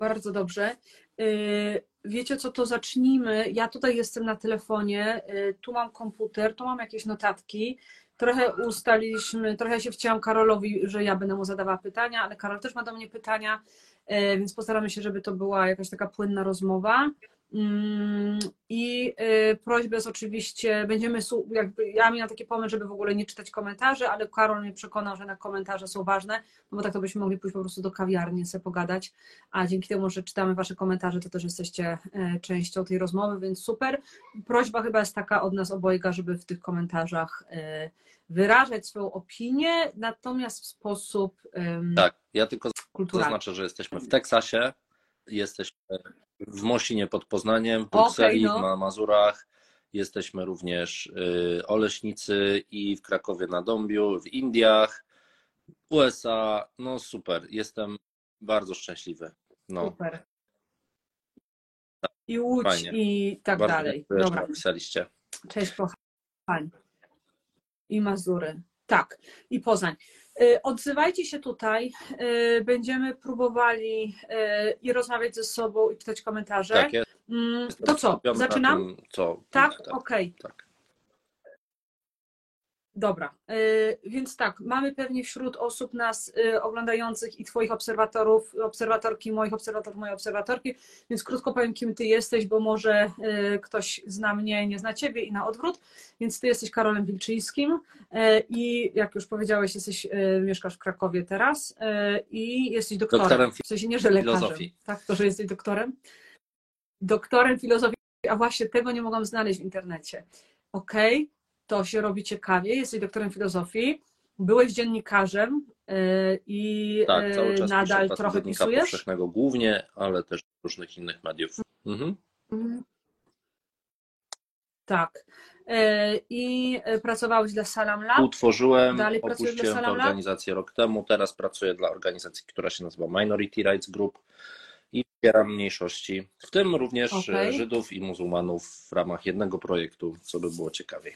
Bardzo dobrze. Wiecie co, to zacznijmy. Ja tutaj jestem na telefonie, tu mam komputer, tu mam jakieś notatki. Trochę ustaliliśmy, trochę się wcięłam Karolowi, że ja będę mu zadawała pytania, ale Karol też ma do mnie pytania, więc postaramy się, żeby to była jakaś taka płynna rozmowa. I prośba jest oczywiście, jakby ja miałam taki pomysł, żeby w ogóle nie czytać komentarzy, ale Karol mnie przekonał, że na komentarze są ważne, no bo tak to byśmy mogli pójść po prostu do kawiarni, sobie pogadać, a dzięki temu, że czytamy wasze komentarze, to też jesteście częścią tej rozmowy, więc super. Prośba chyba jest taka od nas obojga, żeby w tych komentarzach wyrażać swoją opinię, natomiast w sposób Tak, ja tylko kulturalny. zaznaczę, że jesteśmy w Teksasie, jesteśmy w Mosinie pod Poznaniem, w Brukseli, na Mazurach, jesteśmy również Oleśnicy i w Krakowie na Dąbiu, w Indiach, USA, no super, jestem bardzo szczęśliwy. No. Super. I Łódź Fajnie. i tak Bardzo dalej. dziękuję, Dobra. że napisaliście. Cześć kochani. I Mazury. Tak. I Poznań. Odzywajcie się tutaj. Będziemy próbowali i rozmawiać ze sobą i czytać komentarze. Tak, to co? Zaczynam? Tym, co... Tak? Okej. Tak. Dobra, więc tak, mamy pewnie wśród osób nas oglądających i twoich obserwatorów, obserwatorki, moich obserwatorów, moje obserwatorki, więc krótko powiem, kim ty jesteś, bo może ktoś zna mnie, nie zna ciebie i na odwrót, więc ty jesteś Karolem Wilczyńskim i jak już powiedziałeś, mieszkasz w Krakowie teraz i jesteś doktorem, w sensie nie, że lekarzem, filozofii. Tak, to, że jesteś doktorem filozofii, a właśnie tego nie mogłam znaleźć w internecie. Okej. To się robi ciekawie, jesteś doktorem filozofii, byłeś dziennikarzem i tak, cały czas nadal trochę pisujesz? Powszechnego głównie, ale też różnych innych mediów. Tak. I pracowałeś dla Salam Lab? Utworzyłem, opuściłem tę organizację rok temu, teraz pracuję dla organizacji, która się nazywa Minority Rights Group i wspieram mniejszości, w tym również Żydów i muzułmanów w ramach jednego projektu, co by było ciekawiej.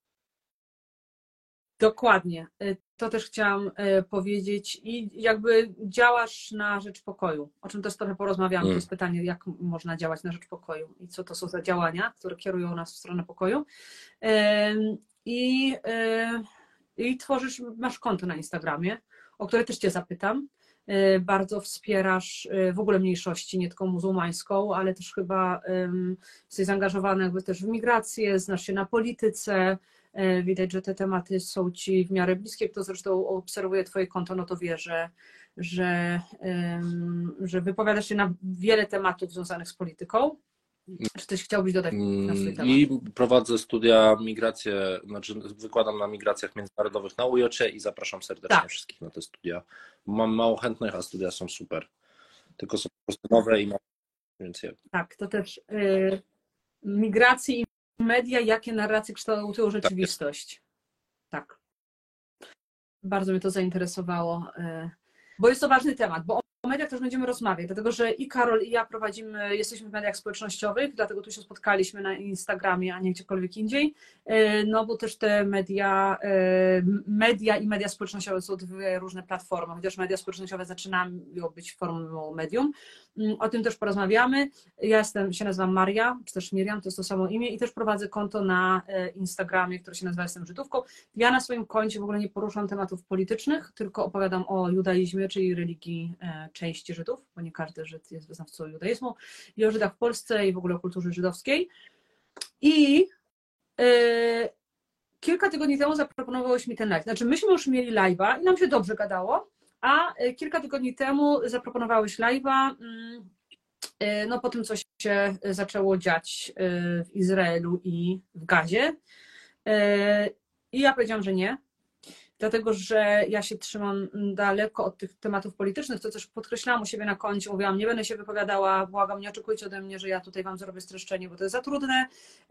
Dokładnie, to też chciałam powiedzieć i jakby działasz na rzecz pokoju, o czym też trochę porozmawiałam, to jest pytanie, jak można działać na rzecz pokoju i co to są za działania, które kierują nas w stronę pokoju i tworzysz, masz konto na Instagramie, o które też cię zapytam, bardzo wspierasz w ogóle mniejszości, nie tylko muzułmańską, ale też chyba jesteś zaangażowany jakby też w migrację, znasz się na polityce. Widać, że te tematy są ci w miarę bliskie. Kto zresztą obserwuje twoje konto, no to wie, że wypowiadasz się na wiele tematów związanych z polityką. Czy coś chciałbyś dodać na swój temat? I prowadzę studia migracje, znaczy wykładam na migracjach międzynarodowych na UJ i zapraszam serdecznie wszystkich na te studia. Mam mało chętnych, a studia są super. Tylko są po prostu nowe i więc tak, to też migracje i media, jakie narracje kształtują rzeczywistość. Tak. Bardzo mnie to zainteresowało, bo jest to ważny temat, bo o mediach też będziemy rozmawiać, dlatego że i Karol, i ja jesteśmy w mediach społecznościowych, dlatego tu się spotkaliśmy na Instagramie, a nie gdziekolwiek indziej, no bo też te media i media społecznościowe są dwie różne platformy, chociaż media społecznościowe zaczynają być formą medium. O tym też porozmawiamy. Ja się nazywam Maria, czy też Miriam, to jest to samo imię i też prowadzę konto na Instagramie, które się nazywa Jestem Żydówką. Ja na swoim koncie w ogóle nie poruszam tematów politycznych, tylko opowiadam o judaizmie, czyli religii części Żydów, bo nie każdy Żyd jest wyznawcą judaizmu, i o Żydach w Polsce i w ogóle o kulturze żydowskiej. I kilka tygodni temu zaproponowałeś mi ten live. Znaczy myśmy już mieli live'a i nam się dobrze gadało, a kilka tygodni temu zaproponowałeś live'a, no po tym, co się zaczęło dziać w Izraelu i w Gazie. I ja powiedziałam, że nie, dlatego że ja się trzymam daleko od tych tematów politycznych, co też podkreślałam u siebie na koncie, mówiłam, nie będę się wypowiadała, błagam, nie oczekujcie ode mnie, że ja tutaj wam zrobię streszczenie, bo to jest za trudne.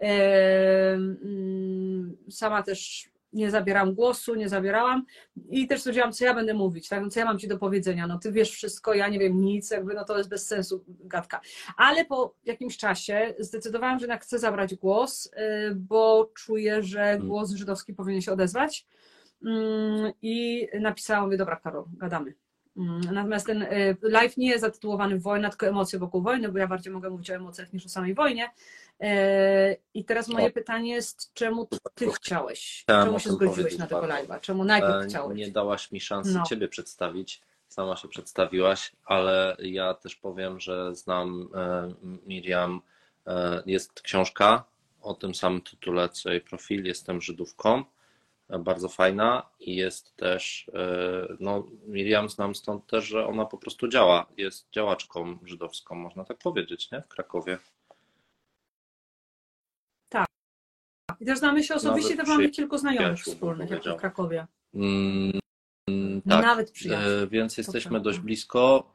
Sama też nie zabierałam i też stwierdziłam, co ja będę mówić, tak? Co ja mam ci do powiedzenia, no ty wiesz wszystko, ja nie wiem nic, jakby no to jest bez sensu gadka. Ale po jakimś czasie zdecydowałam, że jednak chcę zabrać głos, bo czuję, że głos żydowski powinien się odezwać i napisałam, mówię, dobra Karol, gadamy. Natomiast ten live nie jest zatytułowany Wojna, tylko emocje wokół wojny, bo ja bardziej mogę mówić o emocjach niż o samej wojnie. I teraz moje pytanie jest, czemu ty chciałeś? Czemu się zgodziłeś na tego live'a? Czemu najpierw chciałeś? Nie dałaś mi szansy ciebie przedstawić. Sama się przedstawiłaś, ale ja też powiem, że znam Miriam. Jest książka o tym samym tytule, co jej profil. Jestem Żydówką. Bardzo fajna i jest też, no Miriam znam stąd też, że ona po prostu działa. Jest działaczką żydowską, można tak powiedzieć, nie? W Krakowie. Tak. I też znamy się osobiście, to mamy kilku znajomych wspólnych, jak w Krakowie. Tak, nawet przyjaciół. Więc jesteśmy dość blisko.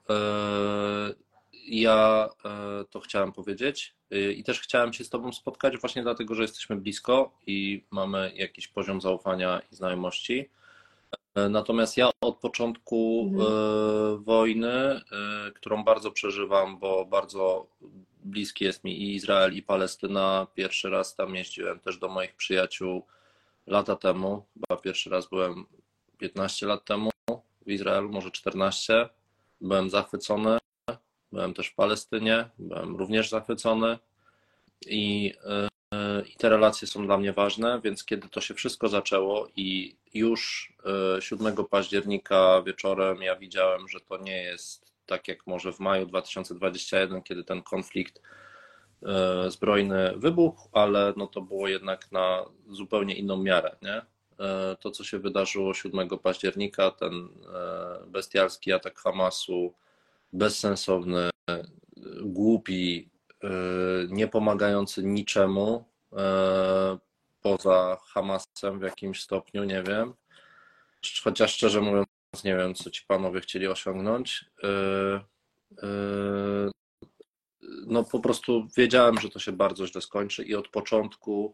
Ja to chciałem powiedzieć i też chciałem się z tobą spotkać właśnie dlatego, że jesteśmy blisko i mamy jakiś poziom zaufania i znajomości. Natomiast ja od początku wojny, którą bardzo przeżywam, bo bardzo bliski jest mi i Izrael, i Palestyna. Pierwszy raz tam jeździłem też do moich przyjaciół lata temu. Chyba pierwszy raz byłem 15 lat temu w Izraelu, może 14. Byłem zachwycony. Byłem też w Palestynie, byłem również zachwycony i te relacje są dla mnie ważne, więc kiedy to się wszystko zaczęło i już 7 października wieczorem ja widziałem, że to nie jest tak jak może w maju 2021, kiedy ten konflikt zbrojny wybuchł, ale no to było jednak na zupełnie inną miarę, nie? To, co się wydarzyło 7 października, ten bestialski atak Hamasu, bezsensowny, głupi, nie pomagający niczemu poza Hamasem w jakimś stopniu, nie wiem. Chociaż szczerze mówiąc, nie wiem, co ci panowie chcieli osiągnąć. No po prostu wiedziałem, że to się bardzo źle skończy i od początku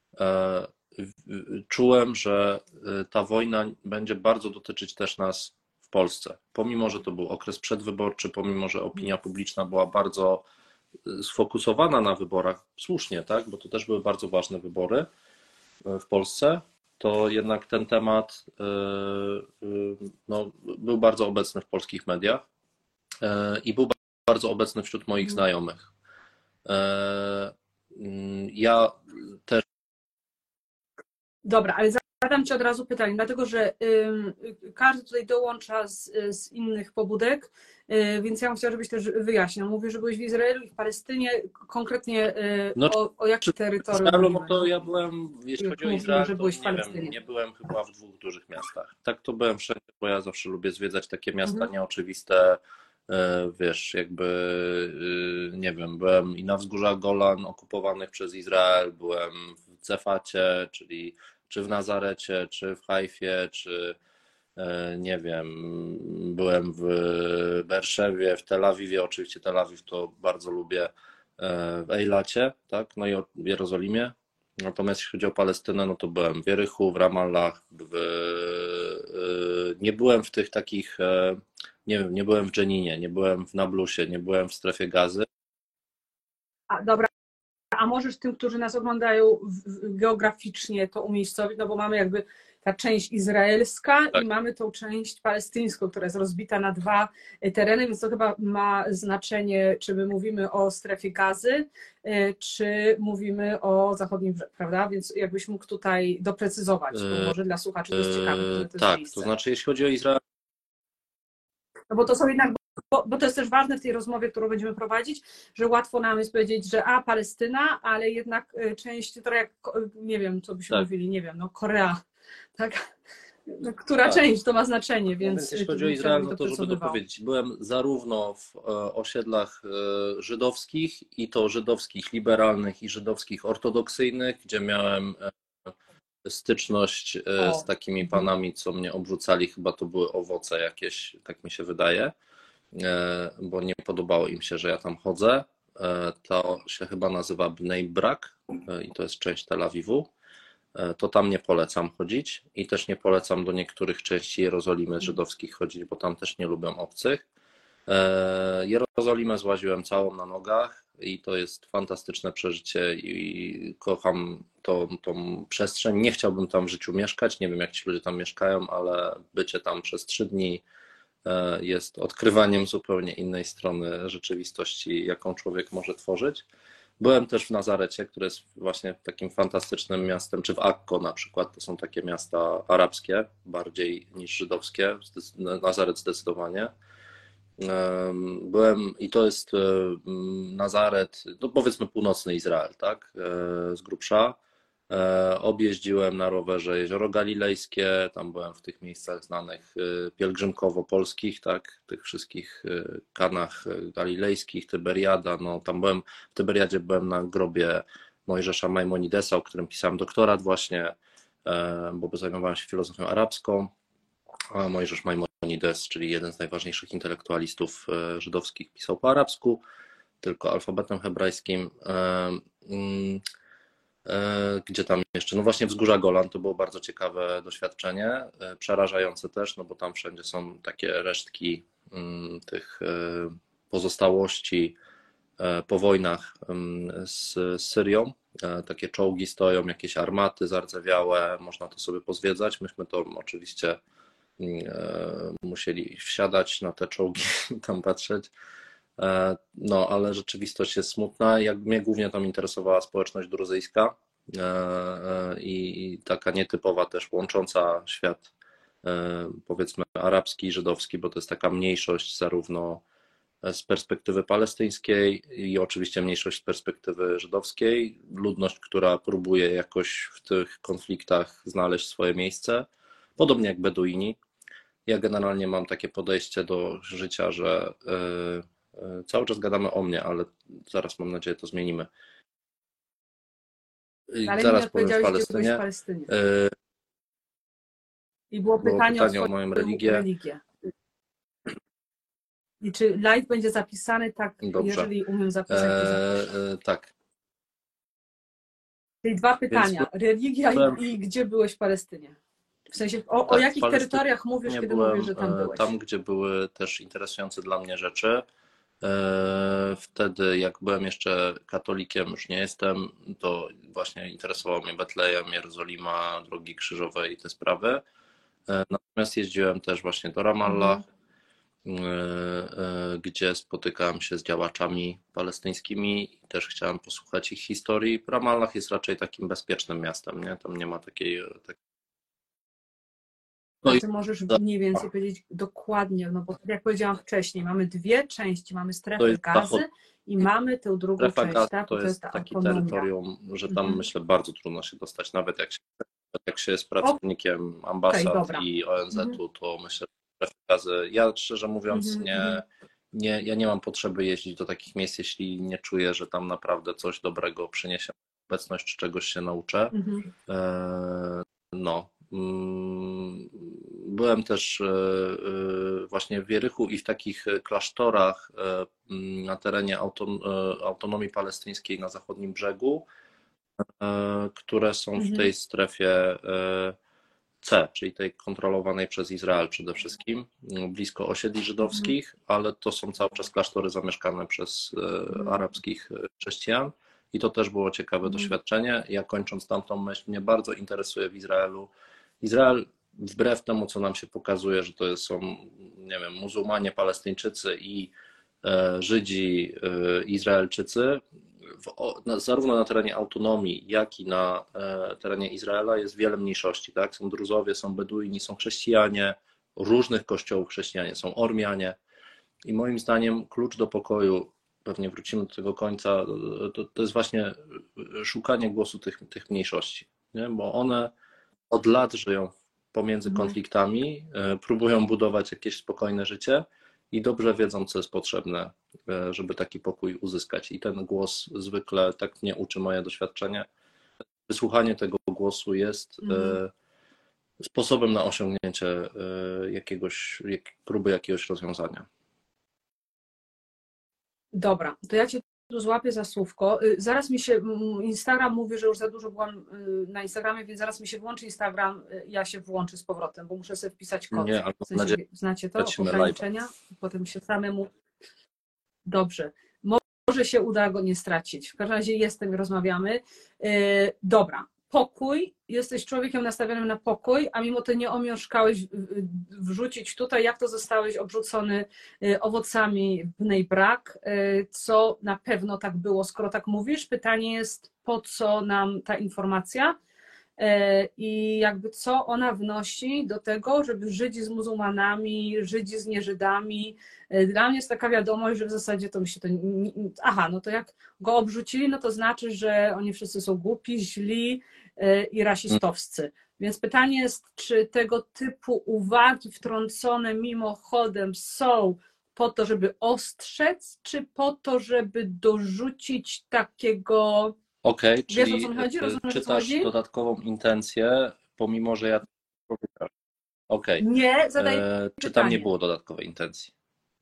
czułem, że ta wojna będzie bardzo dotyczyć też nas w Polsce. Pomimo, że to był okres przedwyborczy, pomimo, że opinia publiczna była bardzo sfokusowana na wyborach, słusznie, tak, bo to też były bardzo ważne wybory w Polsce, to jednak ten temat no, był bardzo obecny w polskich mediach i był bardzo obecny wśród moich znajomych. Ja też. Dobra, ale zadam ci od razu pytanie, dlatego że każdy tutaj dołącza z innych pobudek, więc ja bym chciała, żebyś też wyjaśnił. Mówisz, że byłeś w Izraelu i w Palestynie, konkretnie o jakim terytorium Izraelu, mówimy? no to ja byłem, jeśli chodzi o Izrael, że byłeś w to nie wiem, nie byłem chyba w 2 dużych miastach. Tak to byłem wszędzie, bo ja zawsze lubię zwiedzać takie miasta nieoczywiste, wiesz, jakby, nie wiem, byłem i na wzgórzach Golan okupowanych przez Izrael, byłem w Cefacie, czyli czy w Nazarecie, czy w Hajfie, czy nie wiem, byłem w Berszewie, w Tel Awiwie, oczywiście Tel Awiw to bardzo lubię, w Ejlacie, tak, no i w Jerozolimie. Natomiast jeśli chodzi o Palestynę, no to byłem w Jerychu, w Ramallah, nie byłem w tych takich, nie wiem, nie byłem w Dżeninie, nie byłem w Nablusie, nie byłem w strefie Gazy. Dobra, a możesz tym, którzy nas oglądają geograficznie to umiejscowić, no bo mamy jakby ta część izraelska i mamy tą część palestyńską, która jest rozbita na 2 tereny, więc to chyba ma znaczenie, czy my mówimy o strefie Gazy, czy mówimy o zachodnim brzegu, prawda? Więc jakbyś mógł tutaj doprecyzować, bo może dla słuchaczy to jest ciekawe, które to jest tak, miejsce. to znaczy jeśli chodzi o Izrael. No bo to są jednak, bo to jest też ważne w tej rozmowie, którą będziemy prowadzić, że łatwo nam jest powiedzieć, że Palestyna, ale jednak część, to jak, nie wiem, co byśmy mówili, nie wiem, no Korea, tak? No, która część to ma znaczenie, więc jeśli chodzi o Izrael, no to żeby to powiedzieć, byłem zarówno w osiedlach żydowskich i to żydowskich liberalnych i żydowskich ortodoksyjnych, gdzie miałem styczność z takimi panami, co mnie obrzucali, chyba to były owoce jakieś, tak mi się wydaje, bo nie podobało im się, że ja tam chodzę. To się chyba nazywa Bnei Brak i to jest część Tel Awiwu. To tam nie polecam chodzić i też nie polecam do niektórych części Jerozolimy żydowskich chodzić, bo tam też nie lubię obcych. Jerozolimę złaziłem całą na nogach i to jest fantastyczne przeżycie i kocham tą przestrzeń. Nie chciałbym tam w życiu mieszkać, nie wiem jak ci ludzie tam mieszkają, ale bycie tam przez 3 dni jest odkrywaniem zupełnie innej strony rzeczywistości, jaką człowiek może tworzyć. Byłem też w Nazarecie, które jest właśnie takim fantastycznym miastem, czy w Akko na przykład, to są takie miasta arabskie, bardziej niż żydowskie, Nazaret zdecydowanie. Byłem i to jest Nazaret, no powiedzmy północny Izrael, tak, z grubsza. Objeździłem na rowerze Jezioro Galilejskie, tam byłem w tych miejscach znanych pielgrzymkowo-polskich, tak, tych wszystkich Kanach Galilejskich, Tyberiada, no tam byłem, w Tyberiadzie byłem na grobie Mojżesza Maimonidesa, o którym pisałem doktorat właśnie, bo zajmowałem się filozofią arabską, a Mojżesz Maimonides, czyli jeden z najważniejszych intelektualistów żydowskich, pisał po arabsku, tylko alfabetem hebrajskim. Gdzie tam jeszcze? No właśnie Wzgórza Golan, to było bardzo ciekawe doświadczenie, przerażające też, no bo tam wszędzie są takie resztki tych pozostałości po wojnach z Syrią. Takie czołgi stoją, jakieś armaty zardzewiałe, można to sobie pozwiedzać. Myśmy to oczywiście musieli wsiadać na te czołgi, tam patrzeć. No, ale rzeczywistość jest smutna. Mnie głównie tam interesowała społeczność druzyjska i taka nietypowa też, łącząca świat powiedzmy arabski i żydowski, bo to jest taka mniejszość zarówno z perspektywy palestyńskiej i oczywiście mniejszość z perspektywy żydowskiej. Ludność, która próbuje jakoś w tych konfliktach znaleźć swoje miejsce, podobnie jak Beduini. Ja generalnie mam takie podejście do życia, że cały czas gadamy o mnie, ale zaraz mam nadzieję to zmienimy. Ale zaraz nie powiem w odpowiedziałeś, gdzie byłeś w Palestynie. Palestynie. I było pytanie o moją religię. I czy live będzie zapisany? Tak, Dobrze. Jeżeli umiem zapisać, to zapiszę. Tak. Czyli dwa pytania. Religia i gdzie byłeś w Palestynie? W sensie, o jakich terytoriach mówisz, kiedy mówisz, że tam byłeś? Tam, gdzie były też interesujące dla mnie rzeczy. Wtedy, jak byłem jeszcze katolikiem, już nie jestem, to właśnie interesował mnie Betlejem, Jerozolima, Drogi Krzyżowe i te sprawy. Natomiast jeździłem też właśnie do Ramallah, gdzie spotykałem się z działaczami palestyńskimi i też chciałem posłuchać ich historii. Ramallah jest raczej takim bezpiecznym miastem, nie? Tam nie ma takiej... No ty możesz mniej więcej powiedzieć dokładnie, no bo jak powiedziałam wcześniej, mamy dwie części, mamy strefę Gazy i mamy tę drugą część, tak? To jest takie terytorium, że tam myślę bardzo trudno się dostać, nawet jak się jest pracownikiem ambasad i ONZ-u, to myślę, że strefę Gazy, ja szczerze mówiąc ja nie mam potrzeby jeździć do takich miejsc, jeśli nie czuję, że tam naprawdę coś dobrego przyniesie obecność, czy czegoś się nauczę. No. Byłem też właśnie w Wierychu i w takich klasztorach na terenie autonomii palestyńskiej na zachodnim brzegu, które są w tej strefie C, czyli tej kontrolowanej przez Izrael przede wszystkim, blisko osiedli żydowskich, ale to są cały czas klasztory zamieszkane przez arabskich chrześcijan. I to też było ciekawe doświadczenie. Ja kończąc tamtą myśl, mnie bardzo interesuje w Izraelu. Izrael, wbrew temu, co nam się pokazuje, że to są, nie wiem, muzułmanie, Palestyńczycy i Żydzi, Izraelczycy, zarówno na terenie autonomii, jak i na terenie Izraela jest wiele mniejszości. Tak? Są Druzowie, są Beduini, są chrześcijanie, różnych kościołów chrześcijanie, są Ormianie. I moim zdaniem klucz do pokoju, pewnie wrócimy do tego końca, to jest właśnie szukanie głosu tych mniejszości, nie? Bo one od lat żyją pomiędzy konfliktami, próbują budować jakieś spokojne życie i dobrze wiedzą, co jest potrzebne, żeby taki pokój uzyskać. I ten głos zwykle, tak mnie uczy moje doświadczenie, wysłuchanie tego głosu jest sposobem na osiągnięcie próby jakiegoś rozwiązania. Dobra, to ja Cię tu złapię za słówko. Zaraz mi się, Instagram mówi, że już za dużo byłam na Instagramie, więc zaraz mi się włączy Instagram, ja się włączę z powrotem, bo muszę sobie wpisać kod. Nie, ale w sensie, znacie to? Ograniczenia? Potem się samemu... Dobrze. Może się uda go nie stracić. W każdym razie jestem i rozmawiamy. Dobra. pokój, jesteś człowiekiem nastawionym na pokój, a mimo to nie omieszkałeś wrzucić tutaj, jak to zostałeś obrzucony owocami w brak, co na pewno tak było, skoro tak mówisz. Pytanie jest, po co nam ta informacja i jakby co ona wnosi do tego, żeby Żydzi z muzułmanami, Żydzi z nieżydami. Dla mnie jest taka wiadomość, że w zasadzie to mi się to... Aha, no to jak go obrzucili, no to znaczy, że oni wszyscy są głupi, źli i rasistowscy. Więc pytanie jest, czy tego typu uwagi wtrącone mimochodem są po to, żeby ostrzec, czy po to, żeby dorzucić takiego... Okej, Wiesz, czyli o co mi chodzi? Rozumiesz, o co czytasz chodzi? dodatkową intencję, pomimo że ja... Okej. Nie, zadaję Czy tam nie pytanie. było dodatkowej intencji?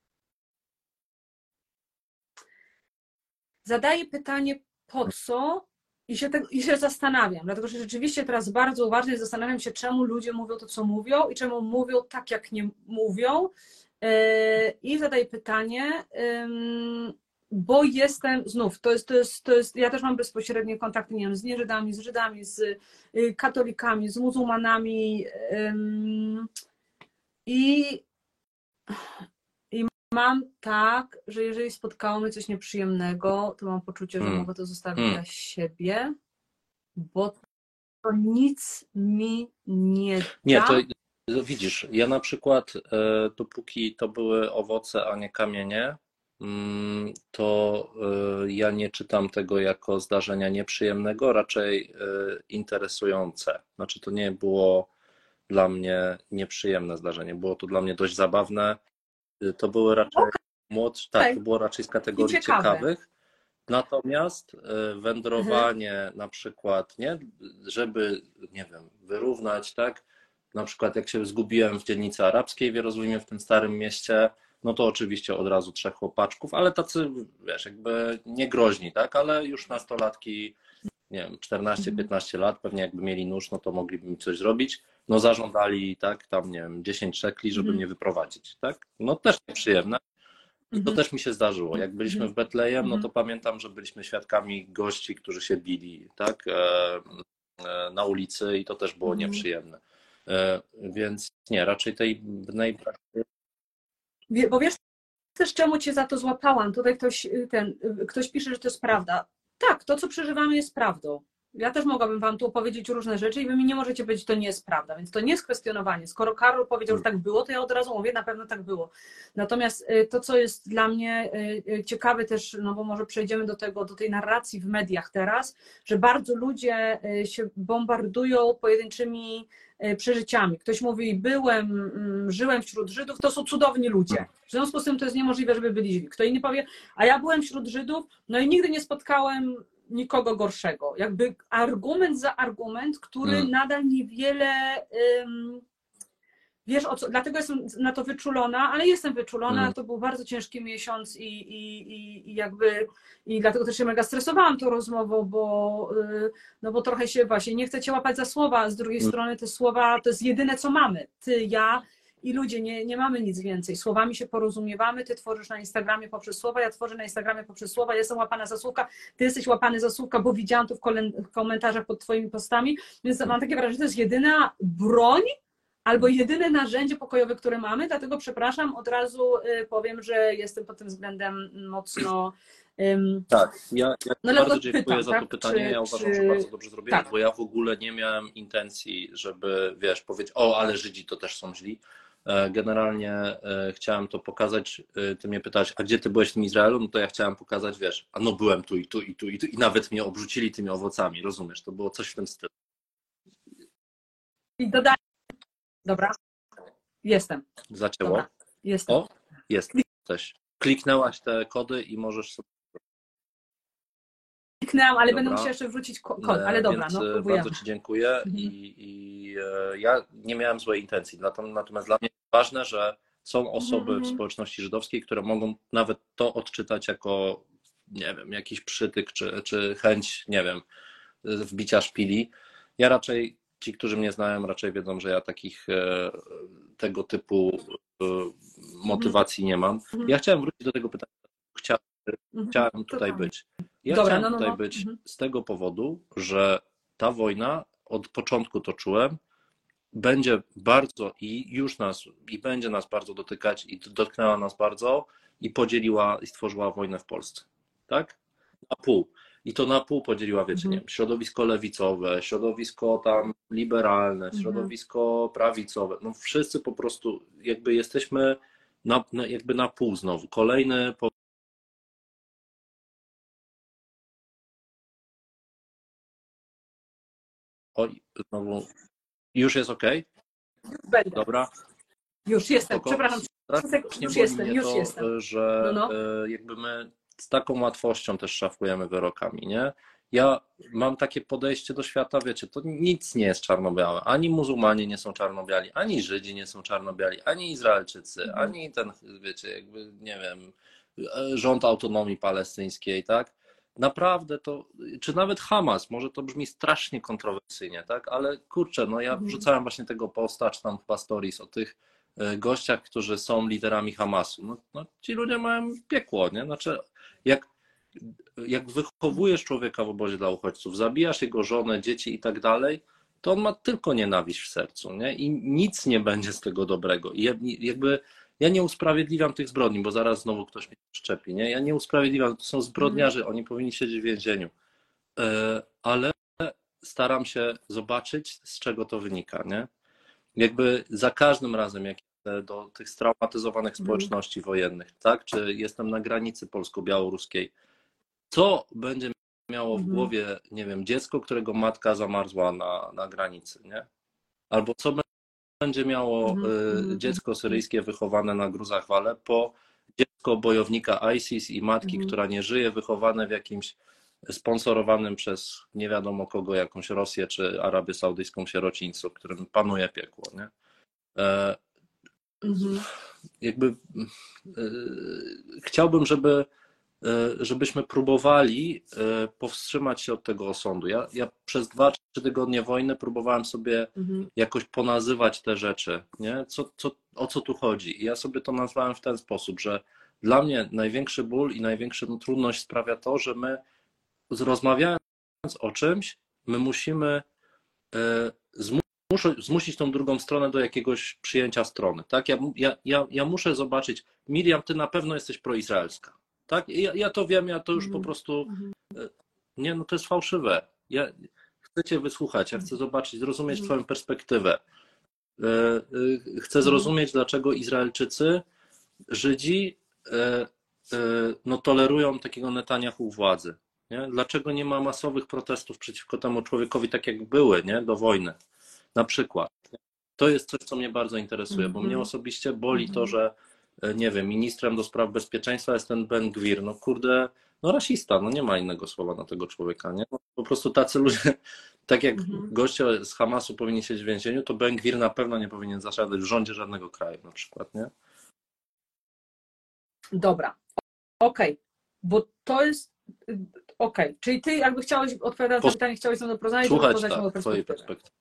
Zadaję pytanie, po co i się zastanawiam, dlatego że rzeczywiście teraz bardzo uważnie zastanawiam się, czemu ludzie mówią to, co mówią i czemu mówią tak, jak nie mówią. I zadaję pytanie, bo jestem, znów, to jest, ja też mam bezpośrednie kontakty, nie wiem, z nieżydami, z Żydami, z katolikami, z muzułmanami i mam tak, że jeżeli spotkało mnie coś nieprzyjemnego, to mam poczucie, że mogę to zostawić dla siebie, bo to nic mi nie da. Nie, to widzisz, ja na przykład, dopóki to były owoce, a nie kamienie, to ja nie czytam tego jako zdarzenia nieprzyjemnego, raczej interesujące. Znaczy, to nie było dla mnie nieprzyjemne zdarzenie, było to dla mnie dość zabawne. To były raczej tak, to było raczej z kategorii ciekawych. Natomiast wędrowanie na przykład, nie, żeby, nie wiem, wyrównać, tak, na przykład jak się zgubiłem w dzielnicy arabskiej w Jerozolimie, w tym starym mieście, no to oczywiście od razu 3 chłopaczków, ale tacy, wiesz, jakby nie groźni, tak, ale już nastolatki, nie wiem, 14-15 lat, pewnie jakby mieli nóż, no to mogliby mi coś zrobić. No zażądali, tak, tam, nie wiem, 10 szekli, żeby mnie wyprowadzić, tak, no też nieprzyjemne. I to też mi się zdarzyło. Jak byliśmy w Betlejem, no to pamiętam, że byliśmy świadkami gości, którzy się bili, tak, na ulicy i to też było nieprzyjemne. Więc nie, raczej tej najbardziej... Bo wiesz też, czemu cię za to złapałam? Tutaj ktoś pisze, że to jest prawda. Tak, to, co przeżywamy, jest prawdą. Ja też mogłabym wam tu opowiedzieć różne rzeczy i wy mi nie możecie powiedzieć, że to nie jest prawda, więc to nie jest kwestionowanie. Skoro Karol powiedział, że tak było, to ja od razu mówię, na pewno tak było. Natomiast to, co jest dla mnie ciekawe też, no bo może przejdziemy do tej narracji w mediach teraz, że bardzo ludzie się bombardują pojedynczymi przeżyciami. Ktoś mówi, żyłem wśród Żydów, to są cudowni ludzie. W związku z tym to jest niemożliwe, żeby byli źli. Kto inny powie, a ja byłem wśród Żydów, no i nigdy nie spotkałem nikogo gorszego. Jakby argument za argument, który nadal niewiele... Wiesz, dlatego jestem na to wyczulona, ale jestem wyczulona, to był bardzo ciężki miesiąc i dlatego też się mega stresowałam tą rozmową, bo trochę się właśnie nie chcę cię łapać za słowa, z drugiej strony te słowa to jest jedyne, co mamy. Ty, ja i ludzie, nie mamy nic więcej. Słowami się porozumiewamy, ty tworzysz na Instagramie poprzez słowa, ja tworzę na Instagramie poprzez słowa, ja jestem łapana za słówka, ty jesteś łapany za słówka, bo widziałam to w komentarzach pod twoimi postami, więc mam takie wrażenie, że to jest jedyna broń, albo jedyne narzędzie pokojowe, które mamy, dlatego przepraszam, od razu powiem, że jestem pod tym względem mocno... Tak, ja bardzo dziękuję za to tak? pytanie, ja uważam, że bardzo dobrze zrobiłem, bo ja w ogóle nie miałem intencji, żeby, wiesz, powiedzieć, ale Żydzi to też są źli. Generalnie chciałem to pokazać, ty mnie pytałeś, a gdzie ty byłeś w tym Izraelu? No to ja chciałem pokazać, wiesz, no byłem tu i tu i tu i tu i nawet mnie obrzucili tymi owocami, rozumiesz, to było coś w tym stylu. I dodaj. Dobra, jestem. Zacięło? Dobra, jestem. O, jesteś. Kliknęłaś te kody i możesz sobie... Kliknęłam, ale będę musiała jeszcze wrzucić kod, ale dobra, więc no próbujemy. bardzo ci dziękuję i ja nie miałem złej intencji, natomiast dla mnie jest ważne, że są osoby w społeczności żydowskiej, które mogą nawet to odczytać jako, nie wiem, jakiś przytyk czy chęć, nie wiem, wbicia szpili. Ja raczej, ci, którzy mnie znają, raczej wiedzą, że ja tego typu motywacji nie mam. Ja chciałem wrócić do tego pytania. Chciałem tutaj być. Ja chciałem tutaj być z tego powodu, że ta wojna, od początku to czułem, będzie bardzo i będzie nas bardzo dotykać i dotknęła nas bardzo i podzieliła i stworzyła wojnę w Polsce. Tak? Na pół. I to na pół podzieliła, wiecie, nie wiem, środowisko lewicowe, środowisko tam liberalne, środowisko prawicowe. No wszyscy po prostu jakby jesteśmy jakby na pół znowu. Kolejny. Oj, znowu. Już jest ok? Będę. Dobra. Już jestem, Spoko. przepraszam. Już jestem, że jakby my z taką łatwością też szafujemy wyrokami, nie? Ja mam takie podejście do świata, wiecie, to nic nie jest czarno-białe. Ani muzułmanie nie są czarno-biali, ani Żydzi nie są czarno-biali, ani Izraelczycy, ani ten, wiecie, jakby, nie wiem, rząd autonomii palestyńskiej, tak? Naprawdę to, czy nawet Hamas, może to brzmi strasznie kontrowersyjnie, tak? Ale kurczę, no ja wrzucałem właśnie tego posta, czy tam chyba stories o tych gościach, którzy są liderami Hamasu. No, ci ludzie mają piekło, nie? Znaczy, jak wychowujesz człowieka w obozie dla uchodźców, zabijasz jego żonę, dzieci i tak dalej, to on ma tylko nienawiść w sercu, nie? I nic nie będzie z tego dobrego. I jakby ja nie usprawiedliwiam tych zbrodni, bo zaraz znowu ktoś mnie szczepi, nie? Ja nie usprawiedliwiam, to są zbrodniarze, oni powinni siedzieć w więzieniu. Ale staram się zobaczyć, z czego to wynika, nie? Jakby za każdym razem, jak do tych straumatyzowanych społeczności wojennych, tak? Czy jestem na granicy polsko-białoruskiej, co będzie miało w głowie, nie wiem, dziecko, którego matka zamarzła na granicy, nie? Albo co będzie miało dziecko syryjskie wychowane na gruzach w Aleppo, dziecko bojownika ISIS i matki, która nie żyje, wychowane w jakimś sponsorowanym przez nie wiadomo kogo, jakąś Rosję czy Arabię Saudyjską sierocińcu, w którym panuje piekło, nie? Jakby chciałbym, żebyśmy próbowali powstrzymać się od tego osądu. Ja przez 2-3 tygodnie wojny próbowałem sobie jakoś ponazywać te rzeczy, nie? O co tu chodzi? I ja sobie to nazwałem w ten sposób, że dla mnie największy ból i największą trudność sprawia to, że my rozmawiając o czymś, my musimy zmusić tą drugą stronę do jakiegoś przyjęcia strony. Tak? Ja muszę zobaczyć, Miriam, ty na pewno jesteś proizraelska. Tak? Ja to wiem, ja to już po prostu. Nie, no to jest fałszywe. Ja chcę cię wysłuchać, ja chcę zobaczyć, zrozumieć twoją perspektywę. Chcę zrozumieć, dlaczego Izraelczycy, Żydzi no, tolerują takiego Netanyahu u władzy. Nie? Dlaczego nie ma masowych protestów przeciwko temu człowiekowi, tak jak były, nie? Do wojny. Na przykład. To jest coś, co mnie bardzo interesuje, bo mnie osobiście boli to, że nie wiem, ministrem do spraw bezpieczeństwa jest ten Ben Gvir. No kurde, no rasista, no nie ma innego słowa na tego człowieka, nie? No, po prostu tacy ludzie, tak jak goście z Hamasu powinni siedzieć w więzieniu, to Ben Gvir na pewno nie powinien zasiadać w rządzie żadnego kraju na przykład, nie? Dobra, okej, bo to jest okej. Czyli ty jakby chciałeś odpowiadać na pytanie, chciałeś ze mną porozmawiać, słuchać twojej perspektywy.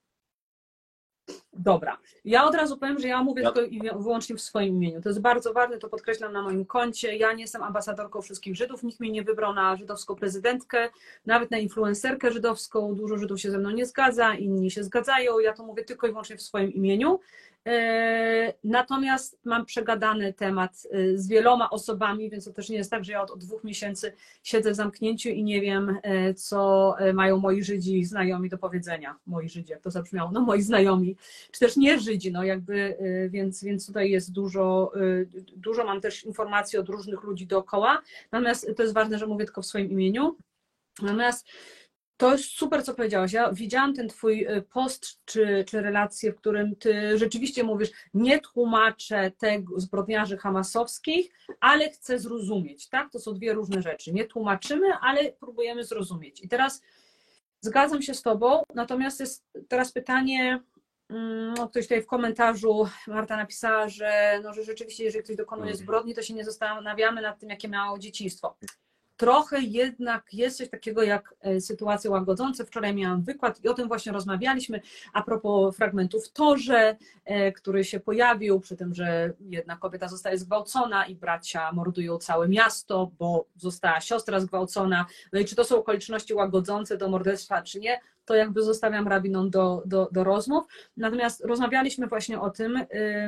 Dobra. Ja od razu powiem, że ja mówię tylko i wyłącznie w swoim imieniu. To jest bardzo ważne, to podkreślam na moim koncie. Ja nie jestem ambasadorką wszystkich Żydów, nikt mnie nie wybrał na żydowską prezydentkę, nawet na influencerkę żydowską. Dużo Żydów się ze mną nie zgadza, inni się zgadzają. Ja to mówię tylko i wyłącznie w swoim imieniu. Natomiast mam przegadany temat z wieloma osobami, więc to też nie jest tak, że ja od 2 miesięcy siedzę w zamknięciu i nie wiem, co mają moi Żydzi znajomi do powiedzenia. Moi Żydzi, jak to zabrzmiało, no moi znajomi, czy też nie Żydzi, no jakby, więc tutaj jest dużo mam też informacji od różnych ludzi dookoła, natomiast to jest ważne, że mówię tylko w swoim imieniu. Natomiast to jest super, co powiedziałaś. Ja widziałam ten twój post czy relację, w którym ty rzeczywiście mówisz, nie tłumaczę tego zbrodniarzy hamasowskich, ale chcę zrozumieć, tak? To są 2 różne rzeczy. Nie tłumaczymy, ale próbujemy zrozumieć. I teraz zgadzam się z tobą, natomiast jest teraz pytanie, ktoś tutaj w komentarzu, Marta napisała, że rzeczywiście, jeżeli ktoś dokonuje zbrodni, to się nie zastanawiamy nad tym, jakie miało dzieciństwo. trochę jednak jest coś takiego jak sytuacje łagodzące. Wczoraj miałam wykład i o tym właśnie rozmawialiśmy a propos fragmentu w Torze, który się pojawił, przy tym, że jedna kobieta zostaje zgwałcona i bracia mordują całe miasto, bo została siostra zgwałcona. No i czy to są okoliczności łagodzące do morderstwa, czy nie, to jakby zostawiam rabinom do rozmów. Natomiast rozmawialiśmy właśnie o tym,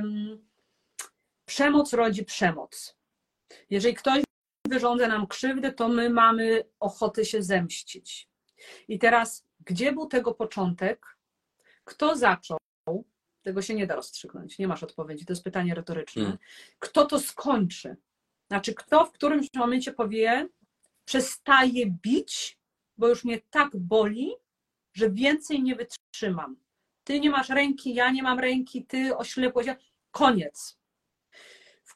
przemoc rodzi przemoc. Jeżeli ktoś wyrządza nam krzywdę, to my mamy ochotę się zemścić. I teraz, gdzie był tego początek? Kto zaczął? Tego się nie da rozstrzygnąć, nie masz odpowiedzi, to jest pytanie retoryczne. Kto to skończy? Znaczy, kto w którymś momencie powie, przestaje bić, bo już mnie tak boli, że więcej nie wytrzymam. Ty nie masz ręki, ja nie mam ręki, ty oślepłeś, koniec. W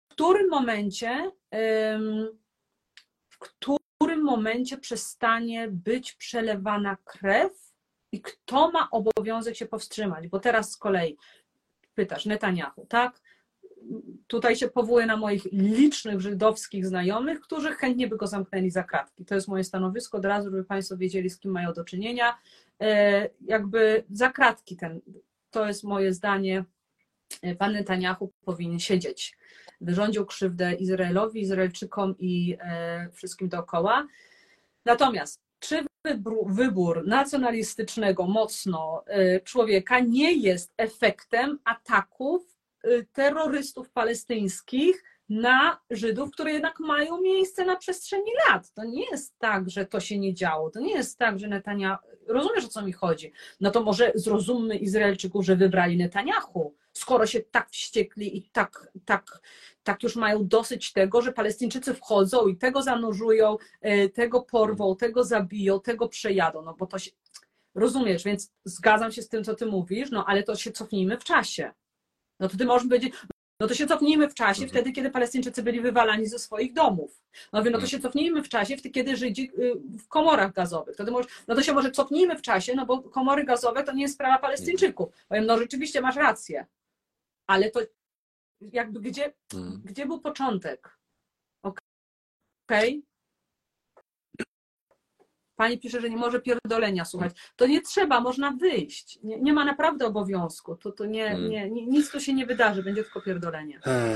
którym momencie przestanie być przelewana krew i kto ma obowiązek się powstrzymać? Bo teraz z kolei pytasz, Netanjahu, tak? Tutaj się powołuję na moich licznych żydowskich znajomych, którzy chętnie by go zamknęli za kratki. To jest moje stanowisko, od razu, żeby Państwo wiedzieli, z kim mają do czynienia. Jakby za kratki to jest moje zdanie. Pan Netanjahu powinien siedzieć. Wyrządził krzywdę Izraelowi, Izraelczykom i wszystkim dookoła. Natomiast czy wybór nacjonalistycznego mocno człowieka nie jest efektem ataków terrorystów palestyńskich na Żydów, które jednak mają miejsce na przestrzeni lat. To nie jest tak, że to się nie działo. To nie jest tak, że Netanjahu... Rozumiesz, o co mi chodzi? No to może zrozummy Izraelczyków, że wybrali Netanjahu, skoro się tak wściekli i tak już mają dosyć tego, że Palestyńczycy wchodzą i tego zanurzują, tego porwą, tego zabiją, tego przejadą. No bo to się... Rozumiesz, więc zgadzam się z tym, co ty mówisz, no ale to się cofnijmy w czasie. No to ty możesz powiedzieć, no to się cofnijmy w czasie wtedy, kiedy Palestyńczycy byli wywalani ze swoich domów. No to się cofnijmy w czasie wtedy, kiedy Żydzi w komorach gazowych. No to się może cofnijmy w czasie, no bo komory gazowe to nie jest sprawa Palestyńczyków. Powiem, no rzeczywiście masz rację. Ale to jakby gdzie był początek? Okej? Pani pisze, że nie może pierdolenia słuchać. To nie trzeba, można wyjść. Nie ma naprawdę obowiązku. To nic tu się nie wydarzy, będzie tylko pierdolenie.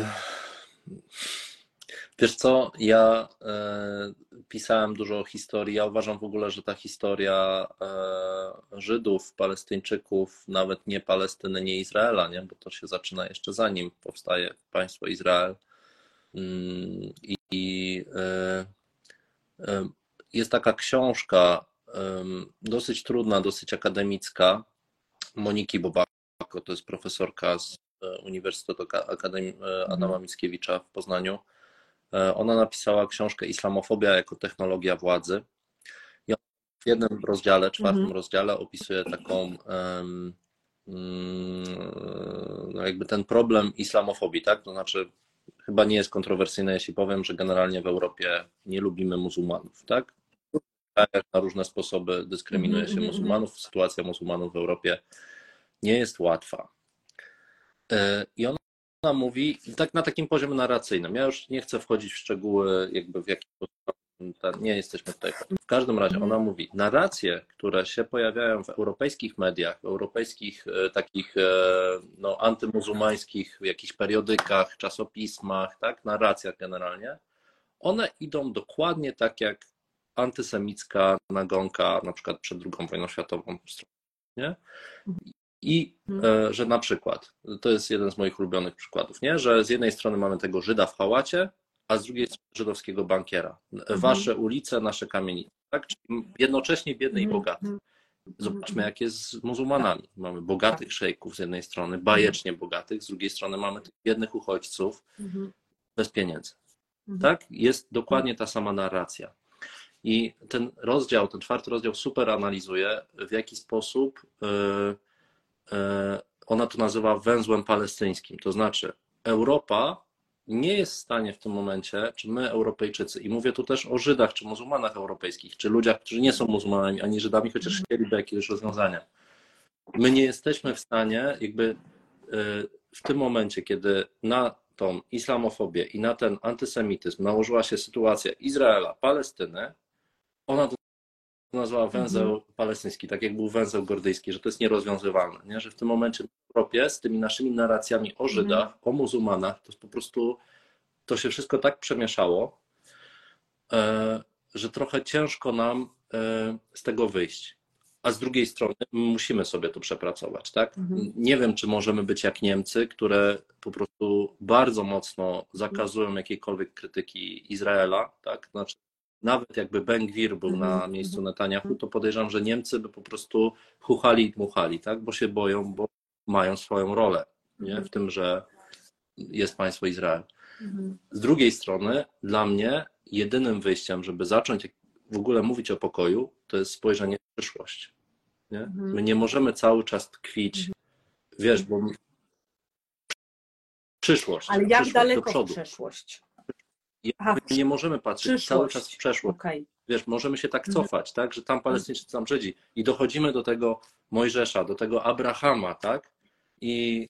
Wiesz co, ja pisałem dużo o historii. Ja uważam w ogóle, że ta historia Żydów, Palestyńczyków, nawet nie Palestyny, nie Izraela, nie? Bo to się zaczyna jeszcze zanim powstaje państwo Izrael. Jest taka książka dosyć trudna, dosyć akademicka Moniki Bobako, to jest profesorka z Uniwersytetu Akademii Adama Mickiewicza w Poznaniu. Ona napisała książkę Islamofobia jako technologia władzy. I w jednym rozdziale, czwartym rozdziale opisuje taką jakby ten problem islamofobii, tak? To znaczy chyba nie jest kontrowersyjne, jeśli powiem, że generalnie w Europie nie lubimy muzułmanów, tak? Na różne sposoby dyskryminuje się muzułmanów. Sytuacja muzułmanów w Europie nie jest łatwa. I ona mówi, tak na takim poziomie narracyjnym, ja już nie chcę wchodzić w szczegóły, jakby w jaki sposób, nie jesteśmy tutaj. W każdym razie ona mówi, narracje, które się pojawiają w europejskich mediach, w europejskich takich no, antymuzułmańskich jakichś periodykach, czasopismach, tak, narracjach generalnie, one idą dokładnie tak jak antysemicka nagonka na przykład przed II wojną światową. Nie? I że na przykład, to jest jeden z moich ulubionych przykładów, nie? Że z jednej strony mamy tego Żyda w hałacie, a z drugiej strony żydowskiego bankiera. Wasze ulice, nasze kamienice. Tak? Czyli jednocześnie biedny i bogaty. Zobaczmy, jak jest z muzułmanami. Mamy bogatych szejków z jednej strony, bajecznie bogatych, z drugiej strony mamy tych biednych uchodźców bez pieniędzy. Tak? Jest dokładnie ta sama narracja. I ten rozdział, ten czwarty rozdział super analizuje, w jaki sposób ona to nazywa węzłem palestyńskim. To znaczy Europa nie jest w stanie w tym momencie, czy my Europejczycy, i mówię tu też o Żydach, czy muzułmanach europejskich, czy ludziach, którzy nie są muzułmanami, ani Żydami, chociaż chcieliby jakieś rozwiązania. My nie jesteśmy w stanie jakby w tym momencie, kiedy na tą islamofobię i na ten antysemityzm nałożyła się sytuacja Izraela, Palestyny, ona to nazwała węzeł palestyński, tak jak był węzeł gordyjski, że to jest nierozwiązywalne, nie? Że w tym momencie w Europie z tymi naszymi narracjami o Żydach, o muzułmanach, to jest po prostu, to się wszystko tak przemieszało, że trochę ciężko nam z tego wyjść. A z drugiej strony musimy sobie to przepracować, tak? Nie wiem, czy możemy być jak Niemcy, które po prostu bardzo mocno zakazują jakiejkolwiek krytyki Izraela, tak? Znaczy, nawet jakby Ben Gvir był na miejscu Netanyahu, to podejrzewam, że Niemcy by po prostu chuchali i dmuchali, tak? Bo się boją, bo mają swoją rolę, nie? W tym, że jest państwo Izrael. Z drugiej strony, dla mnie jedynym wyjściem, żeby zacząć w ogóle mówić o pokoju, to jest spojrzenie w przyszłość. Nie? My nie możemy cały czas tkwić, wiesz, bo przyszłość. Ale jak daleko do przodu. w przeszłość? Nie możemy patrzeć cały czas w przeszłość. Okay. Wiesz, możemy się tak cofać, tak, że tam Palestyńczycy, tam Żydzi i dochodzimy do tego Mojżesza, do tego Abrahama, tak? I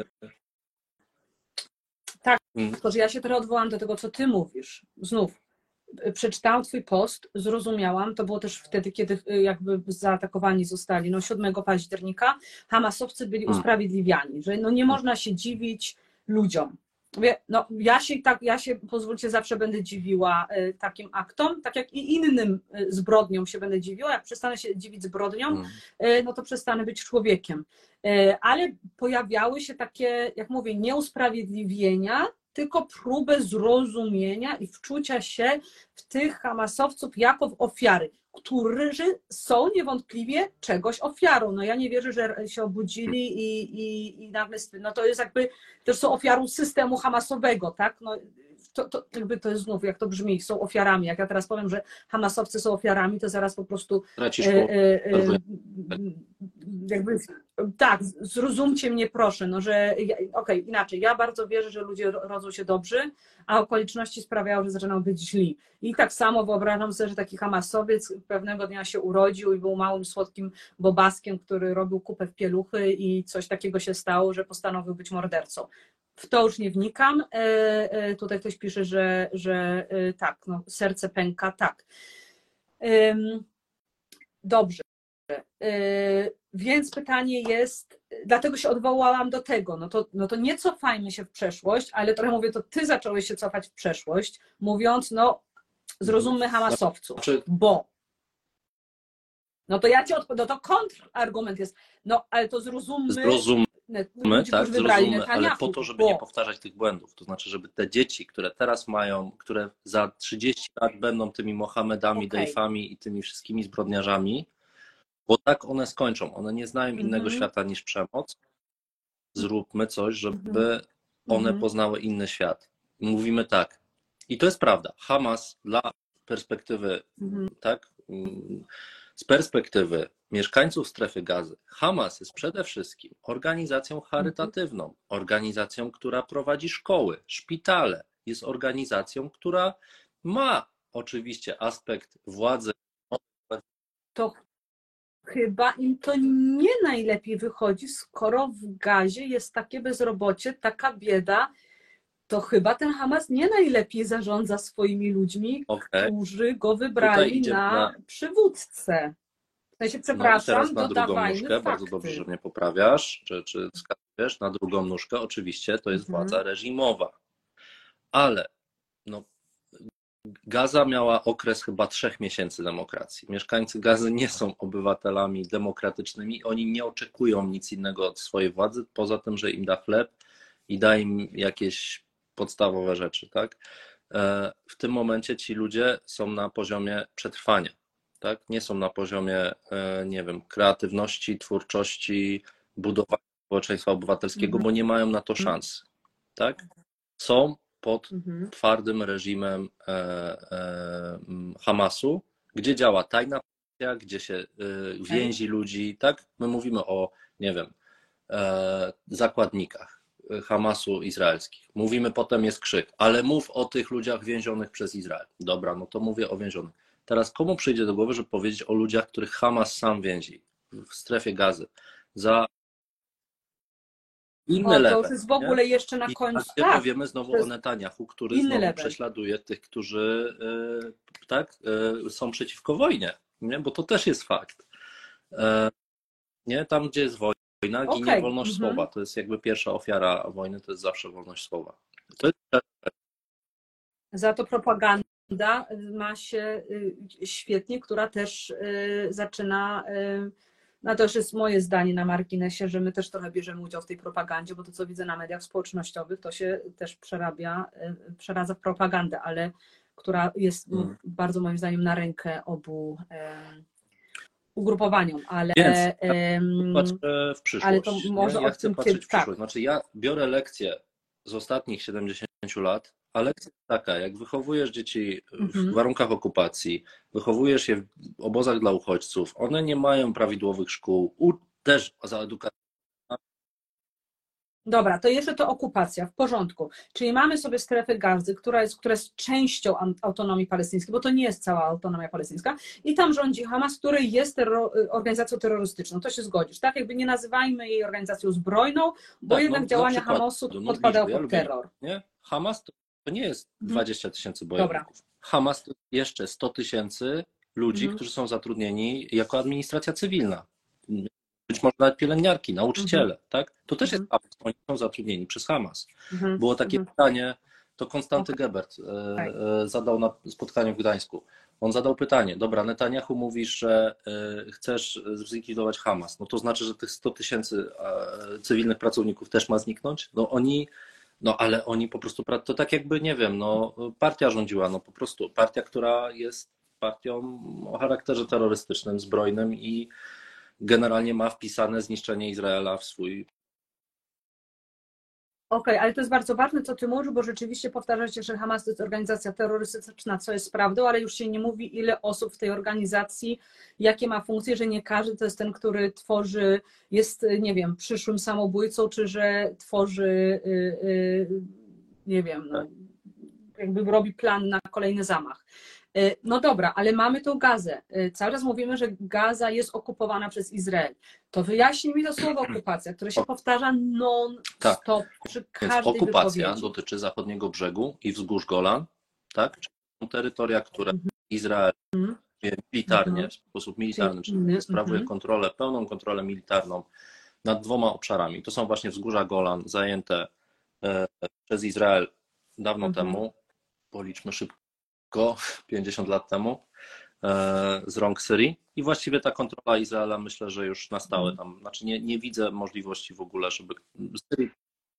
tak, to że ja się trochę odwołam do tego, co ty mówisz. Znów, przeczytałam twój post, zrozumiałam, to było też wtedy, kiedy jakby zaatakowani zostali, 7 października, Hamasowcy byli usprawiedliwiani, że nie można się dziwić ludziom. No, ja się, pozwólcie, zawsze będę dziwiła takim aktom, tak jak i innym zbrodniom się będę dziwiła. Jak przestanę się dziwić zbrodniom, no to przestanę być człowiekiem. Ale pojawiały się takie, jak mówię, nie usprawiedliwienia, tylko próbę zrozumienia i wczucia się w tych Hamasowców jako w ofiary, którzy są niewątpliwie czegoś ofiarą. No ja nie wierzę, że się obudzili i nagle, no to jest jakby, też są ofiarą systemu hamasowego, tak? No, to jest znów, jak to brzmi, są ofiarami. Jak ja teraz powiem, że Hamasowcy są ofiarami, to zaraz po prostu jakby, tak, zrozumcie mnie proszę, no że okej, inaczej, ja bardzo wierzę, że ludzie rodzą się dobrzy, a okoliczności sprawiają, że zaczynają być źli. I tak samo wyobrażam sobie, że taki Hamasowiec pewnego dnia się urodził i był małym, słodkim bobaskiem, który robił kupę w pieluchy i coś takiego się stało, że postanowił być mordercą. W to już nie wnikam. Tutaj ktoś pisze, że tak, no, serce pęka, tak. Dobrze. Więc pytanie jest, dlatego się odwołałam do tego, no to nie cofajmy się w przeszłość, ale trochę mówię, to ty zacząłeś się cofać w przeszłość, mówiąc, no zrozummy Hamasowców, bo no to ja ci odpowiem, no to kontrargument jest, no ale to zrozummy ludzi, tak, którzy wybrali zrozummy, ale po to, żeby nie powtarzać tych błędów, to znaczy, żeby te dzieci, które teraz mają, które za 30 lat będą tymi Mohamedami, Dejfami i tymi wszystkimi zbrodniarzami, bo tak one skończą, one nie znają innego świata niż przemoc, zróbmy coś, żeby one poznały inny świat. Mówimy tak, i to jest prawda, Hamas dla perspektywy, tak, z perspektywy mieszkańców strefy Gazy, Hamas jest przede wszystkim organizacją charytatywną, organizacją, która prowadzi szkoły, szpitale, jest organizacją, która ma oczywiście aspekt władzy. To chyba im to nie najlepiej wychodzi, skoro w Gazie jest takie bezrobocie, taka bieda, to chyba ten Hamas nie najlepiej zarządza swoimi ludźmi, którzy go wybrali na przywódcę. W sensie, przepraszam, teraz na drugą nóżkę, fakty. bardzo dobrze, że mnie poprawiasz, czy wskazujesz, na drugą nóżkę oczywiście to jest władza reżimowa. Ale no, Gaza miała okres chyba 3 miesięcy demokracji. Mieszkańcy Gazy nie są obywatelami demokratycznymi, oni nie oczekują nic innego od swojej władzy, poza tym, że im da chleb i da im jakieś podstawowe rzeczy, tak? W tym momencie ci ludzie są na poziomie przetrwania, tak? Nie są na poziomie, nie wiem, kreatywności, twórczości, budowania społeczeństwa obywatelskiego, bo nie mają na to szans, tak? Są pod twardym reżimem Hamasu, gdzie działa tajna policja, gdzie się więzi ludzi, tak? My mówimy o, nie wiem, zakładnikach Hamasu izraelskich. Mówimy, potem jest krzyk, ale mów o tych ludziach więzionych przez Izrael. Dobra, no to mówię o więzionych. Teraz komu przyjdzie do głowy, żeby powiedzieć o ludziach, których Hamas sam więzi w strefie Gazy? inny level. To jest w ogóle jeszcze na końcu. I powiemy znowu o Netanyahu, który znowu level. prześladuje tych, którzy są przeciwko wojnie, nie? Bo to też jest fakt. Nie? Tam, gdzie jest wojna, ginie wolność słowa. To jest jakby pierwsza ofiara wojny, to jest zawsze wolność słowa. Za to propaganda ma się świetnie, która też zaczyna, no to już jest moje zdanie na marginesie, że my też trochę bierzemy udział w tej propagandzie, bo to, co widzę na mediach społecznościowych, to się też przeradza w propagandę, ale która jest bardzo moim zdaniem na rękę obu ugrupowaniom, ale... Więc patrzę w przyszłość. Ale to może ja chcę patrzeć w przyszłość. Znaczy ja biorę lekcje z ostatnich 70 lat, a lekcja jest taka, jak wychowujesz dzieci w warunkach okupacji, wychowujesz je w obozach dla uchodźców, one nie mają prawidłowych szkół, też za edukację. Dobra, to jeszcze to okupacja, w porządku. Czyli mamy sobie strefę Gazy, która jest częścią autonomii palestyńskiej, bo to nie jest cała autonomia palestyńska, i tam rządzi Hamas, który jest organizacją terrorystyczną. To się zgodzisz, tak? Jakby nie nazywajmy jej organizacją zbrojną, bo tak, jednak działania Hamasu podpadają pod terror. Nie? Hamas to nie jest 20 000 bojowników. Dobra. Hamas to jeszcze 100 000 ludzi, którzy są zatrudnieni jako administracja cywilna. Być może nawet pielęgniarki, nauczyciele, tak? To też jest Hamas, oni są zatrudnieni przez Hamas. Było takie pytanie, to Konstanty Gebert zadał na spotkaniu w Gdańsku. On zadał pytanie, dobra, Netanyahu mówisz, że chcesz zlikwidować Hamas, no to znaczy, że tych 100 000 cywilnych pracowników też ma zniknąć? Ale oni po prostu, to tak jakby, nie wiem, partia rządziła, po prostu partia, która jest partią o charakterze terrorystycznym, zbrojnym i generalnie ma wpisane zniszczenie Izraela w swój... Okej, ale to jest bardzo ważne, co ty mówisz, bo rzeczywiście powtarzacie, że Hamas to jest organizacja terrorystyczna, co jest prawdą, ale już się nie mówi, ile osób w tej organizacji, jakie ma funkcje, że nie każdy to jest ten, który tworzy, jest, nie wiem, przyszłym samobójcą, czy że tworzy, nie wiem, jakby robi plan na kolejny zamach. No dobra, ale mamy tą Gazę. Cały czas mówimy, że Gaza jest okupowana przez Izrael. To wyjaśnij mi to słowo okupacja, które się powtarza non-stop przy każdej Więc okupacja wypowiedzi. dotyczy zachodniego brzegu i wzgórz Golan, tak? Czyli są terytoria, które Izrael militarnie, w sposób militarny, czyli sprawuje kontrolę, pełną kontrolę militarną nad 2 obszarami. To są właśnie wzgórza Golan zajęte przez Izrael dawno temu, policzmy szybko, 50 lat temu, z rąk Syrii, i właściwie ta kontrola Izraela, myślę, że już na stałe tam, znaczy nie widzę możliwości w ogóle, żeby Syrii...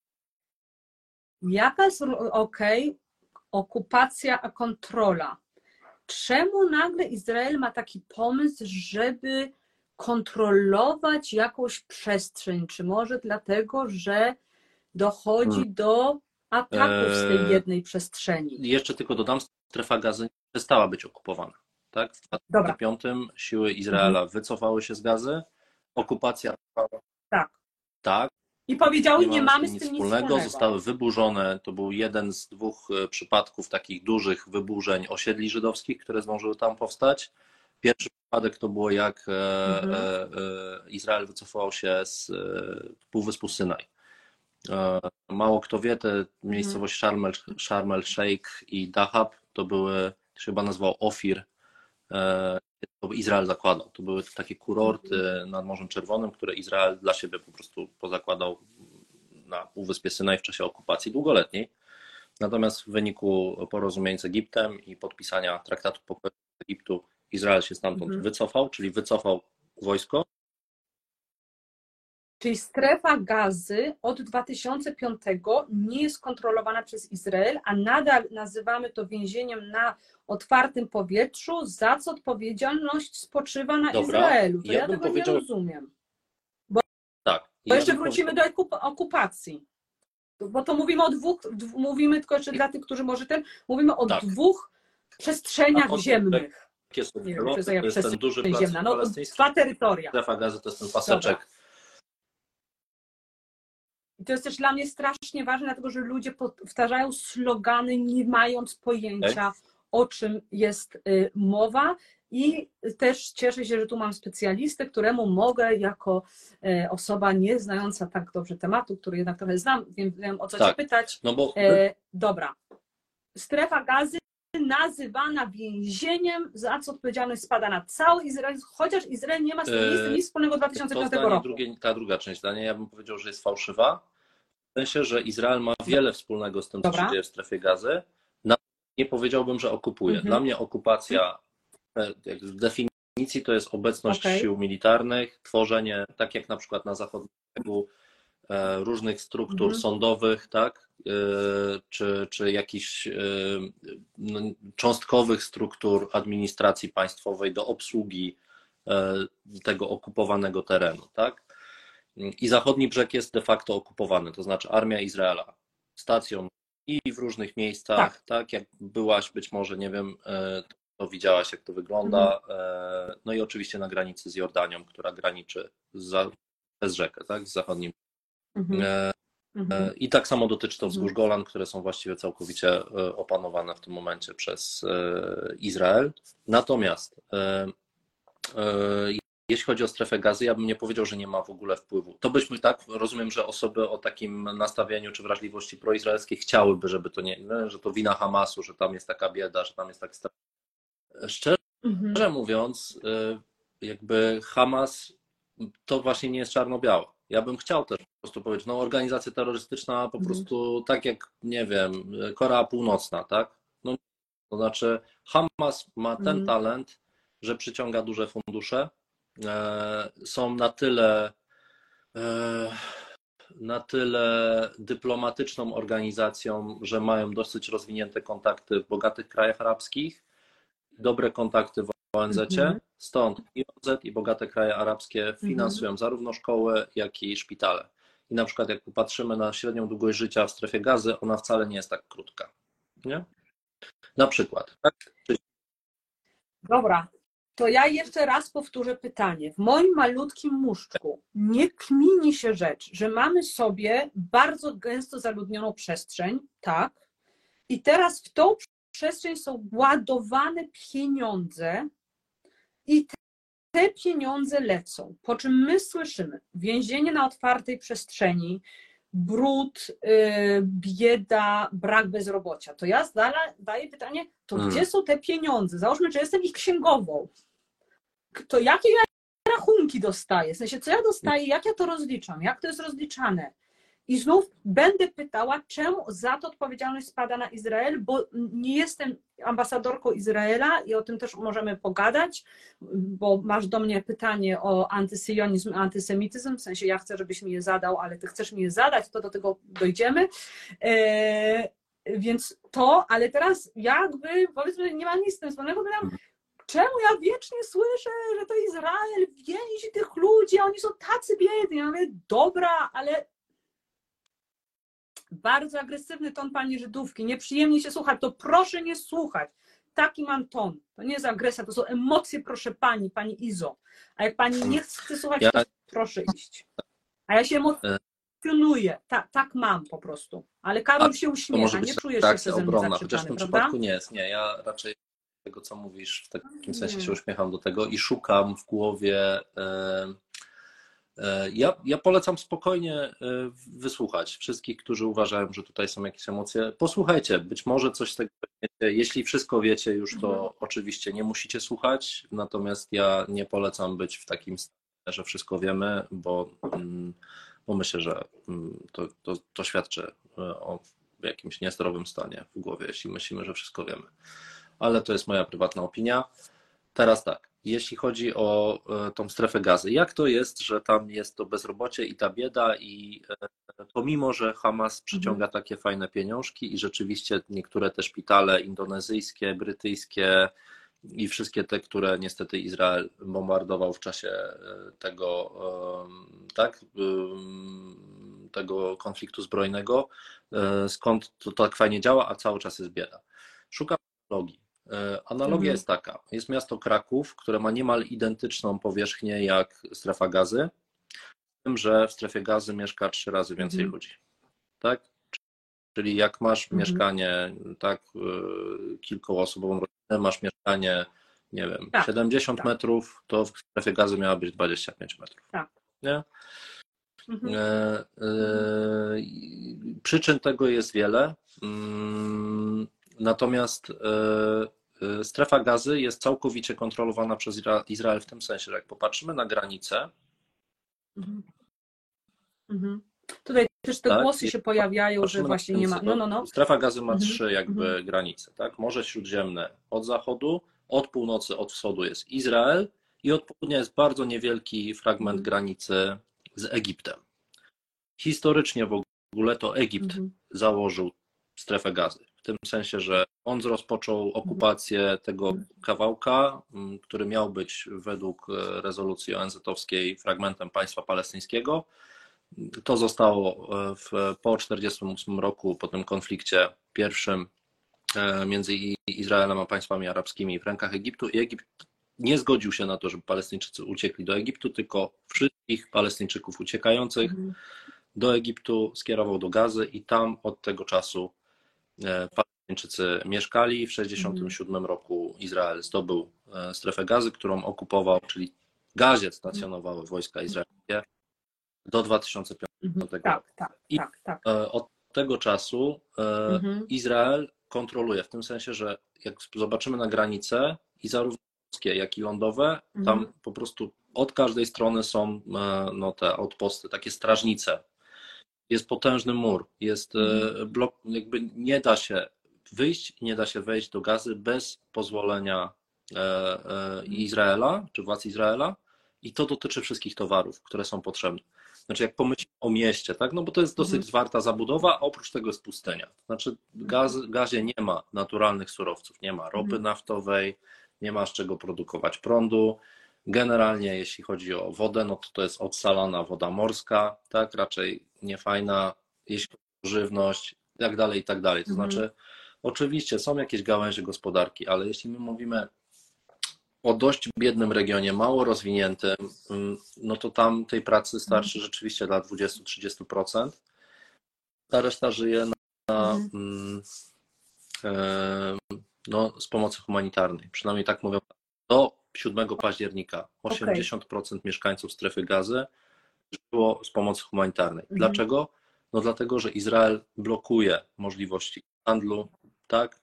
Jaka jest, okupacja, a kontrola? Czemu nagle Izrael ma taki pomysł, żeby kontrolować jakąś przestrzeń? Czy może dlatego, że dochodzi do ataków z tej jednej przestrzeni? Jeszcze tylko dodam, strefa Gazy nie przestała być okupowana. Tak? W 2005 siły Izraela wycofały się z Gazy, okupacja trwała. Tak. I powiedziały, nie mamy z tym nic wspólnego. Zostały wyburzone, to był jeden z 2 przypadków takich dużych wyburzeń osiedli żydowskich, które zdążyły tam powstać. Pierwszy przypadek to było, jak Izrael wycofał się z półwyspu Synaj. Mało kto wie, te miejscowość Sharm el Sheikh i Dahab to były, to się chyba nazywał Ofir, to Izrael zakładał. To były takie kurorty nad Morzem Czerwonym, które Izrael dla siebie po prostu pozakładał na Półwyspie Synaj w czasie okupacji długoletniej. Natomiast w wyniku porozumień z Egiptem i podpisania traktatu pokoju z Egiptu Izrael się stamtąd wycofał, czyli wycofał wojsko. Czyli strefa Gazy od 2005 nie jest kontrolowana przez Izrael, a nadal nazywamy to więzieniem na otwartym powietrzu, za co odpowiedzialność spoczywa na Izraelu. To ja tego nie rozumiem. Bo jeszcze wrócimy do okupacji. Bo to mówimy o 2, mówimy tylko jeszcze dla tych, którzy może mówimy o 2 przestrzeniach ziemnych. Nie wiem, to jest ten duży plac ziemna. 2 terytoria. Strefa Gazy to jest ten paseczek. Dobra. I to jest też dla mnie strasznie ważne, dlatego że ludzie powtarzają slogany, nie mając pojęcia, o czym jest mowa i też cieszę się, że tu mam specjalistę, któremu mogę jako osoba nie znająca tak dobrze tematu, który jednak trochę znam, wiem o co cię pytać. No bo... Dobra. Strefa Gazy nazywana więzieniem, za co odpowiedzialność spada na cały Izrael, chociaż Izrael nie ma z tym nic wspólnego 2005 roku. Ta druga część zdania, ja bym powiedział, że jest fałszywa. W sensie, że Izrael ma wiele wspólnego z tym, co się dzieje w Strefie Gazy. Nie powiedziałbym, że okupuje. Dla mnie okupacja w definicji to jest obecność sił militarnych, tworzenie, tak jak na przykład na zachodnim brzegu, różnych struktur sądowych, tak? Czy jakichś cząstkowych struktur administracji państwowej do obsługi tego okupowanego terenu. Tak? I zachodni brzeg jest de facto okupowany, to znaczy armia Izraela stacjon i w różnych miejscach, tak jak byłaś być może, nie wiem, to widziałaś jak to wygląda, no i oczywiście na granicy z Jordanią, która graniczy przez rzekę, tak, z zachodnim. I tak samo dotyczy to wzgórz Golan, które są właściwie całkowicie opanowane w tym momencie przez Izrael. Natomiast jeśli chodzi o strefę Gazy, ja bym nie powiedział, że nie ma w ogóle wpływu. To byśmy tak, rozumiem, że osoby o takim nastawieniu czy wrażliwości proizraelskiej chciałyby, żeby to nie, że to wina Hamasu, że tam jest taka bieda, że tam jest tak. Szczerze mówiąc, jakby Hamas to właśnie nie jest czarno-białe. Ja bym chciał też po prostu powiedzieć, no organizacja terrorystyczna po prostu tak jak, nie wiem, Korea Północna, tak? No, to znaczy Hamas ma ten talent, że przyciąga duże fundusze, są na tyle dyplomatyczną organizacją, że mają dosyć rozwinięte kontakty w bogatych krajach arabskich, dobre kontakty w ONZ-cie, stąd i ONZ i bogate kraje arabskie finansują zarówno szkoły, jak i szpitale. I na przykład jak popatrzymy na średnią długość życia w strefie Gazy, ona wcale nie jest tak krótka. Nie? Na przykład. Tak? Dobra. To ja jeszcze raz powtórzę pytanie. W moim malutkim muszczku nie kmini się rzecz, że mamy sobie bardzo gęsto zaludnioną przestrzeń, tak? I teraz w tą przestrzeń są ładowane pieniądze i te pieniądze lecą. Po czym my słyszymy więzienie na otwartej przestrzeni, brud, bieda, brak bezrobocia. To ja zadaję pytanie, to gdzie są te pieniądze? Załóżmy, że jestem ich księgową. To jakie ja rachunki dostaję? W sensie, co ja dostaję, jak ja to rozliczam? Jak to jest rozliczane? I znów będę pytała, czemu za to odpowiedzialność spada na Izrael, bo nie jestem ambasadorką Izraela i o tym też możemy pogadać, bo masz do mnie pytanie o antysyjonizm, antysemityzm, w sensie ja chcę, żebyś mi je zadał, ale ty chcesz mi je zadać, to do tego dojdziemy. Więc to, ale teraz jakby, powiedzmy, nie ma nic z tym wspólnego, pytam, czemu ja wiecznie słyszę, że to Izrael więzi tych ludzi, a oni są tacy biedni. Ja mówię, dobra, ale bardzo agresywny ton pani Żydówki, nieprzyjemnie się słucha, to proszę nie słuchać. Taki mam ton. To nie jest agresja, to są emocje, proszę pani Izo. A jak pani nie chce słuchać, to proszę iść. A ja się emocjonuję. Tak mam po prostu. Ale Karol się uśmiecha, nie czuje się przeze mnie zakrzyczany, chociaż w tym przypadku nie jest. Nie, ja raczej tego, co mówisz, w takim sensie się uśmiecham do tego i szukam w głowie. Ja polecam spokojnie wysłuchać wszystkich, którzy uważają, że tutaj są jakieś emocje. Posłuchajcie, być może coś z tego wiecie. Jeśli wszystko wiecie już, to oczywiście nie musicie słuchać, natomiast ja nie polecam być w takim stanie, że wszystko wiemy, bo myślę, że to świadczy o jakimś niezdrowym stanie w głowie, jeśli myślimy, że wszystko wiemy. Ale to jest moja prywatna opinia. Teraz tak, jeśli chodzi o tą strefę Gazy, jak to jest, że tam jest to bezrobocie i ta bieda i pomimo, że Hamas przyciąga takie fajne pieniążki i rzeczywiście niektóre te szpitale indonezyjskie, brytyjskie i wszystkie te, które niestety Izrael bombardował w czasie tego konfliktu zbrojnego, skąd to tak fajnie działa, a cały czas jest bieda. Szukam analogii. Analogia jest taka. Jest miasto Kraków, które ma niemal identyczną powierzchnię jak strefa Gazy, z tym, że w strefie Gazy mieszka 3 razy więcej ludzi. Tak? Czyli jak masz mieszkanie, tak, kilkuosobową rodzinę, masz mieszkanie, nie wiem, 70 metrów, to w strefie gazy miała być 25 metrów. Nie? Przyczyn tego jest wiele, natomiast strefa gazy jest całkowicie kontrolowana przez Izrael w tym sensie, że jak popatrzymy na granicę. Tutaj też te głosy się pojawiają, że właśnie nie ma. Strefa gazy ma trzy jakby granice, tak? Morze Śródziemne od zachodu, od północy, od wschodu jest Izrael i od południa jest bardzo niewielki fragment granicy z Egiptem. Historycznie w ogóle to Egipt założył strefę gazy. W tym sensie, że on rozpoczął okupację tego kawałka, który miał być według rezolucji ONZ-owskiej fragmentem państwa palestyńskiego. To zostało po 1948 roku, po tym konflikcie pierwszym między Izraelem a państwami arabskimi w rękach Egiptu i Egipt nie zgodził się na to, żeby Palestyńczycy uciekli do Egiptu, tylko wszystkich Palestyńczyków uciekających do Egiptu skierował do Gazy i tam od tego czasu Palestyńczycy mieszkali. W 1967 roku Izrael zdobył strefę gazy, którą okupował, czyli w Gazie stacjonowały wojska izraelskie do 2005 roku. I od tego czasu Izrael kontroluje, w tym sensie, że jak zobaczymy na granicę i zarówno morskie, jak i lądowe, tam po prostu od każdej strony są te outposty, takie strażnice. Jest potężny mur, jest blok, jakby nie da się wyjść i nie da się wejść do Gazy bez pozwolenia Izraela, czy władz Izraela, i to dotyczy wszystkich towarów, które są potrzebne. Znaczy jak pomyślimy o mieście, tak? No bo to jest dosyć zwarta zabudowa, a oprócz tego jest pustynia. Znaczy w Gazie nie ma naturalnych surowców, nie ma ropy naftowej, nie ma z czego produkować prądu. Generalnie jeśli chodzi o wodę, no to jest odsalana woda morska, tak? Raczej niefajna, jeśli chodzi o żywność i tak dalej, i tak dalej. To znaczy oczywiście są jakieś gałęzie gospodarki, ale jeśli my mówimy o dość biednym regionie, mało rozwiniętym, no to tam tej pracy starczy rzeczywiście dla 20-30%. Ta reszta żyje z pomocy humanitarnej. Przynajmniej tak mówią. Do 7 października 80% mieszkańców strefy gazy żyło z pomocy humanitarnej. Dlaczego? No dlatego, że Izrael blokuje możliwości handlu, tak?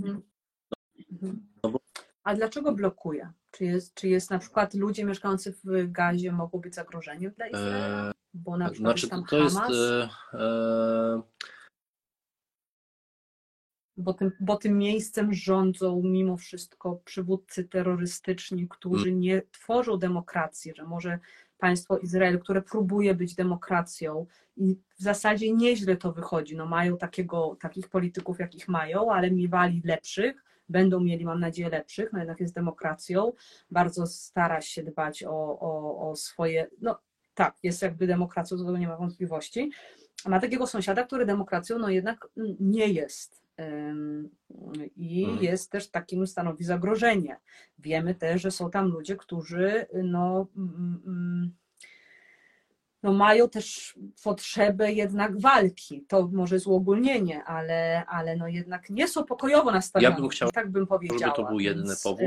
A dlaczego blokuje? Czy jest na przykład ludzie mieszkający w Gazie mogą być zagrożeniem dla Izraela? Bo na przykład jest tam Hamas? Bo tym miejscem rządzą mimo wszystko przywódcy terrorystyczni, którzy nie tworzą demokracji, że może państwo Izrael, które próbuje być demokracją i w zasadzie nieźle to wychodzi. No mają takich polityków, jakich mają, ale miewali lepszych, będą mieli, mam nadzieję, lepszych, no jednak jest demokracją, bardzo stara się dbać o swoje, no tak, jest jakby demokracją, co do tego nie ma wątpliwości, a ma takiego sąsiada, który demokracją no jednak nie jest. I jest też takim, stanowi zagrożenie. Wiemy też, że są tam ludzie, którzy mają też potrzebę jednak walki. To może jest uogólnienie, ale no jednak nie są pokojowo nastawieni. Ja bym chciał, tak bym powiedziała. żeby to był jedyny powód,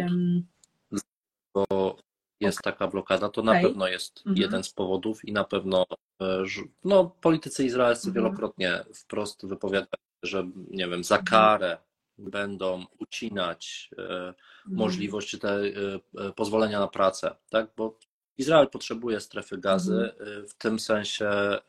bo jest taka blokada, to na pewno jest jeden z powodów i na pewno politycy izraelscy wielokrotnie wprost wypowiadają, że nie wiem, za karę będą ucinać możliwość pozwolenia na pracę, tak? Bo Izrael potrzebuje strefy gazy w tym sensie,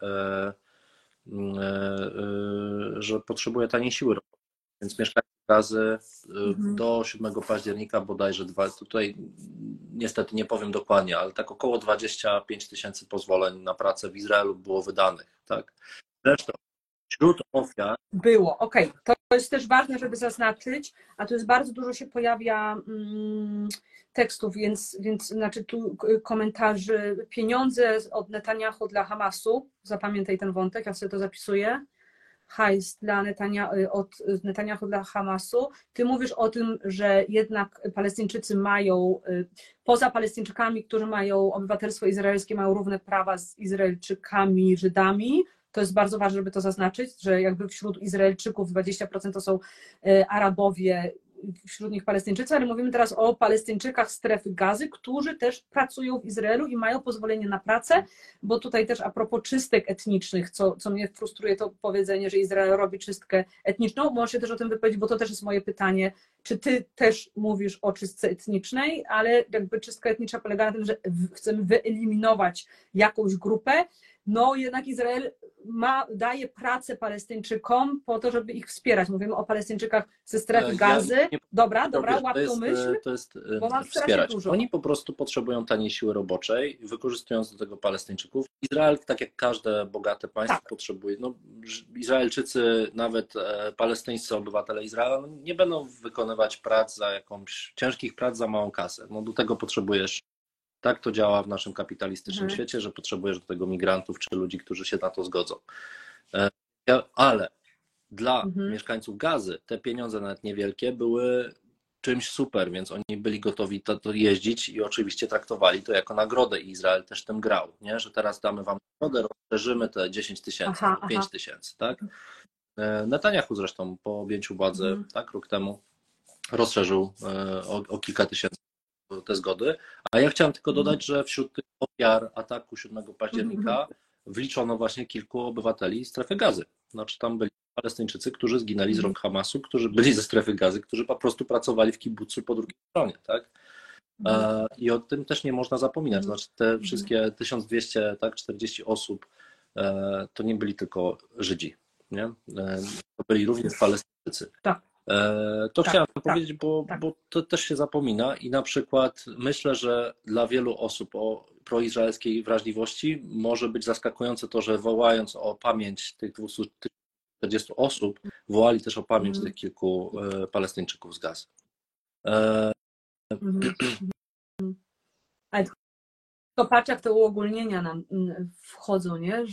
że potrzebuje taniej siły roboczej. Więc mieszkańcy Gazy do 7 października bodajże tutaj niestety nie powiem dokładnie, ale tak około 25 000 pozwoleń na pracę w Izraelu było wydanych. Tak? Zresztą wśród ofiar... Było, okej. To jest też ważne, żeby zaznaczyć, a tu jest bardzo dużo się pojawia tekstów, więc znaczy tu komentarzy, pieniądze od Netanyahu dla Hamasu, zapamiętaj ten wątek, ja sobie to zapisuję, hajs dla od Netanyahu dla Hamasu. Ty mówisz o tym, że jednak Palestyńczycy mają, poza Palestyńczykami, którzy mają obywatelstwo izraelskie, mają równe prawa z Izraelczykami, Żydami, To jest bardzo ważne, żeby to zaznaczyć, że jakby wśród Izraelczyków 20% to są Arabowie, wśród nich Palestyńczycy, ale mówimy teraz o Palestyńczykach strefy Gazy, którzy też pracują w Izraelu i mają pozwolenie na pracę, bo tutaj też a propos czystek etnicznych, co mnie frustruje, to powiedzenie, że Izrael robi czystkę etniczną, możesz się też o tym wypowiedzieć, bo to też jest moje pytanie, czy ty też mówisz o czystce etnicznej, ale jakby czystka etniczna polega na tym, że chcemy wyeliminować jakąś grupę, no jednak Izrael daje pracę Palestyńczykom po to, żeby ich wspierać. Mówimy o Palestyńczykach ze strefy Gazy. Dobra, łap tą myśl, to jest bo mam wspierać. dużo. Oni po prostu potrzebują taniej siły roboczej, wykorzystując do tego Palestyńczyków. Izrael, tak jak każde bogate państwo, potrzebuje. No, Izraelczycy, nawet palestyńscy obywatele Izraela, nie będą wykonywać prac ciężkich prac za małą kasę. No, do tego potrzebujesz. Tak to działa w naszym kapitalistycznym świecie, że potrzebujesz do tego migrantów czy ludzi, którzy się na to zgodzą. Ale dla mieszkańców Gazy te pieniądze, nawet niewielkie, były czymś super, więc oni byli gotowi to jeździć i oczywiście traktowali to jako nagrodę i Izrael też tym grał, nie? Że teraz damy wam nagrodę, rozszerzymy te 10 000, 5 000, tak? Netanyahu zresztą po objęciu władzy, tak, rok temu rozszerzył o kilka tysięcy te zgody, a ja chciałem tylko dodać, że wśród tych ofiar ataku 7 października wliczono właśnie kilku obywateli strefy Gazy. Znaczy tam byli Palestyńczycy, którzy zginęli z rąk Hamasu, którzy byli ze strefy Gazy, którzy po prostu pracowali w kibucu po drugiej stronie, tak? I o tym też nie można zapominać. Znaczy te wszystkie 1200, tak, 40 osób to nie byli tylko Żydzi, nie? To byli również Palestyńczycy. Tak. To chciałem powiedzieć, bo to też się zapomina i na przykład myślę, że dla wielu osób o proizraelskiej wrażliwości może być zaskakujące to, że wołając o pamięć tych 240 osób, wołali też o pamięć tych kilku Palestyńczyków z Gazy. Ale to patrz, jak te uogólnienia nam wchodzą, nie?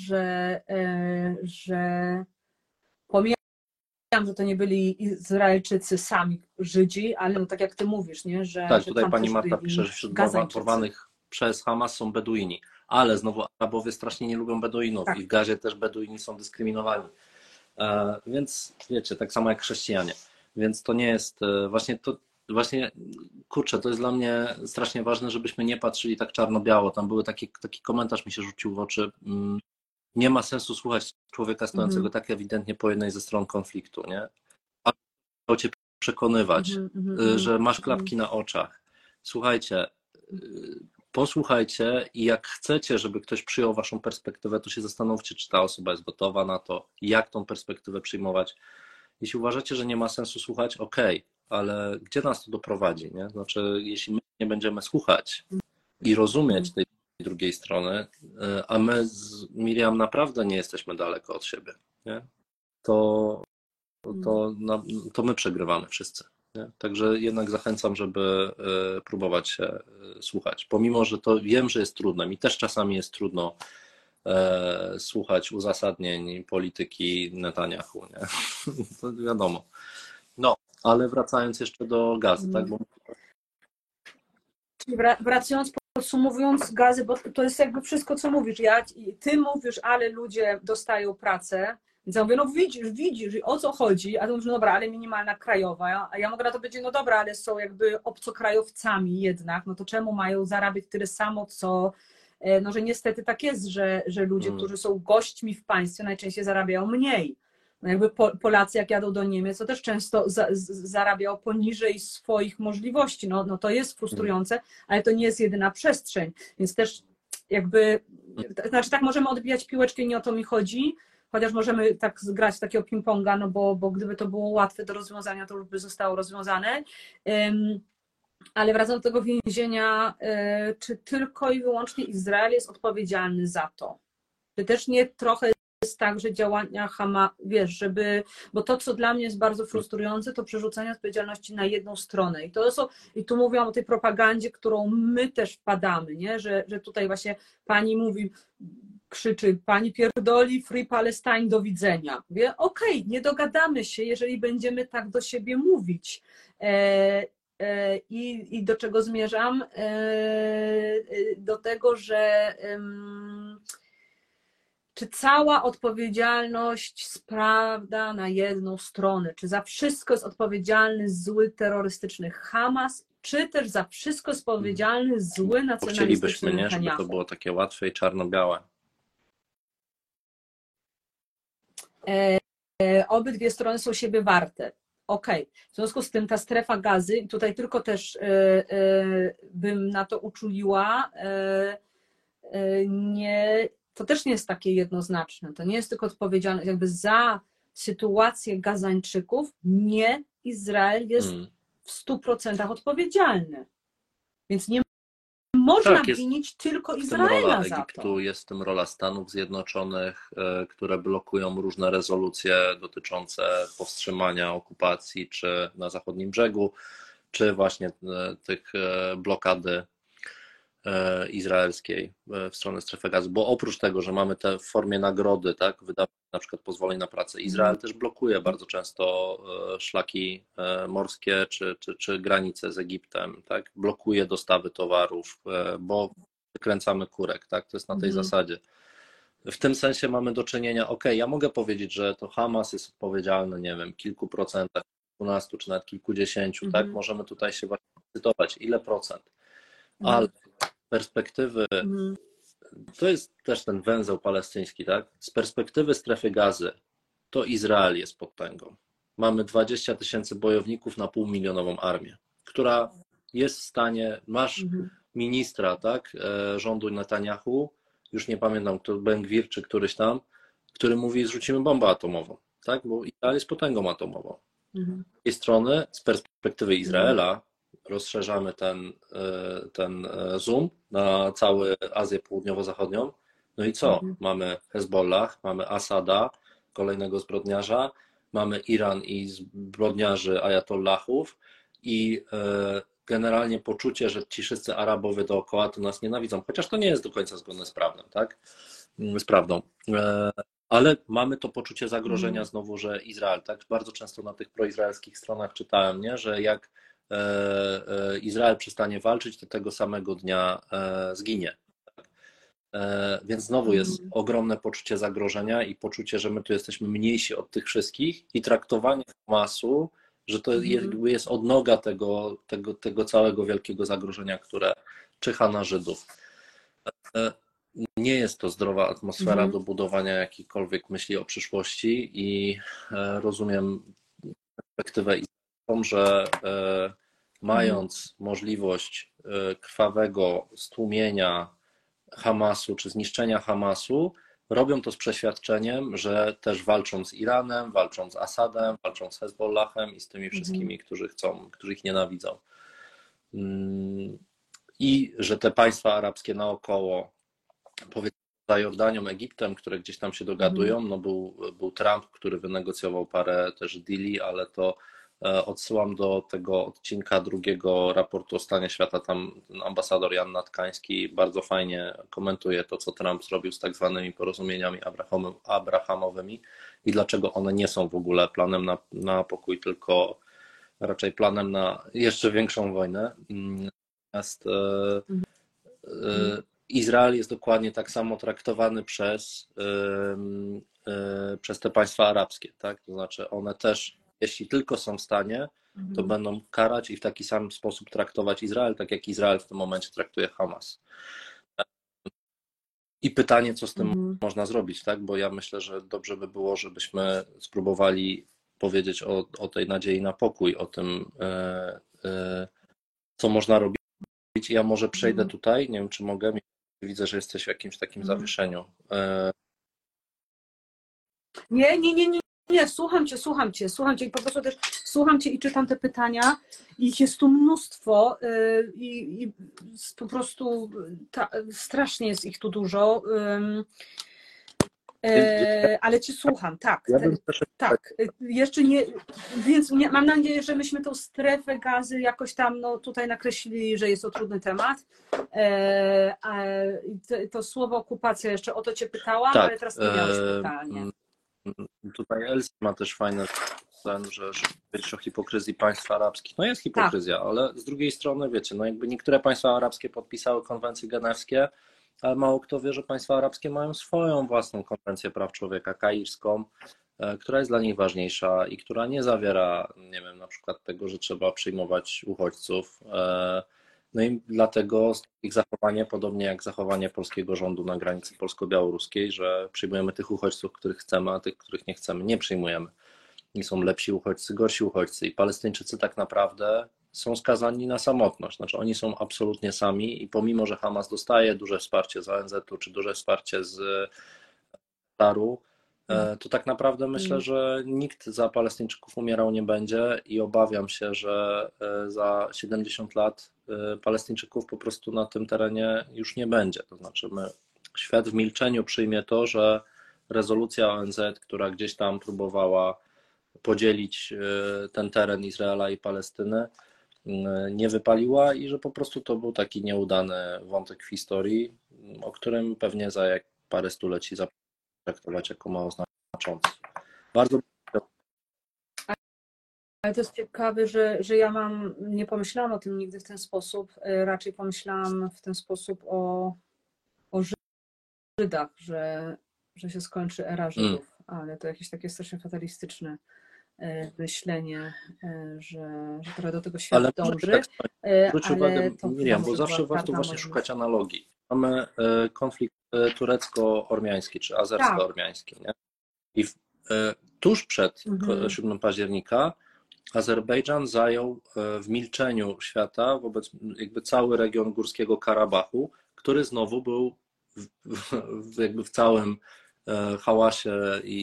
Że pomijam, że to nie byli Izraelczycy sami Żydzi, ale no tak jak ty mówisz, nie? Tak, tutaj pani Marta pisze, że wśród porwanych przez Hamas są Beduini, ale znowu Arabowie strasznie nie lubią Beduinów i w Gazie też Beduini są dyskryminowani. Więc wiecie, tak samo jak chrześcijanie. Więc to nie jest właśnie, kurczę, to jest dla mnie strasznie ważne, żebyśmy nie patrzyli tak czarno-biało. Tam był taki komentarz mi się rzucił w oczy. Nie ma sensu słuchać człowieka stojącego tak ewidentnie po jednej ze stron konfliktu, nie? A chciał cię przekonywać, że masz klapki na oczach. Słuchajcie, posłuchajcie i jak chcecie, żeby ktoś przyjął waszą perspektywę, to się zastanówcie, czy ta osoba jest gotowa na to, jak tą perspektywę przyjmować. Jeśli uważacie, że nie ma sensu słuchać, okej, ale gdzie nas to doprowadzi, nie? Znaczy, jeśli my nie będziemy słuchać i rozumieć tej drugiej strony, a my z Miriam naprawdę nie jesteśmy daleko od siebie, nie? To my przegrywamy wszyscy. Nie? Także jednak zachęcam, żeby próbować się słuchać. Pomimo, że to wiem, że jest trudne. Mi też czasami jest trudno słuchać uzasadnień polityki Netanyahu. Nie? To wiadomo. No, ale wracając jeszcze do Gazy, tak? Bo... Wracając, podsumowując Gazy, bo to jest jakby wszystko, co mówisz. Ty mówisz, ale ludzie dostają pracę. Więc ja mówię, no widzisz, o co chodzi? A ty mówisz, no dobra, ale minimalna krajowa. A ja mogę na to powiedzieć, no dobra, ale są jakby obcokrajowcami jednak, no to czemu mają zarabiać tyle samo, co... No, że niestety tak jest, że ludzie, którzy są gośćmi w państwie, najczęściej zarabiają mniej. No jakby Polacy, jak jadą do Niemiec, to też często zarabiają poniżej swoich możliwości. No to jest frustrujące, ale to nie jest jedyna przestrzeń. Więc też jakby, znaczy tak możemy odbijać piłeczkę i nie o to mi chodzi, chociaż możemy tak grać takiego ping-ponga, no bo gdyby to było łatwe do rozwiązania, to już by zostało rozwiązane. Ale wracając do tego więzienia, czy tylko i wyłącznie Izrael jest odpowiedzialny za to? Czy też nie trochę jest tak, że działania wiesz, bo to, co dla mnie jest bardzo frustrujące, to przerzucanie odpowiedzialności na jedną stronę. I tu mówiłam o tej propagandzie, którą my też wpadamy, nie? Że tutaj właśnie pani mówi, krzyczy, pani pierdoli, Free Palestine, do widzenia. Mówię, okej, nie dogadamy się, jeżeli będziemy tak do siebie mówić. I do czego zmierzam? Do tego, że czy cała odpowiedzialność spada na jedną stronę? Czy za wszystko jest odpowiedzialny zły terrorystyczny Hamas, czy też za wszystko jest odpowiedzialny zły nacjonalistyczny Chcielibyśmy, nie, żeby to Netanyahu? było takie łatwe i czarno-białe. Obydwie strony są siebie warte. Okej. W związku z tym ta strefa gazy, tutaj tylko też bym na to uczuliła, nie, to też nie jest takie jednoznaczne. To nie jest tylko odpowiedzialne jakby za sytuację Gazańczyków. Nie, Izrael jest w 100% odpowiedzialny. Więc nie można winić tylko Izraela za Egiptu, jest w tym rola Stanów Zjednoczonych, które blokują różne rezolucje dotyczące powstrzymania okupacji, czy na zachodnim brzegu, czy właśnie tych blokady izraelskiej w stronę strefy gazy. Bo oprócz tego, że mamy te w formie nagrody, tak, wydawanie na przykład pozwoleń na pracę, Izrael też blokuje bardzo często szlaki morskie czy granice z Egiptem, tak, blokuje dostawy towarów, bo wykręcamy kurek, tak, to jest na tej zasadzie. W tym sensie mamy do czynienia, ja mogę powiedzieć, że to Hamas jest odpowiedzialny, nie wiem, kilku procentach, 12 czy nawet kilkudziesięciu, tak, możemy tutaj się właśnie cytować, ile procent, ale perspektywy, to jest też ten węzeł palestyński, tak? Z perspektywy strefy gazy, to Izrael jest potęgą. Mamy 20 000 bojowników na półmilionową armię, która jest w stanie, masz ministra, tak, rządu Netanyahu, już nie pamiętam, kto, Ben-Gwir czy któryś tam, który mówi, zrzucimy bombę atomową, tak? Bo Izrael jest potęgą atomową. Z tej strony, z perspektywy Izraela, rozszerzamy ten zoom na całą Azję Południowo-Zachodnią. No i co? Mamy Hezbollah, mamy Asada, kolejnego zbrodniarza, mamy Iran i zbrodniarzy ajatollahów i generalnie poczucie, że ci wszyscy Arabowie dookoła to nas nienawidzą, chociaż to nie jest do końca zgodne z prawdą, tak? Z prawdą. Ale mamy to poczucie zagrożenia znowu, że Izrael, tak? Bardzo często na tych proizraelskich stronach czytałem, nie? Że jak Izrael przestanie walczyć, to tego samego dnia zginie. Więc znowu jest ogromne poczucie zagrożenia i poczucie, że my tu jesteśmy mniejsi od tych wszystkich i traktowanie Hamasu, że to jest odnoga tego całego wielkiego zagrożenia, które czyha na Żydów. Nie jest to zdrowa atmosfera do budowania jakichkolwiek myśli o przyszłości i rozumiem perspektywę Izraela, że mając możliwość krwawego stłumienia Hamasu czy zniszczenia Hamasu, robią to z przeświadczeniem, że też walczą z Iranem, walczą z Asadem, walczą z Hezbollahem i z tymi wszystkimi, którzy ich nienawidzą. I że te państwa arabskie naokoło, powiedzmy za Jordanią, Egiptem, które gdzieś tam się dogadują, no był Trump, który wynegocjował parę też deali, ale to odsyłam do tego odcinka drugiego raportu o stanie świata. Tam ambasador Jan Natkański bardzo fajnie komentuje to, co Trump zrobił z tak zwanymi porozumieniami abrahamowymi i dlaczego one nie są w ogóle planem na pokój, tylko raczej planem na jeszcze większą wojnę. Natomiast Izrael jest dokładnie tak samo traktowany przez te państwa arabskie, tak? To znaczy one też, jeśli tylko są w stanie, to będą karać i w taki sam sposób traktować Izrael, tak jak Izrael w tym momencie traktuje Hamas. I pytanie, co z tym można zrobić, tak? Bo ja myślę, że dobrze by było, żebyśmy spróbowali powiedzieć o tej nadziei na pokój, o tym, co można robić. Ja może przejdę tutaj, nie wiem, czy mogę. Widzę, że jesteś w jakimś takim zawieszeniu. Nie, słucham cię i po prostu też słucham cię i czytam te pytania. Ich jest tu mnóstwo i po prostu strasznie jest ich tu dużo. Ale cię słucham, tak. Tak. Jeszcze nie, więc mam nadzieję, że myśmy tą strefę gazy jakoś tam tutaj nakreślili, że jest to trudny temat. To słowo okupacja, jeszcze o to cię pytałam, tak, ale teraz ty miałeś pytanie. Tutaj Elsie ma też fajne, że powiedzieć o hipokryzji państw arabskich. No jest hipokryzja, ale z drugiej strony, wiecie, no jakby niektóre państwa arabskie podpisały konwencje genewskie, ale mało kto wie, że państwa arabskie mają swoją własną konwencję praw człowieka, kairską, która jest dla nich ważniejsza i która nie zawiera, nie wiem, na przykład tego, że trzeba przyjmować uchodźców. No i dlatego ich zachowanie, podobnie jak zachowanie polskiego rządu na granicy polsko-białoruskiej, że przyjmujemy tych uchodźców, których chcemy, a tych, których nie chcemy, nie przyjmujemy. I są lepsi uchodźcy, gorsi uchodźcy. I Palestyńczycy tak naprawdę są skazani na samotność. Znaczy oni są absolutnie sami i pomimo, że Hamas dostaje duże wsparcie z ONZ-u czy duże wsparcie z Kataru, to tak naprawdę myślę, że nikt za Palestyńczyków umierał nie będzie i obawiam się, że za 70 lat Palestyńczyków po prostu na tym terenie już nie będzie. To znaczy świat w milczeniu przyjmie to, że rezolucja ONZ, która gdzieś tam próbowała podzielić ten teren Izraela i Palestyny, nie wypaliła i że po prostu to był taki nieudany wątek w historii, o którym pewnie za parę stuleci traktować jako mało znaczący. Bardzo. Ale to jest ciekawe, że ja nie pomyślałam o tym nigdy w ten sposób, raczej pomyślałam w ten sposób o Żydach, że się skończy era Żydów, ale to jakieś takie strasznie fatalistyczne myślenie, że trochę do tego świat dąży. Tak, zwróć uwagę, Miriam, bo zawsze warto właśnie szukać analogii. Mamy konflikt turecko-ormiański czy azersko-ormiański. Nie? I tuż przed 7 października Azerbejdżan zajął w milczeniu świata wobec jakby cały region Górskiego Karabachu, który znowu był jakby w całym hałasie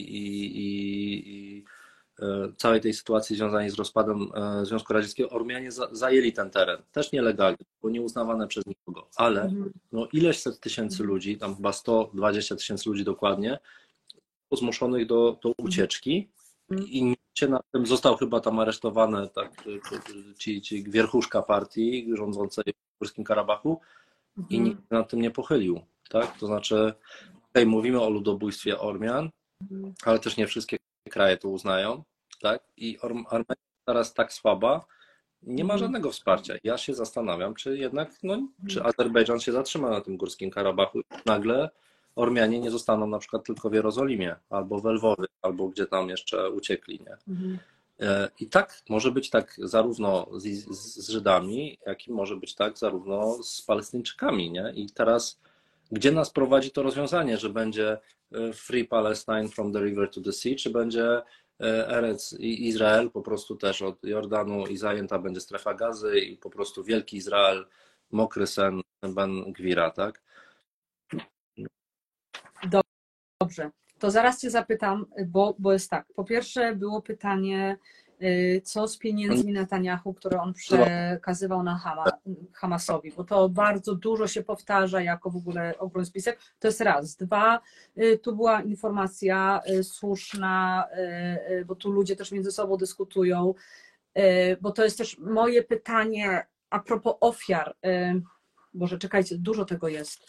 i całej tej sytuacji związanej z rozpadem Związku Radzieckiego. Ormianie zajęli ten teren, też nielegalnie, bo nieuznawane przez nikogo, ale no ileś set tysięcy ludzi, tam chyba 120 tysięcy ludzi dokładnie, zmuszonych do ucieczki i nikt się na tym, został chyba tam aresztowany ci wierchuszka partii rządzącej w Górskim Karabachu i nikt się nad tym nie pochylił. Tak? To znaczy, tutaj mówimy o ludobójstwie Ormian, ale też nie wszystkie kraje to uznają. Tak? I Armenia teraz tak słaba, nie ma żadnego wsparcia. Ja się zastanawiam, czy jednak, czy Azerbejdżan się zatrzyma na tym Górskim Karabachu i nagle Ormianie nie zostaną na przykład tylko w Jerozolimie, albo w Lwowie, albo gdzie tam jeszcze uciekli. Nie? I tak, może być tak zarówno z Żydami, jak i może być tak zarówno z Palestyńczykami. Nie? I teraz, gdzie nas prowadzi to rozwiązanie, że będzie Free Palestine from the river to the sea, czy będzie Eretz i Izrael po prostu też od Jordanu i zajęta będzie strefa Gazy i po prostu wielki Izrael, mokry sen Ben Gwira, tak? Dobrze, to zaraz Cię zapytam, bo jest tak. Po pierwsze było pytanie, co z pieniędzmi Netanyahu, które on przekazywał na Hamasowi, bo to bardzo dużo się powtarza jako w ogóle ogólny spisek. To jest raz. Dwa, tu była informacja słuszna, bo tu ludzie też między sobą dyskutują, bo to jest też moje pytanie a propos ofiar. Boże, czekajcie, dużo tego jest.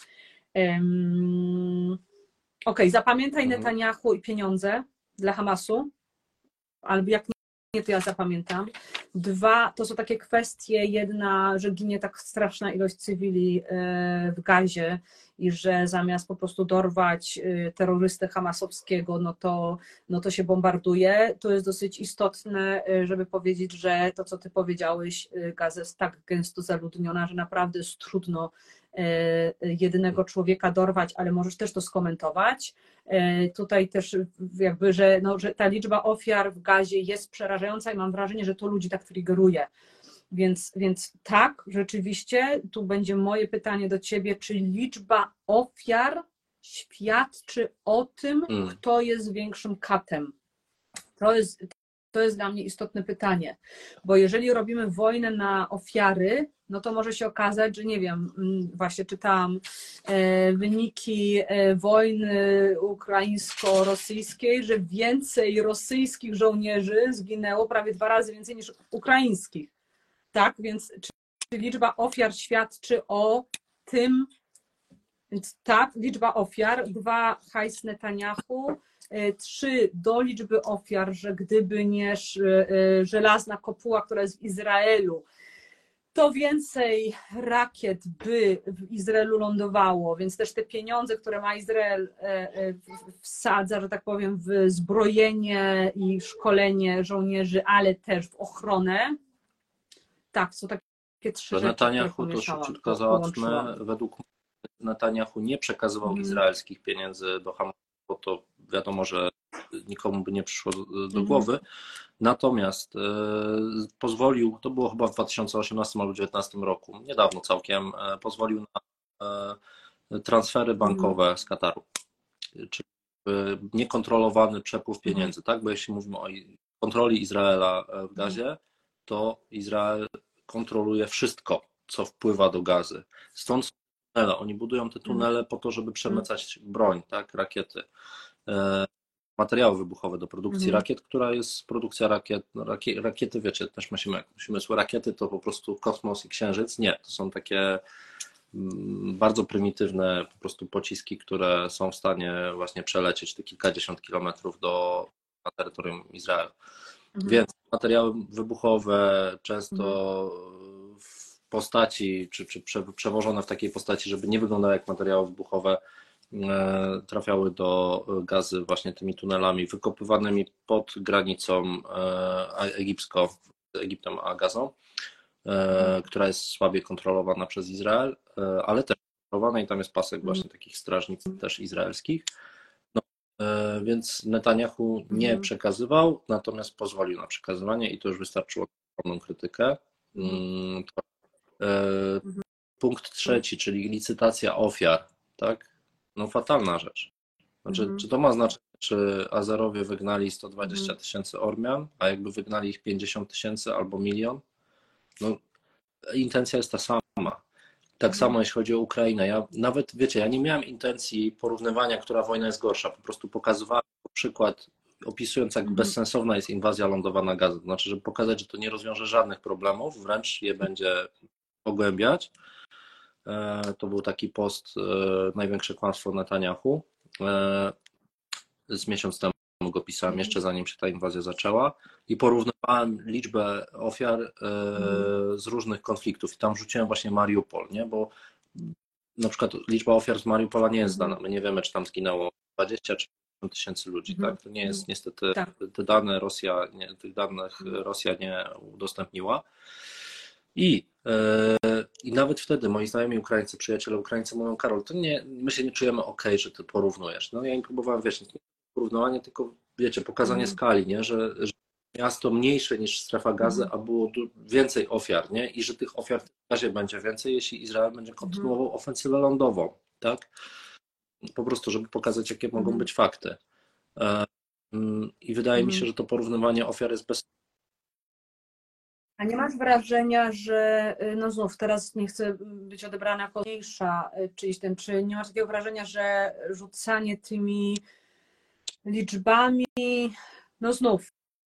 Okej, zapamiętaj Netanyahu i pieniądze dla Hamasu, albo jak nie, to ja zapamiętam. Dwa, to są takie kwestie, jedna, że ginie tak straszna ilość cywili w Gazie i że zamiast po prostu dorwać terrorystę hamasowskiego, no to się bombarduje. To jest dosyć istotne, żeby powiedzieć, że to, co ty powiedziałeś, Gaza jest tak gęsto zaludniona, że naprawdę jest trudno jedynego człowieka dorwać, ale możesz też to skomentować. Tutaj też jakby, że ta liczba ofiar w Gazie jest przerażająca i mam wrażenie, że to ludzi tak triggeruje. Więc tak, rzeczywiście, tu będzie moje pytanie do ciebie, czy liczba ofiar świadczy o tym, kto jest większym katem? To jest dla mnie istotne pytanie, bo jeżeli robimy wojnę na ofiary, no to może się okazać, że nie wiem, właśnie czytałam wyniki wojny ukraińsko-rosyjskiej, że więcej rosyjskich żołnierzy zginęło, prawie 2 razy więcej niż ukraińskich. Tak, więc czy liczba ofiar świadczy o tym? Więc tak, liczba ofiar. 2, hajs Netanyahu. 3, do liczby ofiar, że gdyby nie żelazna kopuła, która jest w Izraelu, to więcej rakiet by w Izraelu lądowało, więc też te pieniądze, które ma Izrael, wsadza, że tak powiem, w zbrojenie i szkolenie żołnierzy, ale też w ochronę. Tak, są takie trzy rzeczy, Netanyahu, to szybciutko załatwmy. Według Netanyahu nie przekazywał izraelskich pieniędzy do Hamasu, bo to wiadomo, że nikomu by nie przyszło do głowy. Natomiast pozwolił, to było chyba w 2018 albo 2019 roku, niedawno całkiem, pozwolił na transfery bankowe z Kataru, czyli niekontrolowany przepływ pieniędzy, tak? Bo jeśli mówimy o kontroli Izraela w Gazie, to Izrael kontroluje wszystko, co wpływa do Gazy. Stąd są tunele. Oni budują te tunele po to, żeby przemycać broń, tak? Rakiety, materiały wybuchowe do produkcji rakiet, która jest produkcja rakiet. No, rakiety, wiecie, też myślimy, rakiety to po prostu kosmos i księżyc. Nie, to są takie bardzo prymitywne po prostu pociski, które są w stanie właśnie przelecieć te kilkadziesiąt kilometrów na terytorium Izraela. Więc materiały wybuchowe często w postaci, czy przewożone w takiej postaci, żeby nie wyglądały jak materiały wybuchowe, trafiały do Gazy właśnie tymi tunelami wykopywanymi pod granicą Egiptem a Gazą, która jest słabiej kontrolowana przez Izrael, ale też kontrolowana i tam jest pasek właśnie takich strażnic też izraelskich. No, więc Netanyahu nie przekazywał, natomiast pozwolił na przekazywanie i to już wystarczyło na pełną krytykę. Punkt trzeci, czyli licytacja ofiar, tak? No fatalna rzecz. Znaczy, czy to ma znaczenie, czy Azerowie wygnali 120 tysięcy Ormian, a jakby wygnali ich 50 tysięcy albo milion? No, intencja jest ta sama. Tak samo jeśli chodzi o Ukrainę. Ja nawet, wiecie, ja nie miałem intencji porównywania, która wojna jest gorsza. Po prostu pokazywałem przykład, opisując, jak bezsensowna jest inwazja lądowa na Gazę. To znaczy, żeby pokazać, że to nie rozwiąże żadnych problemów, wręcz je będzie pogłębiać. To był taki post, największe kłamstwo Netanyahu. Z miesiąc temu go pisałem, jeszcze zanim się ta inwazja zaczęła, i porównywałem liczbę ofiar z różnych konfliktów i tam wrzuciłem właśnie Mariupol, nie? Bo na przykład liczba ofiar z Mariupola nie jest znana, my nie wiemy, czy tam zginęło 20 czy 50 tysięcy ludzi, tak? To nie jest niestety, te dane tych danych Rosja nie udostępniła. I nawet wtedy moi znajomi Ukraińcy, przyjaciele Ukraińcy mówią: Karol, to nie, my się nie czujemy okej, że ty porównujesz. No ja im próbowałem, wiesz, nie porównywanie, tylko wiecie, pokazanie skali, nie? Że miasto mniejsze niż strefa Gazy, a było więcej ofiar, nie? I że tych ofiar w Gazie będzie więcej, jeśli Izrael będzie kontynuował ofensywę lądową, tak? Po prostu, żeby pokazać, jakie mogą być fakty. I wydaje mi się, że to porównywanie ofiar jest bez. A nie masz wrażenia, że, no znów, teraz nie chcę być odebrana jako mniejsza, czy nie masz takiego wrażenia, że rzucanie tymi liczbami, no znów,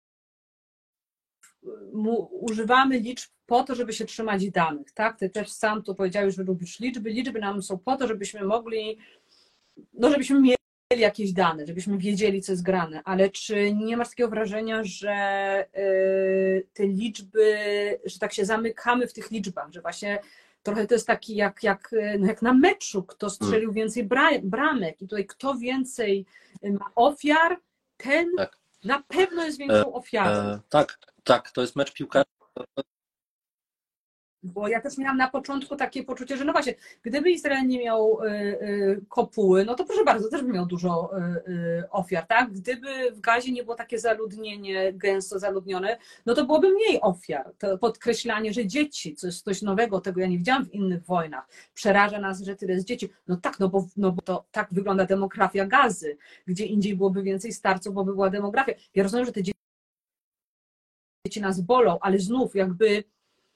używamy liczb po to, żeby się trzymać danych, tak? Ty też sam to powiedziałeś, że lubisz liczby. Liczby nam są po to, żebyśmy mogli, no żebyśmy mieli jakieś dane, żebyśmy wiedzieli, co jest grane, ale czy nie masz takiego wrażenia, że te liczby, że tak się zamykamy w tych liczbach, że właśnie trochę to jest taki jak na meczu, kto strzelił więcej bramek i tutaj kto więcej ma ofiar, ten na pewno jest większą ofiarą. Tak, to jest mecz piłkarski. Bo ja też miałam na początku takie poczucie, że no właśnie, gdyby Izrael nie miał kopuły, no to proszę bardzo, też by miał dużo ofiar, tak? Gdyby w Gazie nie było takie zaludnienie, gęsto zaludnione, no to byłoby mniej ofiar. To podkreślanie, że dzieci, coś nowego, tego ja nie widziałam w innych wojnach, przeraża nas, że tyle jest dzieci. No tak, no bo to tak wygląda demografia Gazy. Gdzie indziej byłoby więcej starców, bo by była demografia. Ja rozumiem, że te dzieci nas bolą, ale znów jakby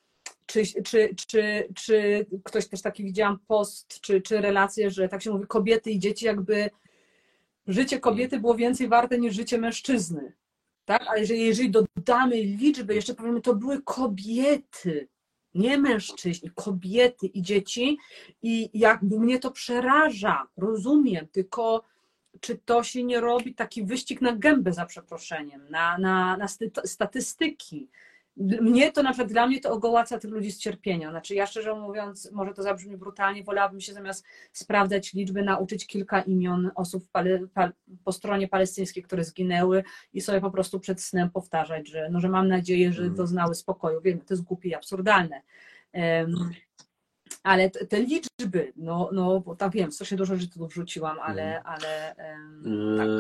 czy ktoś też taki widziałam post, czy relację, że tak się mówi, kobiety i dzieci, jakby życie kobiety było więcej warte niż życie mężczyzny. Tak? Ale jeżeli dodamy liczby, jeszcze powiemy, to były kobiety, nie mężczyźni, kobiety i dzieci, i jakby mnie to przeraża, rozumiem, tylko czy to się nie robi taki wyścig na gębę, za przeproszeniem, na statystyki. mnie to na przykład, dla mnie to ogołaca tych ludzi z cierpienia. Znaczy ja szczerze mówiąc, może to zabrzmi brutalnie, wolałabym się zamiast sprawdzać liczby, nauczyć kilka imion osób po stronie palestyńskiej, które zginęły i sobie po prostu przed snem powtarzać, że, no, że mam nadzieję, że doznały spokoju. Wiem, to jest głupie i absurdalne. Ale te liczby, bo tak wiem, strasznie dużo rzeczy tu wrzuciłam, ale tak.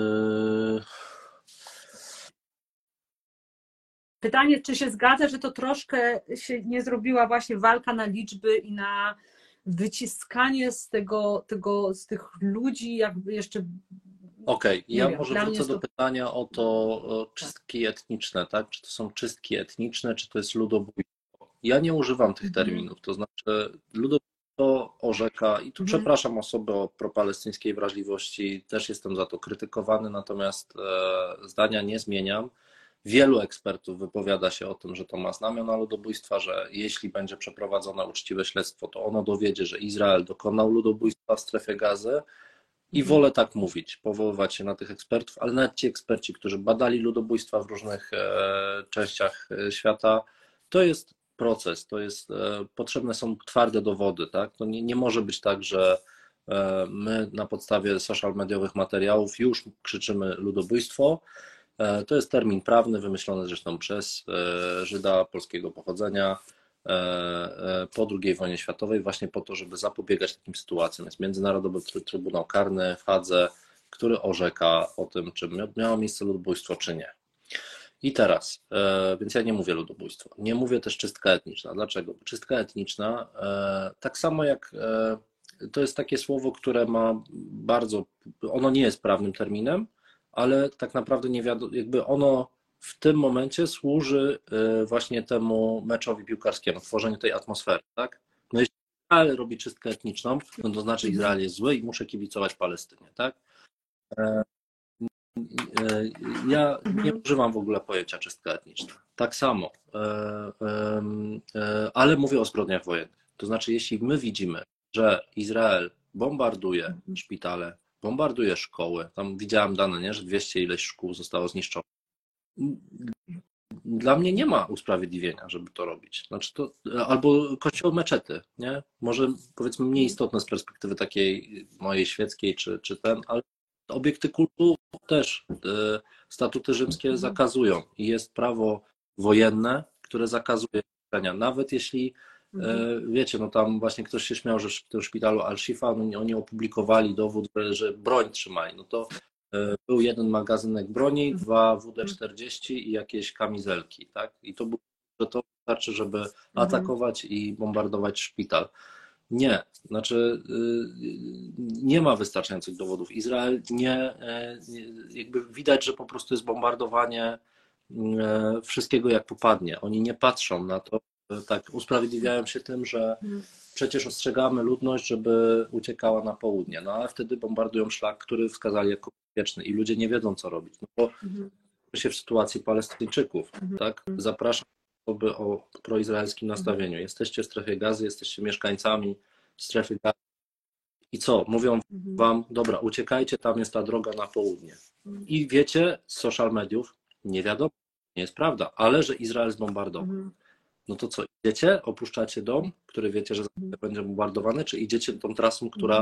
Pytanie, czy się zgadza, że to troszkę się nie zrobiła właśnie walka na liczby i na wyciskanie z tych ludzi jakby jeszcze... Okej, ja może wrócę do pytania o czystki etniczne, tak? Czy to są czystki etniczne, czy to jest ludobójstwo? Ja nie używam tych terminów, to znaczy ludobójstwo orzeka, i tu przepraszam osoby o propalestyńskiej wrażliwości, też jestem za to krytykowany, natomiast zdania nie zmieniam. Wielu ekspertów wypowiada się o tym, że to ma znamiona ludobójstwa, że jeśli będzie przeprowadzone uczciwe śledztwo, to ono dowiedzie, że Izrael dokonał ludobójstwa w strefie Gazy. I wolę tak mówić, powoływać się na tych ekspertów, ale nawet ci eksperci, którzy badali ludobójstwa w różnych częściach świata, to jest proces, potrzebne są twarde dowody, tak? To nie może być tak, że my na podstawie social mediowych materiałów już krzyczymy ludobójstwo. To jest termin prawny wymyślony zresztą przez Żyda polskiego pochodzenia po II wojnie światowej, właśnie po to, żeby zapobiegać takim sytuacjom. Jest Międzynarodowy Trybunał Karny w Hadze, który orzeka o tym, czy miało miejsce ludobójstwo, czy nie. I teraz, więc ja nie mówię ludobójstwo, nie mówię też czystka etniczna. Dlaczego? Bo czystka etniczna, tak samo jak to jest takie słowo, które ma ono nie jest prawnym terminem, ale tak naprawdę nie wiadomo, jakby ono w tym momencie służy właśnie temu meczowi piłkarskiemu, tworzeniu tej atmosfery, tak? No jeśli Izrael robi czystkę etniczną, no to znaczy Izrael jest zły i muszę kibicować Palestynie, tak? Ja nie używam w ogóle pojęcia czystka etniczna. Tak samo, ale mówię o zbrodniach wojennych. To znaczy, jeśli my widzimy, że Izrael bombarduje szpitale, bombarduje szkoły, tam widziałem dane, nie, że 200 ileś szkół zostało zniszczonych. Dla mnie nie ma usprawiedliwienia, żeby to robić. Znaczy albo kościoły, meczety, nie? Może powiedzmy mniej istotne z perspektywy takiej mojej świeckiej, czy ale obiekty kultu też statuty rzymskie zakazują i jest prawo wojenne, które zakazuje niszczenia. Nawet jeśli wiecie, no tam właśnie ktoś się śmiał, że w tym szpitalu Al-Shifa oni opublikowali dowód, że broń trzymali. No to był jeden magazynek broni, 2 WD-40 i jakieś kamizelki, tak? I to było, że to wystarczy, żeby atakować i bombardować szpital. Nie, znaczy nie ma wystarczających dowodów. Izrael jakby widać, że po prostu jest bombardowanie wszystkiego jak popadnie. Oni nie patrzą na to, tak usprawiedliwiają się tym, że przecież ostrzegamy ludność, żeby uciekała na południe, no ale wtedy bombardują szlak, który wskazali jako bezpieczny i ludzie nie wiedzą, co robić. No bo się w sytuacji Palestyńczyków, tak? Zapraszam osoby o proizraelskim nastawieniu. Jesteście w strefie Gazy, jesteście mieszkańcami strefy Gazy i co? Mówią wam, dobra, uciekajcie, tam jest ta droga na południe. I wiecie z social mediów, nie wiadomo, nie jest prawda, ale że Izrael zbombardował. No to co, idziecie, opuszczacie dom, który wiecie, że będzie bombardowany, czy idziecie tą trasą, która...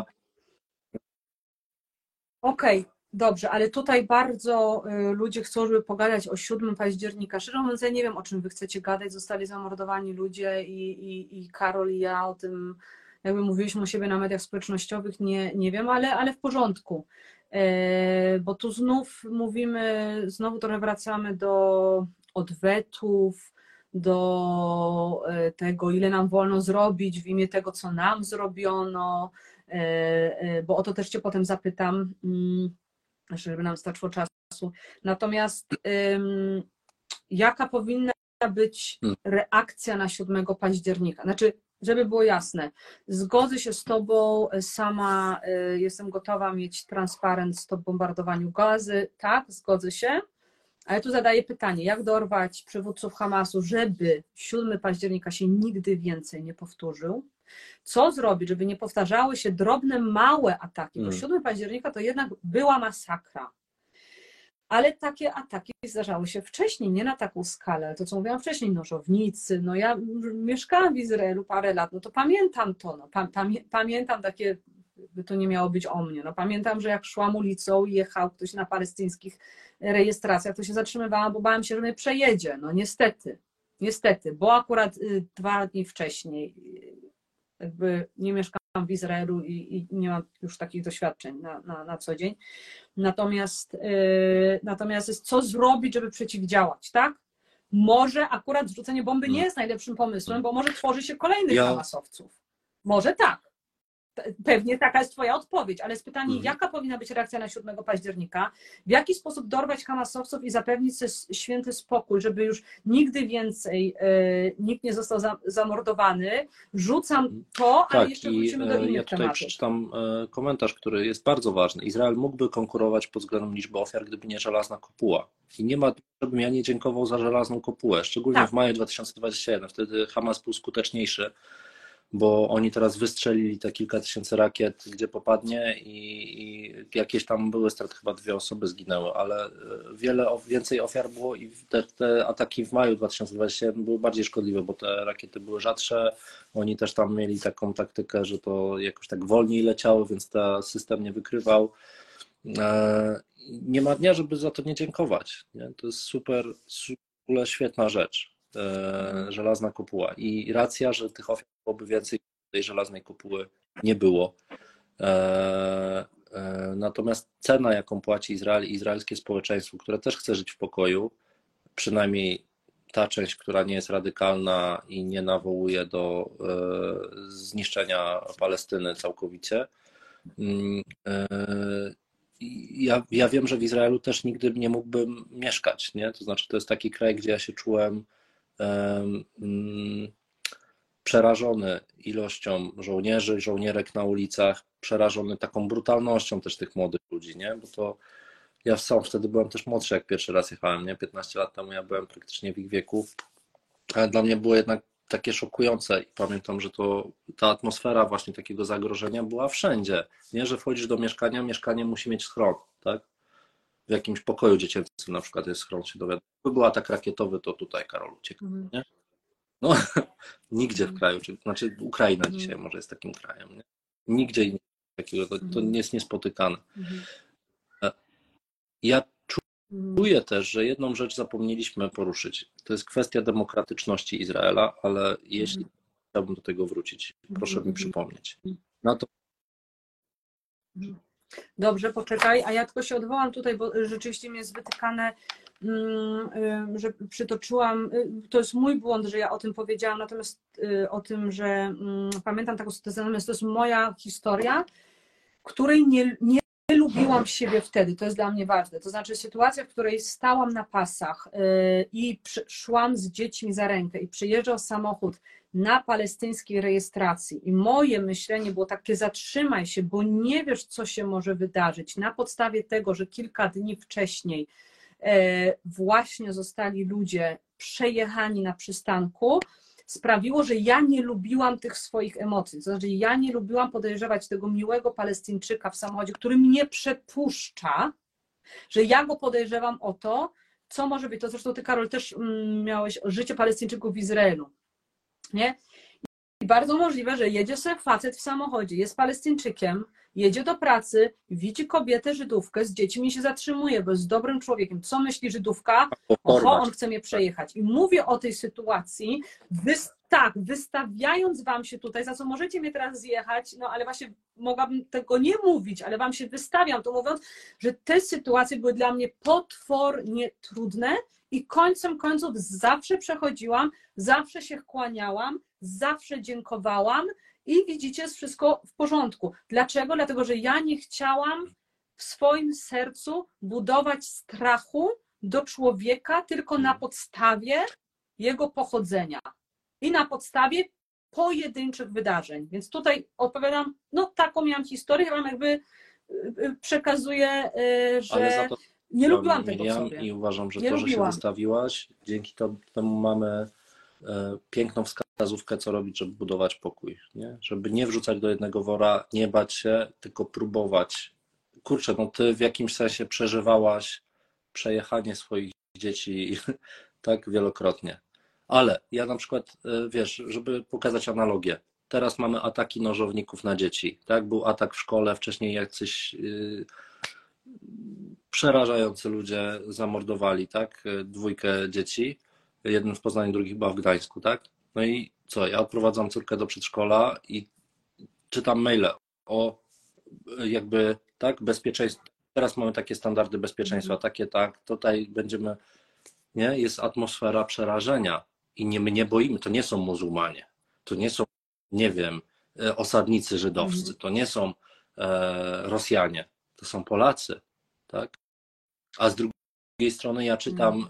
Okej, dobrze, ale tutaj bardzo ludzie chcą, żeby pogadać o 7 października. Szczerze mówiąc, ja nie wiem, o czym wy chcecie gadać. Zostali zamordowani ludzie i Karol i ja o tym, jakby mówiliśmy o siebie na mediach społecznościowych, nie wiem, ale w porządku. Bo tu znowu trochę wracamy do odwetów, do tego, ile nam wolno zrobić w imię tego, co nam zrobiono, bo o to też cię potem zapytam, żeby nam starczyło czasu. Natomiast jaka powinna być reakcja na 7 października? Znaczy, żeby było jasne, zgodzę się z tobą, sama jestem gotowa mieć transparent stop bombardowaniu Gazy, tak, zgodzę się, ale tu zadaję pytanie, jak dorwać przywódców Hamasu, żeby 7 października się nigdy więcej nie powtórzył? Co zrobić, żeby nie powtarzały się drobne, małe ataki? Bo 7 października to jednak była masakra. Ale takie ataki zdarzały się wcześniej, nie na taką skalę, ale to co mówiłam wcześniej, nożownicy, no ja mieszkałam w Izraelu parę lat, no to pamiętam to, no, pamiętam takie, by to nie miało być o mnie, no pamiętam, że jak szłam ulicą i jechał ktoś na palestyńskich rejestracjach, to się zatrzymywałam, bo bałam się, że mnie przejedzie, no niestety, bo akurat 2 dni wcześniej jakby nie mieszkałam w Izraelu i nie mam już takich doświadczeń na co dzień. Natomiast jest co zrobić, żeby przeciwdziałać, tak? Może akurat zrzucenie bomby nie jest najlepszym pomysłem, bo może tworzy się kolejnych hamasowców. Może tak. Pewnie taka jest twoja odpowiedź, ale jest pytanie, jaka powinna być reakcja na 7 października? W jaki sposób dorwać hamasowców i zapewnić sobie święty spokój, żeby już nigdy więcej nikt nie został zamordowany? Rzucam to, ale jeszcze wrócimy do innych ja tutaj tematów. przeczytam komentarz, który jest bardzo ważny. Izrael mógłby konkurować pod względem liczby ofiar, gdyby nie żelazna kopuła. I nie ma, żebym ja nie dziękował za żelazną kopułę, szczególnie w maju 2021. Wtedy Hamas był skuteczniejszy, bo oni teraz wystrzelili te kilka tysięcy rakiet, gdzie popadnie i jakieś tam były straty, chyba 2 osoby zginęły, ale więcej ofiar było i te ataki w maju 2021 były bardziej szkodliwe, bo te rakiety były rzadsze, oni też tam mieli taką taktykę, że to jakoś tak wolniej leciało, więc ten system nie wykrywał. Nie ma dnia, żeby za to nie dziękować. Nie? To jest super świetna rzecz. Żelazna kopuła i racja, że tych ofiar byłoby więcej, tej żelaznej kopuły nie było. Natomiast cena, jaką płaci Izrael i izraelskie społeczeństwo, które też chce żyć w pokoju, przynajmniej ta część, która nie jest radykalna i nie nawołuje do zniszczenia Palestyny całkowicie. Ja wiem, że w Izraelu też nigdy nie mógłbym mieszkać, nie? To znaczy, to jest taki kraj, gdzie ja się czułem przerażony ilością żołnierzy, żołnierek na ulicach, przerażony taką brutalnością też tych młodych ludzi, nie? Bo to ja sam wtedy byłem też młodszy, jak pierwszy raz jechałem, nie? 15 lat temu ja byłem praktycznie w ich wieku, ale dla mnie było jednak takie szokujące i pamiętam, że ta atmosfera właśnie takiego zagrożenia była wszędzie, nie? Że wchodzisz do mieszkania, mieszkanie musi mieć schron, tak? W jakimś pokoju dziecięcym na przykład jest schron, się dowiadam. Gdyby był atak rakietowy, to tutaj Karol uciekł, nie? No, nigdzie w kraju, znaczy Ukraina dzisiaj może jest takim krajem, nie? Nigdzie indziej takiego, to jest niespotykane. Ja czuję też, że jedną rzecz zapomnieliśmy poruszyć. To jest kwestia demokratyczności Izraela, ale jeśli chciałbym do tego wrócić, proszę mi przypomnieć. No to... Dobrze, poczekaj, a ja tylko się odwołam tutaj, bo rzeczywiście mi jest wytykane, że przytoczyłam, to jest mój błąd, że ja o tym powiedziałam, natomiast o tym, że pamiętam taką sytuację, natomiast to jest moja historia, której nie lubiłam siebie wtedy, to jest dla mnie ważne, to znaczy sytuacja, w której stałam na pasach i szłam z dziećmi za rękę i przyjeżdżał samochód na palestyńskiej rejestracji i moje myślenie było takie: zatrzymaj się, bo nie wiesz, co się może wydarzyć, na podstawie tego, że kilka dni wcześniej właśnie zostali ludzie przejechani na przystanku, sprawiło, że ja nie lubiłam tych swoich emocji. To znaczy, ja nie lubiłam podejrzewać tego miłego Palestyńczyka w samochodzie, który mnie przepuszcza, że ja go podejrzewam o to, co może być. To zresztą ty, Karol, też miałeś życie Palestyńczyków w Izraelu, nie? I bardzo możliwe, że jedzie sobie facet w samochodzie, jest Palestyńczykiem, jedzie do pracy, widzi kobietę Żydówkę z dziećmi i się zatrzymuje, bo jest dobrym człowiekiem. Co myśli Żydówka? Oho, on chce mnie przejechać. I mówię o tej sytuacji, wystawiając wam się tutaj, za co możecie mnie teraz zjechać, no ale właśnie mogłabym tego nie mówić, ale wam się wystawiam, to mówiąc, że te sytuacje były dla mnie potwornie trudne i końcem końców zawsze przechodziłam, zawsze się kłaniałam, zawsze dziękowałam i widzicie, jest wszystko w porządku. Dlaczego? Dlatego, że ja nie chciałam w swoim sercu budować strachu do człowieka tylko na podstawie jego pochodzenia i na podstawie pojedynczych wydarzeń. Więc tutaj odpowiadam, no taką miałam historię, wam jakby przekazuję, że nie lubiłam tego w sobie. I uważam, że nie to, lubiłam. że się wystawiłaś, dzięki temu mamy piękną wskazówkę, co robić, żeby budować pokój, nie? Żeby nie wrzucać do jednego wora, nie bać się, tylko próbować. Kurczę, no ty w jakimś sensie przeżywałaś przejechanie swoich dzieci tak wielokrotnie. Ale ja na przykład, wiesz, żeby pokazać analogię, teraz mamy ataki nożowników na dzieci, tak? Był atak w szkole, wcześniej jacyś przerażający ludzie zamordowali, tak? 2 dzieci, jeden w Poznaniu, drugi chyba w Gdańsku, tak? No i co, ja odprowadzam córkę do przedszkola i czytam maile o jakby, tak, bezpieczeństwo. Teraz mamy takie standardy bezpieczeństwa, takie, tak, tutaj będziemy, nie, jest atmosfera przerażenia i my nie boimy, to nie są muzułmanie, to nie są, nie wiem, osadnicy żydowscy, to nie są Rosjanie, to są Polacy, tak? A z drugiej strony ja czytam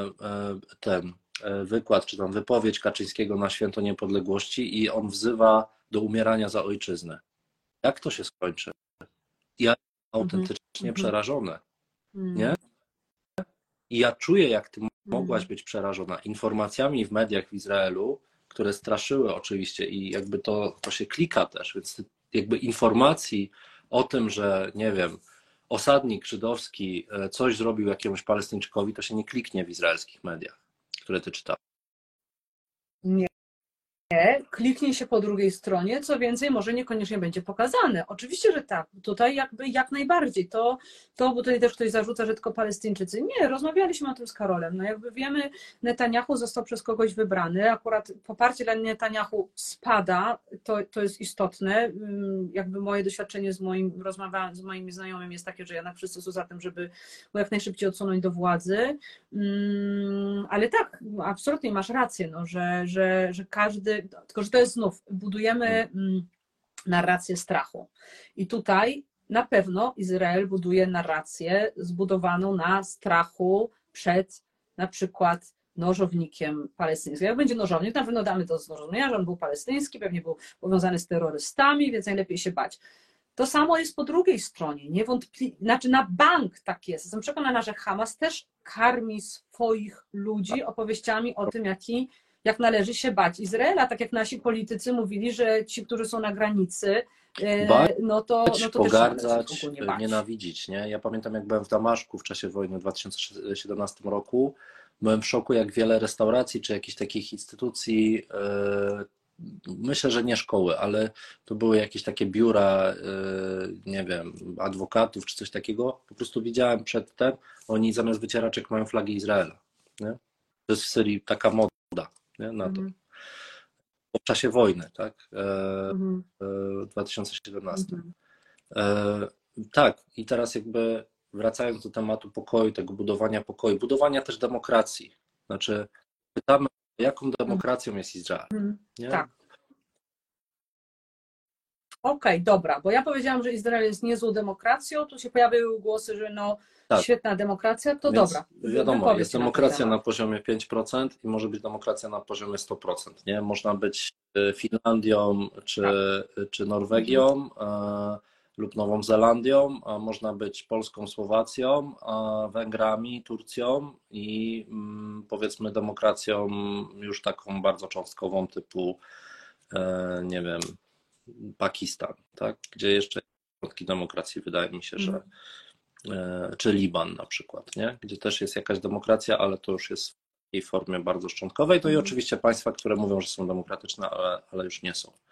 ten wykład, czy tam wypowiedź Kaczyńskiego na Święto Niepodległości i on wzywa do umierania za ojczyznę. Jak to się skończy? Ja autentycznie przerażony, nie? I ja czuję, jak ty mogłaś być przerażona informacjami w mediach w Izraelu, które straszyły oczywiście i jakby to się klika też, więc jakby informacji o tym, że nie wiem, osadnik żydowski coś zrobił jakiemuś Palestyńczykowi, to się nie kliknie w izraelskich mediach, które ty czytałeś. Nie. Kliknie się po drugiej stronie, co więcej, może niekoniecznie będzie pokazane. Oczywiście, że tak. Tutaj jakby jak najbardziej. Bo tutaj też ktoś zarzuca, że tylko Palestyńczycy. Nie, rozmawialiśmy o tym z Karolem. No jakby wiemy, Netanyahu został przez kogoś wybrany. Akurat poparcie dla Netanyahu spada. To jest istotne. Jakby moje doświadczenie rozmawiałam z moimi znajomymi jest takie, że jednak wszyscy są za tym, żeby go jak najszybciej odsunąć do władzy. Ale tak, absolutnie masz rację, no, że każdy, tylko że to jest znów, budujemy narrację strachu. I tutaj na pewno Izrael buduje narrację zbudowaną na strachu przed na przykład nożownikiem palestyńskim. Jak będzie nożownik, na pewno damy to zrozumienia, że on był palestyński, pewnie był powiązany z terrorystami, więc najlepiej się bać. To samo jest po drugiej stronie, niewątpliwie, znaczy na bank tak jest. Jestem przekonana, że Hamas też karmi swoich ludzi opowieściami o tym, jak należy się bać Izraela, tak jak nasi politycy mówili, że ci, którzy są na granicy, no to pogardzać, też nienawidzić. Nie? Ja pamiętam, jak byłem w Damaszku w czasie wojny w 2017 roku, byłem w szoku, jak wiele restauracji czy jakichś takich instytucji, myślę, że nie szkoły, ale to były jakieś takie biura, nie wiem, adwokatów czy coś takiego. Po prostu widziałem przedtem, oni zamiast wycieraczek mają flagi Izraela. Nie? To jest w Syrii taka moda, nie? Na to. W czasie wojny, tak? W 2017. Tak, i teraz jakby wracając do tematu pokoju, tego budowania pokoju, budowania też demokracji. Znaczy, pytamy, jaką demokracją jest Izrael. Nie? Tak. Okej, dobra, bo ja powiedziałam, że Izrael jest niezłą demokracją, tu się pojawiły głosy, że tak. Świetna demokracja, to więc dobra. Wiadomo, jest demokracja na poziomie 5% i może być demokracja na poziomie 100%. Nie? Można być Finlandią czy Norwegią lub Nową Zelandią, a można być Polską, Słowacją, Węgrami, Turcją i powiedzmy demokracją już taką bardzo cząstkową typu, nie wiem, Pakistan, tak? Gdzie jeszcze środki demokracji, wydaje mi się, że czy Liban na przykład, nie? Gdzie też jest jakaś demokracja, ale to już jest w takiej formie bardzo szczątkowej. To i oczywiście państwa, które mówią, że są demokratyczne, ale już nie są.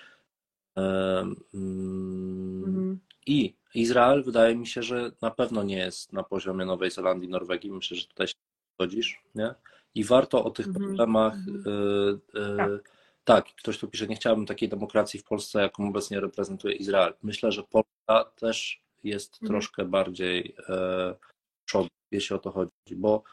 I Izrael wydaje mi się, że na pewno nie jest na poziomie Nowej Zelandii, Norwegii. Myślę, że tutaj się zgodzisz, nie? I warto o tych problemach tak, ktoś tu pisze, nie chciałbym takiej demokracji w Polsce, jaką obecnie reprezentuje Izrael. Myślę, że Polska też jest troszkę bardziej przodu, jeśli o to chodzi, bo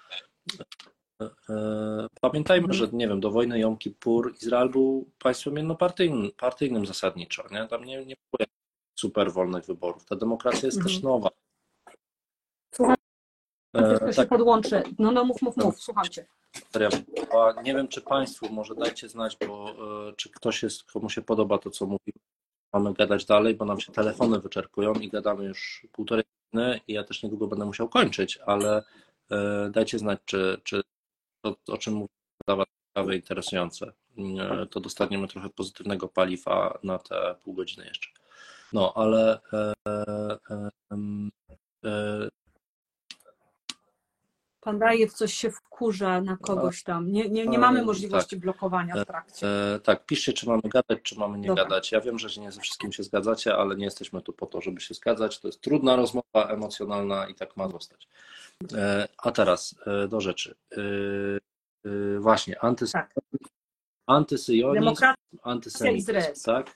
pamiętajmy, że nie wiem, do wojny Jom Kippur Izrael był państwem jednopartyjnym zasadniczo, nie? Tam nie było super wolnych wyborów. Ta demokracja jest też nowa. Słucham, wszystko się podłączę. No mów, słucham cię. Nie wiem, czy Państwu może dajcie znać, bo czy ktoś jest, komu się podoba to, co mówi. Mamy gadać dalej, bo nam się telefony wyczerpują i gadamy już 1,5 godziny i ja też niedługo będę musiał kończyć, ale dajcie znać, czy to, o czym mówię, dla Was ciekawe, interesujące. To dostaniemy trochę pozytywnego paliwa na te pół godziny jeszcze. No, ale Pan Rajew coś się wkurza na kogoś tam. Nie mamy możliwości blokowania w trakcie. Tak, piszcie, czy mamy gadać, czy mamy nie Dobra. gadać. Ja wiem, że nie ze wszystkim się zgadzacie, ale nie jesteśmy tu po to, żeby się zgadzać. To jest trudna rozmowa emocjonalna i tak ma zostać. A teraz do rzeczy. Właśnie, antysyjonizm, Demokracja antysemityzm, tak?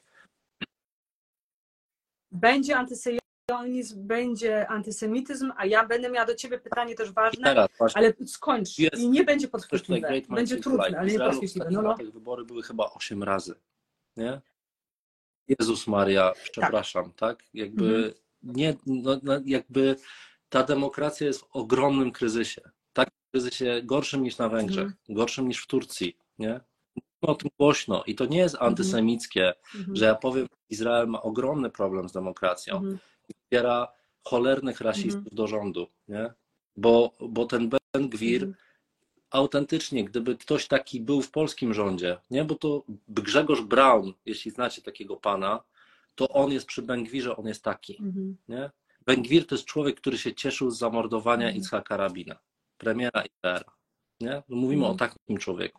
Będzie antysyjonizm, będzie antysemityzm, a ja będę miała do ciebie pytanie też ważne, Teraz właśnie ale skończ i nie będzie podchwytliwe. Będzie trudne, ale nie podchwytliwe. No. Tych wybory były chyba 8 razy, nie? Jezus Maria, przepraszam, tak? Jakby jakby ta demokracja jest w ogromnym kryzysie. Tak, kryzysie gorszym niż na Węgrzech, gorszym niż w Turcji, nie? O tym głośno i to nie jest antysemickie, że ja powiem, że Izrael ma ogromny problem z demokracją i wspiera cholernych rasistów do rządu, nie? Bo ten Ben Gwir autentycznie, gdyby ktoś taki był w polskim rządzie, nie? Bo to Grzegorz Braun, jeśli znacie takiego pana, to on jest przy Ben Gwirze, on jest taki, nie? Ben Gwir to jest człowiek, który się cieszył z zamordowania Itzhaka Rabina, premiera Izraela, nie? No mówimy o takim człowieku.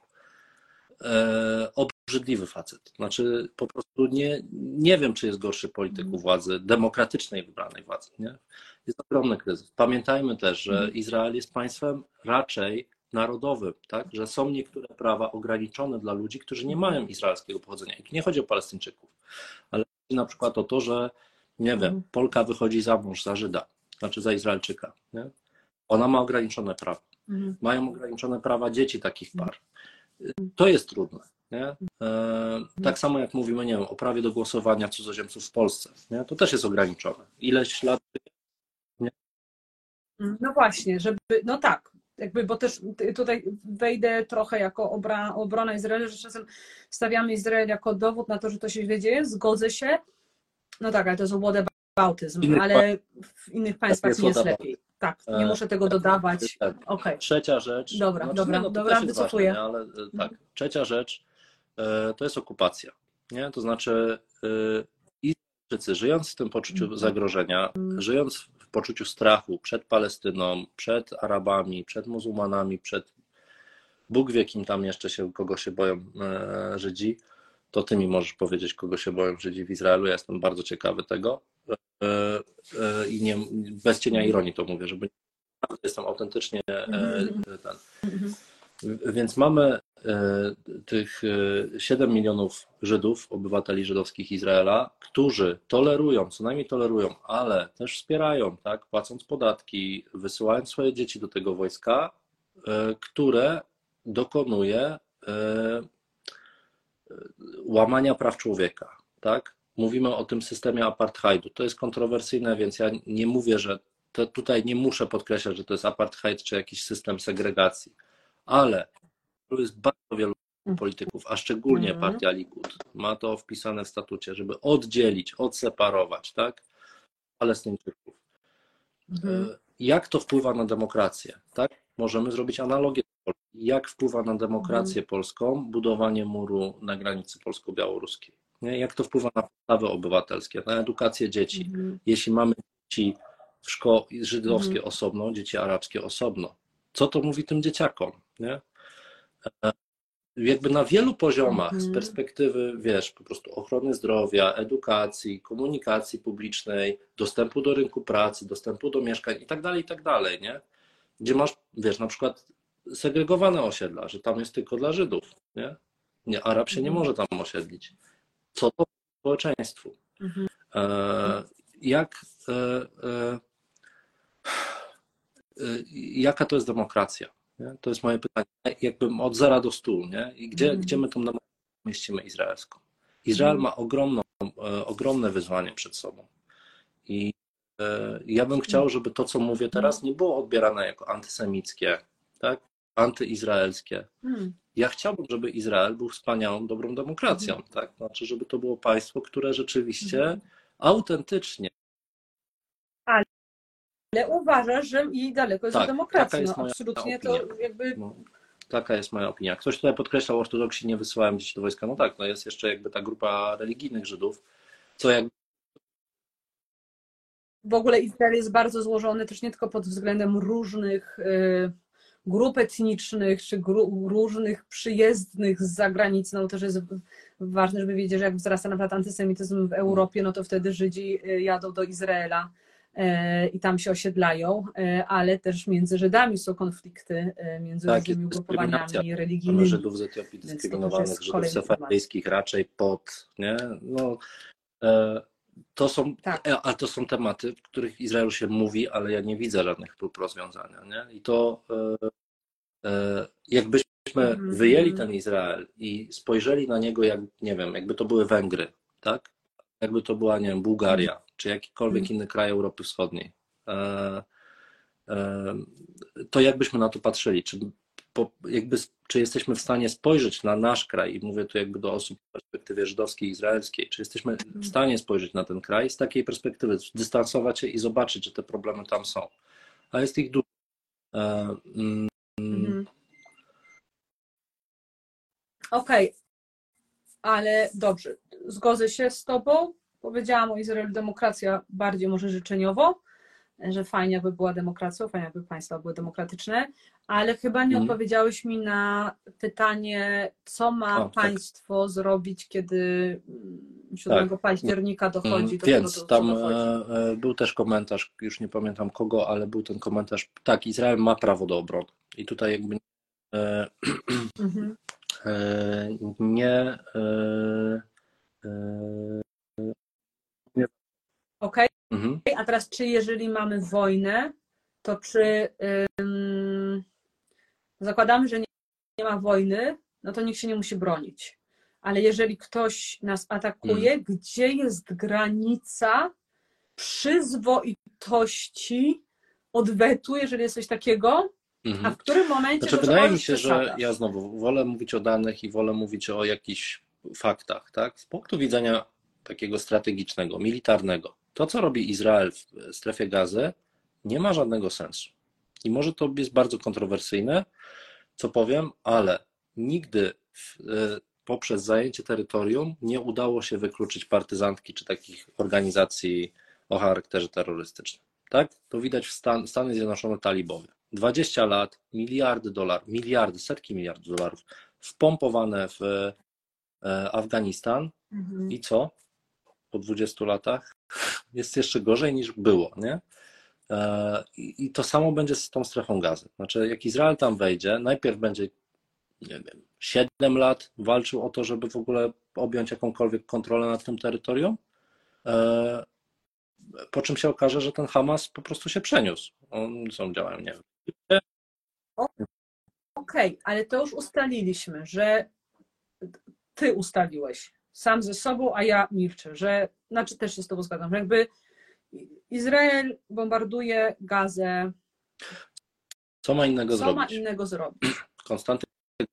Obrzydliwy facet. Znaczy po prostu nie wiem, czy jest gorszy polityk u władzy, demokratycznej wybranej władzy. Nie? Jest ogromny kryzys. Pamiętajmy też, że Izrael jest państwem raczej narodowym, tak? Że są niektóre prawa ograniczone dla ludzi, którzy nie mają izraelskiego pochodzenia. I nie chodzi o Palestyńczyków, ale chodzi na przykład o to, że nie wiem, Polka wychodzi za mąż za Żyda, znaczy za Izraelczyka. Nie? Ona ma ograniczone prawa. Mają ograniczone prawa dzieci takich par. To jest trudne. Nie? Tak samo jak mówimy, nie wiem, o prawie do głosowania cudzoziemców w Polsce. Nie? To też jest ograniczone. Ileś lat. Nie? No właśnie, żeby, no tak, jakby, bo też tutaj wejdę trochę jako obrona Izraela, że czasem stawiamy Izrael jako dowód na to, że to się źle dzieje, zgodzę się. No tak, ale to jest whataboutyzm, ale w innych państwach nie jest lepiej. Tak, nie muszę tego dodawać. Okay. Trzecia rzecz. Dobra, wycofuję. Nie, ale tak, trzecia rzecz to jest okupacja. Nie? To znaczy Izraelczycy, żyjąc w tym poczuciu zagrożenia, żyjąc w poczuciu strachu przed Palestyną, przed Arabami, przed muzułmanami, przed Bóg wie kim tam jeszcze kogo się boją Żydzi, to ty mi możesz powiedzieć, kogo się boją Żydzi w Izraelu. Ja jestem bardzo ciekawy tego. I nie, bez cienia ironii to mówię, żeby jestem autentycznie ten. Więc mamy tych 7 milionów Żydów, obywateli żydowskich Izraela, którzy tolerują, co najmniej tolerują, ale też wspierają, tak, płacąc podatki, wysyłając swoje dzieci do tego wojska, które dokonuje łamania praw człowieka, tak? Mówimy o tym systemie apartheidu. To jest kontrowersyjne, więc ja nie mówię, że tutaj nie muszę podkreślać, że to jest apartheid czy jakiś system segregacji, ale tu jest bardzo wielu polityków, a szczególnie partia Likud ma to wpisane w statucie, żeby oddzielić, odseparować, tak? Palestyńczyków. Jak to wpływa na demokrację, tak? Możemy zrobić analogię. Jak wpływa na demokrację polską budowanie muru na granicy polsko-białoruskiej? Jak to wpływa na podstawy obywatelskie, na edukację dzieci? Jeśli mamy dzieci w szkołach żydowskie osobno, dzieci arabskie osobno, co to mówi tym dzieciakom? Nie? Jakby na wielu poziomach z perspektywy, wiesz, po prostu ochrony zdrowia, edukacji, komunikacji publicznej, dostępu do rynku pracy, dostępu do mieszkań i tak dalej, nie? Gdzie masz, wiesz, na przykład segregowane osiedla, że tam jest tylko dla Żydów, nie? Arab się nie może tam osiedlić. Co to społeczeństwu? Jaka to jest demokracja? Nie? To jest moje pytanie. Jakbym od 0 do 100, nie? I gdzie my tą demokrację mieścimy izraelską? Izrael ma ogromne wyzwanie przed sobą. I ja bym chciał, żeby to, co mówię teraz, nie było odbierane jako antysemickie, tak? Antyizraelskie. Ja chciałbym, żeby Izrael był wspaniałą, dobrą demokracją, tak? Znaczy, żeby to było państwo, które rzeczywiście autentycznie. Ale uważasz, że i daleko jest do demokracji. Taka jest absolutnie moja to jakby. Taka jest moja opinia. Ktoś tutaj podkreślał, ortodoksi nie wysyłają dzieci do wojska. No tak, no jest jeszcze jakby ta grupa religijnych Żydów, co jakby. W ogóle Izrael jest bardzo złożony, też nie tylko pod względem różnych grup etnicznych, czy różnych przyjezdnych z zagranicy, no to też jest ważne, żeby wiedzieć, że jak wzrasta na przykład antysemityzm w Europie, no to wtedy Żydzi jadą do Izraela i tam się osiedlają, ale też między Żydami są konflikty między różnymi ugrupowaniami religijnymi. Żydów z Etiopii dyskryminowanych, Żydów sefaryjskich raczej nie? No, to są tematy, w których Izrael się mówi, ale ja nie widzę żadnych prób rozwiązania, nie? I to jakbyśmy wyjęli ten Izrael i spojrzeli na niego jak, nie wiem, jakby to były Węgry, tak? Jakby to była, nie wiem, Bułgaria, czy jakikolwiek inny kraj Europy Wschodniej, to jakbyśmy na to patrzyli? Czy jesteśmy w stanie spojrzeć na nasz kraj, i mówię tu jakby do osób w perspektywie żydowskiej, izraelskiej, czy jesteśmy w stanie spojrzeć na ten kraj z takiej perspektywy, dystansować się i zobaczyć, że te problemy tam są? A jest ich dużo. Okej, ale dobrze, zgodzę się z Tobą. Powiedziałam o Izraelu demokracja bardziej może życzeniowo, że fajnie jakby była demokracją, fajnie jakby państwa były demokratyczne, ale chyba nie odpowiedziałeś mi na pytanie, co ma państwo zrobić, kiedy 7 października dochodzi do więc tego, tam był też komentarz, już nie pamiętam kogo, ale był ten komentarz, tak, Izrael ma prawo do obrony i tutaj jakby nie Okej. A teraz czy jeżeli mamy wojnę, to czy zakładamy, że nie ma wojny, no to nikt się nie musi bronić. Ale jeżeli ktoś nas atakuje, gdzie jest granica przyzwoitości odwetu, jeżeli jest coś takiego, a w którym momencie znaczy, wydaje mi się, że ja znowu wolę mówić o danych i wolę mówić o jakichś faktach, tak? Z punktu widzenia takiego strategicznego, militarnego, to co robi Izrael w strefie Gazy nie ma żadnego sensu. I może to jest bardzo kontrowersyjne, co powiem, ale nigdy poprzez zajęcie terytorium nie udało się wykluczyć partyzantki czy takich organizacji o charakterze terrorystycznym. Tak? To widać w Stany Zjednoczone talibowie. 20 lat, miliardy dolarów, setki miliardów dolarów wpompowane w Afganistan i co? Po 20 latach jest jeszcze gorzej niż było, nie? I to samo będzie z tą strefą Gazy. Znaczy, jak Izrael tam wejdzie, najpierw będzie, nie wiem, 7 lat walczył o to, żeby w ogóle objąć jakąkolwiek kontrolę nad tym terytorium, po czym się okaże, że ten Hamas po prostu się przeniósł. Są działają, nie wiem. Okej, ale to już ustaliliśmy, że ty ustaliłeś sam ze sobą, a ja milczę, że, znaczy też się z tobą zgadzam, że jakby Izrael bombarduje Gazę. Co ma innego zrobić? Konstanty.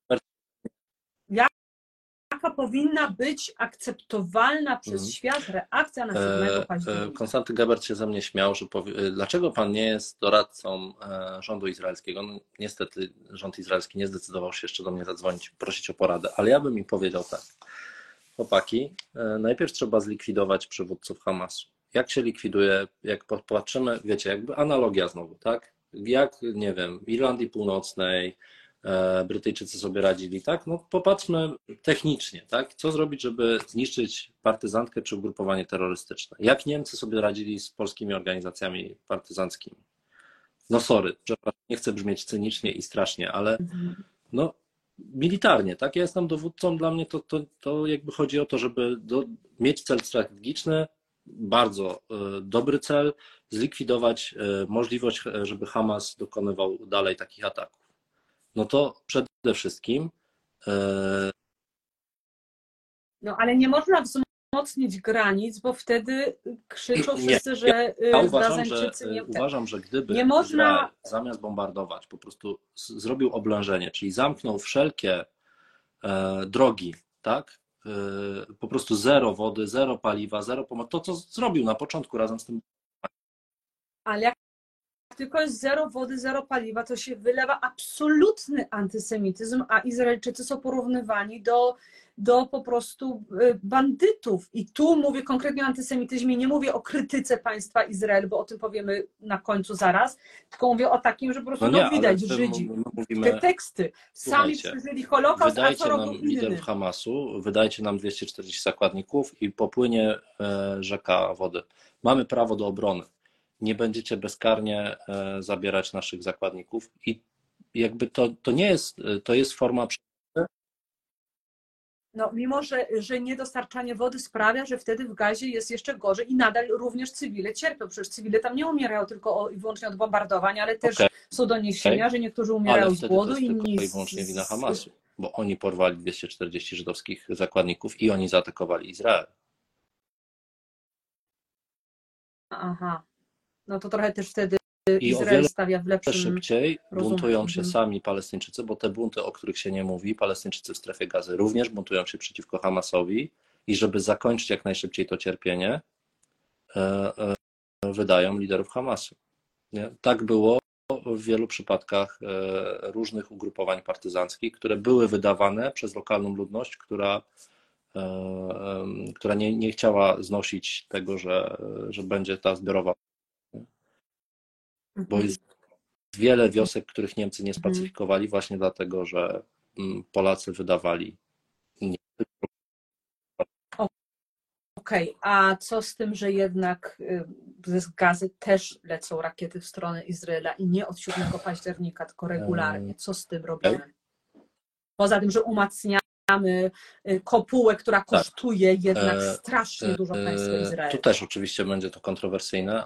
Jaka powinna być akceptowalna przez świat reakcja na 7 października? Konstanty Gebert się ze mnie śmiał, że dlaczego pan nie jest doradcą rządu izraelskiego? No, niestety rząd izraelski nie zdecydował się jeszcze do mnie zadzwonić, prosić o poradę, ale ja bym im powiedział tak. Chłopaki, najpierw trzeba zlikwidować przywódców Hamasu. Jak się likwiduje, jak popatrzymy, wiecie, jakby analogia znowu, tak? Jak, nie wiem, w Irlandii Północnej Brytyjczycy sobie radzili, tak? No popatrzmy technicznie, tak? Co zrobić, żeby zniszczyć partyzantkę czy ugrupowanie terrorystyczne? Jak Niemcy sobie radzili z polskimi organizacjami partyzanckimi? No sorry, przepraszam, nie chcę brzmieć cynicznie i strasznie, ale no militarnie, tak? Ja jestem dowódcą, dla mnie to jakby chodzi o to, żeby mieć cel strategiczny, bardzo dobry cel, zlikwidować możliwość, żeby Hamas dokonywał dalej takich ataków. No to przede wszystkim... No ale nie można wzmocnić granic, bo wtedy krzyczą wszyscy, że uważam, że gdyby nie można... Izrael zamiast bombardować po prostu zrobił oblężenie, czyli zamknął wszelkie drogi, tak? Po prostu zero wody, zero paliwa, zero pomocy. To, co zrobił na początku razem z tym. Ale jak tylko jest zero wody, zero paliwa, to się wylewa absolutny antysemityzm, a Izraelczycy są porównywani do do po prostu bandytów. I tu mówię konkretnie o antysemityzmie, nie mówię o krytyce państwa Izrael, bo o tym powiemy na końcu zaraz, tylko mówię o takim, że po prostu widać Żydzi, te teksty sami przeżyli Holokaust, a co robią inni? Liderów Hamasu, wydajcie nam 240 zakładników i popłynie rzeka wody. Mamy prawo do obrony. Nie będziecie bezkarnie zabierać naszych zakładników i jakby to nie jest, to jest forma. No, mimo, że niedostarczanie wody sprawia, że wtedy w Gazie jest jeszcze gorzej i nadal również cywile cierpią. Przecież cywile tam nie umierają tylko i wyłącznie od bombardowań, ale też są doniesienia, że niektórzy umierają z głodu, inni to jest wyłącznie wina Hamasu, bo oni porwali 240 żydowskich zakładników i oni zaatakowali Izrael. Aha, no to trochę też wtedy Izrael stawia w lepszym szybciej buntują się sami Palestyńczycy, bo te bunty, o których się nie mówi, Palestyńczycy w strefie Gazy również buntują się przeciwko Hamasowi i żeby zakończyć jak najszybciej to cierpienie, wydają liderów Hamasu. Nie? Tak było w wielu przypadkach różnych ugrupowań partyzanckich, które były wydawane przez lokalną ludność, która nie chciała znosić tego, że będzie ta zbiorowa. Bo jest wiele wiosek, których Niemcy nie spacyfikowali właśnie dlatego, że Polacy wydawali. Okej, a co z tym, że jednak z Gazy też lecą rakiety w stronę Izraela i nie od 7 października, tylko regularnie? Co z tym robimy? Poza tym, że umacniamy kopułę, która kosztuje jednak strasznie dużo państwa Izraela. Tu też oczywiście będzie to kontrowersyjne.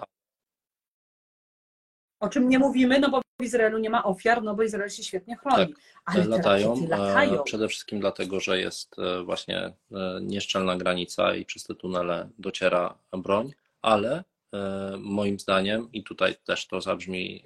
O czym nie mówimy, no bo w Izraelu nie ma ofiar, no bo Izrael się świetnie chroni. Ale latają. Przede wszystkim dlatego, że jest właśnie nieszczelna granica i przez te tunele dociera broń, ale moim zdaniem, i tutaj też to zabrzmi...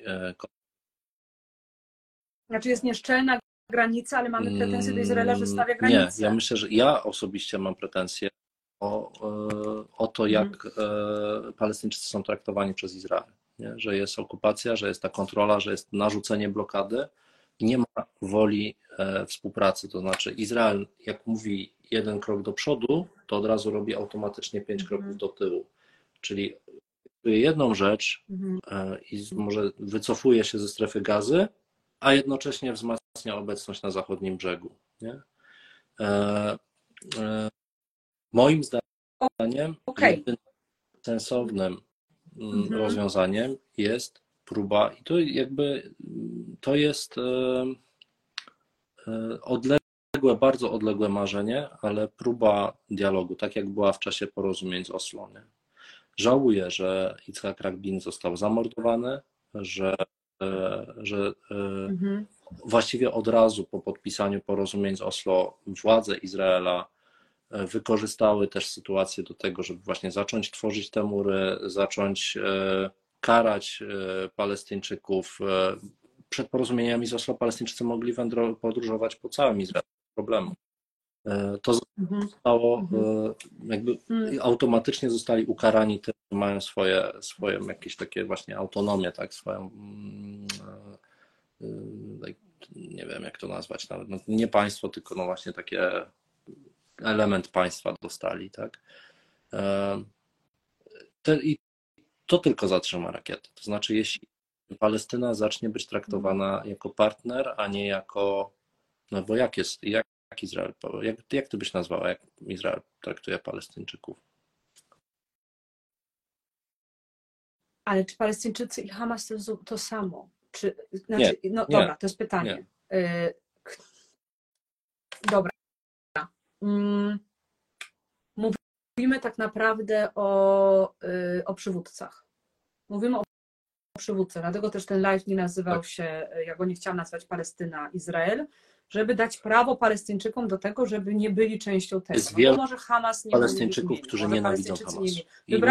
Znaczy jest nieszczelna granica, ale mamy pretensje do Izraela, że stawia granicę. Nie, ja myślę, że ja osobiście mam pretensje o to, jak Palestyńczycy są traktowani przez Izrael. Nie? Że jest okupacja, że jest ta kontrola, że jest narzucenie blokady. Nie ma woli współpracy. To znaczy Izrael, jak mówi jeden krok do przodu, to od razu robi automatycznie 5 kroków do tyłu. Czyli jedną rzecz i może wycofuje się ze strefy Gazy, a jednocześnie wzmacnia obecność na zachodnim brzegu. Nie? Moim zdaniem jedynym sensownym rozwiązaniem jest próba, i to jest bardzo odległe marzenie, ale próba dialogu, tak jak była w czasie porozumień z Oslo. Nie? Żałuję, że Yitzhak Rabin został zamordowany, że właściwie od razu po podpisaniu porozumień z Oslo władze Izraela wykorzystały też sytuację do tego, żeby właśnie zacząć tworzyć te mury, zacząć karać Palestyńczyków. Przed porozumieniami z Oslo Palestyńczycy mogli podróżować po całym Izraelu bez problemu. To zostało jakby automatycznie zostali ukarani tym, że mają swoje jakieś takie właśnie autonomię, tak, swoją nie wiem jak to nazwać nawet, no, nie państwo, tylko no właśnie takie element państwa dostali, tak. I to tylko zatrzyma rakiety. To znaczy, jeśli Palestyna zacznie być traktowana jako partner, a nie jako, no bo jak Izrael, jak ty byś nazwała, jak Izrael traktuje Palestyńczyków? Ale czy Palestyńczycy i Hamas to jest to samo? Nie, dobra, to jest pytanie. Dobra. Mówimy tak naprawdę o przywódcach. Mówimy o przywódcach, dlatego też ten live nie nazywał się, ja go nie chciałam nazwać Palestyna, Izrael, żeby dać prawo Palestyńczykom do tego, żeby nie byli częścią tego. Jest wielu może Hamas nie Palestyńczyków, którzy nienawidzą Hamasu.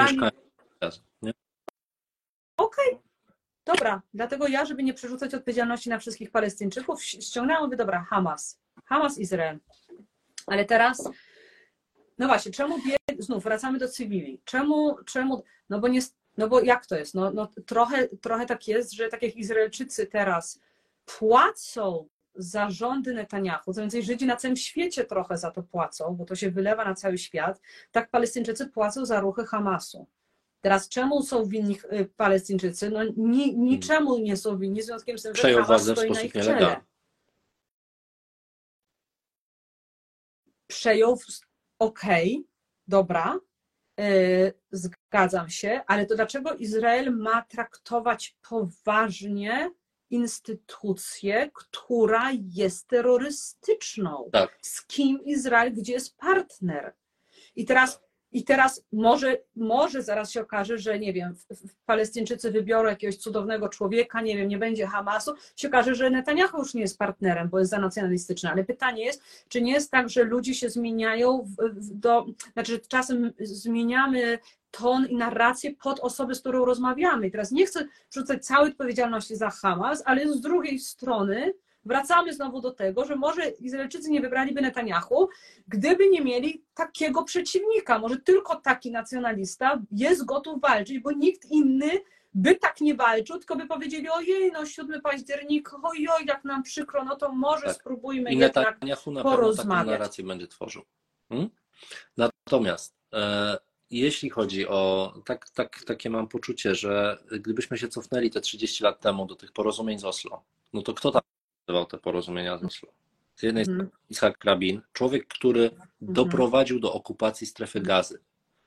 Okej. Dobra, dlatego ja, żeby nie przerzucać odpowiedzialności na wszystkich Palestyńczyków, ściągnęłam, dobra, Hamas, Izrael. Ale teraz, no właśnie, znów wracamy do cywili. Czemu, no bo jak to jest? Trochę tak jest, że tak jak Izraelczycy teraz płacą zarządy Netanyahu, co więcej Żydzi na całym świecie trochę za to płacą, bo to się wylewa na cały świat, tak Palestyńczycy płacą za ruchy Hamasu. Teraz czemu są winni Palestyńczycy? No niczemu nie są winni, w związku z tym, że Hamas stoi na ich czele. Przejął, dobra, zgadzam się, ale to dlaczego Izrael ma traktować poważnie instytucję, która jest terrorystyczną? Tak. Z kim Izrael, gdzie jest partner? I teraz może zaraz się okaże, że nie wiem, Palestyńczycy wybiorą jakiegoś cudownego człowieka, nie wiem, nie będzie Hamasu, się okaże, że Netanyahu już nie jest partnerem, bo jest za nacjonalistyczny. Ale pytanie jest, czy nie jest tak, że ludzie się zmieniają znaczy, że czasem zmieniamy ton i narrację pod osobę, z którą rozmawiamy. I teraz nie chcę wrzucać całej odpowiedzialności za Hamas, ale z drugiej strony wracamy znowu do tego, że może Izraelczycy nie wybraliby Netanyahu, gdyby nie mieli takiego przeciwnika. Może tylko taki nacjonalista jest gotów walczyć, bo nikt inny by tak nie walczył, tylko by powiedzieli, ojej, no 7 października, ojoj, jak nam przykro, no to może spróbujmy jednak Netanyahu na porozmawiać. pewno taką narrację będzie tworzył. Natomiast jeśli chodzi o, takie mam poczucie, że gdybyśmy się cofnęli te 30 lat temu do tych porozumień z Oslo, no to kto tam nazywał te porozumienia z Oslo? Z jednej strony Yitzhak Rabin, człowiek, który doprowadził do okupacji strefy Gazy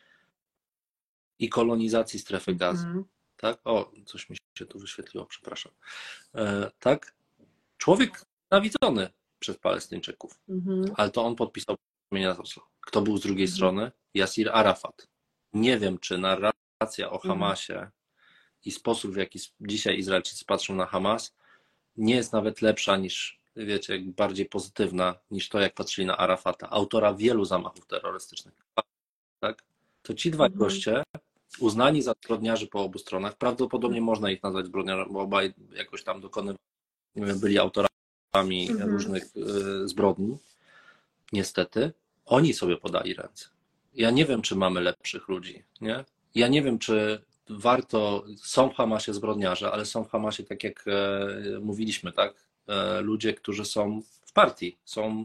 i kolonizacji strefy Gazy. Tak? O, coś mi się tu wyświetliło, przepraszam. Tak? Człowiek nawiedzony przez Palestyńczyków, ale to on podpisał porozumienia z Oslo. Kto był z drugiej strony? Yasir Arafat. Nie wiem, czy narracja o Hamasie i sposób, w jaki dzisiaj Izraelczycy patrzą na Hamas, nie jest nawet lepsza niż, wiecie, bardziej pozytywna niż to, jak patrzyli na Arafata, autora wielu zamachów terrorystycznych. Tak? To ci dwaj goście, uznani za zbrodniarzy po obu stronach, prawdopodobnie można ich nazwać zbrodniarzami, bo obaj jakoś tam byli autorami różnych zbrodni. Niestety, oni sobie podali ręce. Ja nie wiem, czy mamy lepszych ludzi, nie? Ja nie wiem, czy są w Hamasie zbrodniarze, ale są w Hamasie, tak jak mówiliśmy, tak? Ludzie, którzy są w partii,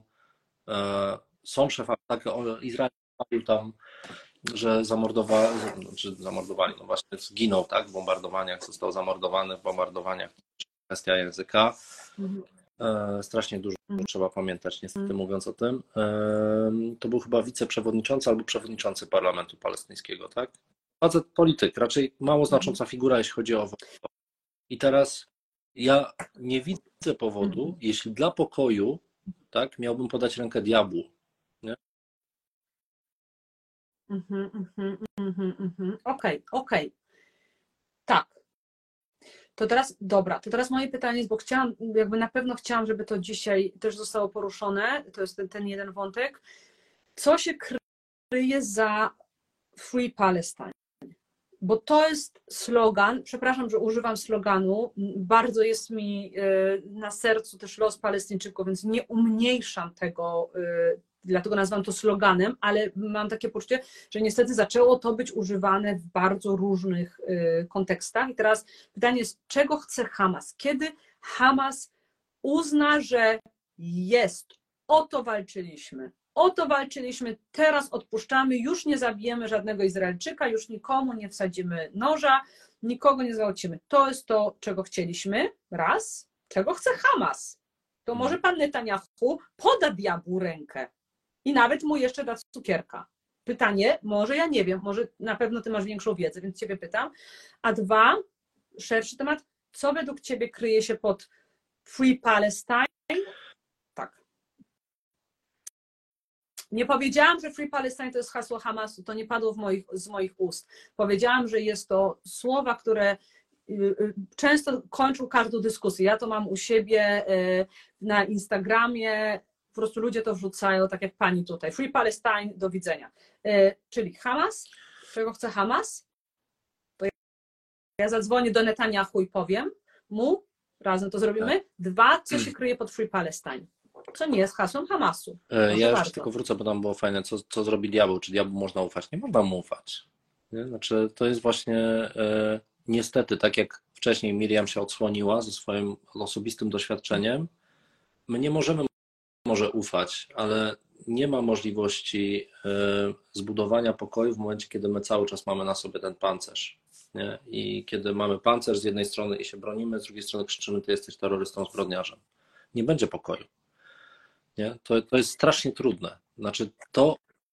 są szefami, tak? Izrael mówił tam, że zamordowali, no właśnie zginął, tak? W bombardowaniach, został zamordowany w bombardowaniach. Kwestia języka. Strasznie dużo trzeba pamiętać, niestety mówiąc o tym. To był chyba wiceprzewodniczący albo przewodniczący parlamentu palestyńskiego, tak? Facet polityk, raczej mało znacząca figura, jeśli chodzi o. I teraz ja nie widzę powodu, jeśli dla pokoju, tak, miałbym podać rękę diabłu. Nie? Okej. Tak. To teraz moje pytanie jest, bo na pewno chciałam, żeby to dzisiaj też zostało poruszone, to jest ten jeden wątek. Co się kryje za Free Palestine? Bo to jest slogan, przepraszam, że używam sloganu, bardzo jest mi na sercu też los Palestyńczyków, więc nie umniejszam tego, dlatego nazywam to sloganem, ale mam takie poczucie, że niestety zaczęło to być używane w bardzo różnych kontekstach. I teraz pytanie jest, czego chce Hamas? Kiedy Hamas uzna, że o to walczyliśmy, teraz odpuszczamy, już nie zabijemy żadnego Izraelczyka, już nikomu nie wsadzimy noża, nikogo nie zgwałcimy. To jest to, czego chcieliśmy, raz. Czego chce Hamas? To może pan Netanyahu poda diabłu rękę i nawet mu jeszcze da cukierka. Pytanie, może ja nie wiem, może na pewno ty masz większą wiedzę, więc ciebie pytam. A dwa, szerszy temat, co według ciebie kryje się pod Free Palestine? Tak. Nie powiedziałam, że Free Palestine to jest hasło Hamasu, to nie padło z moich ust. Powiedziałam, że jest to słowa, które często kończą każdą dyskusję. Ja to mam u siebie na Instagramie, po prostu ludzie to wrzucają, tak jak pani tutaj. Free Palestine, do widzenia. Czyli Hamas, czego chce Hamas? To ja zadzwonię do Netanyahu i powiem mu, razem to zrobimy. Dwa, co się kryje pod Free Palestine? Co nie jest hasłem Hamasu. Ja jeszcze tylko wrócę, bo tam było fajne, co zrobi diabeł. Czy diabłu można ufać? Nie można mu ufać. Nie? Znaczy, to jest właśnie niestety, tak jak wcześniej Miriam się odsłoniła ze swoim osobistym doświadczeniem, my nie możemy może ufać, ale nie ma możliwości zbudowania pokoju w momencie, kiedy my cały czas mamy na sobie ten pancerz. Nie? I kiedy mamy pancerz z jednej strony i się bronimy, z drugiej strony krzyczymy, ty jesteś terrorystą, zbrodniarzem. Nie będzie pokoju. Nie? To jest strasznie trudne. Znaczy to...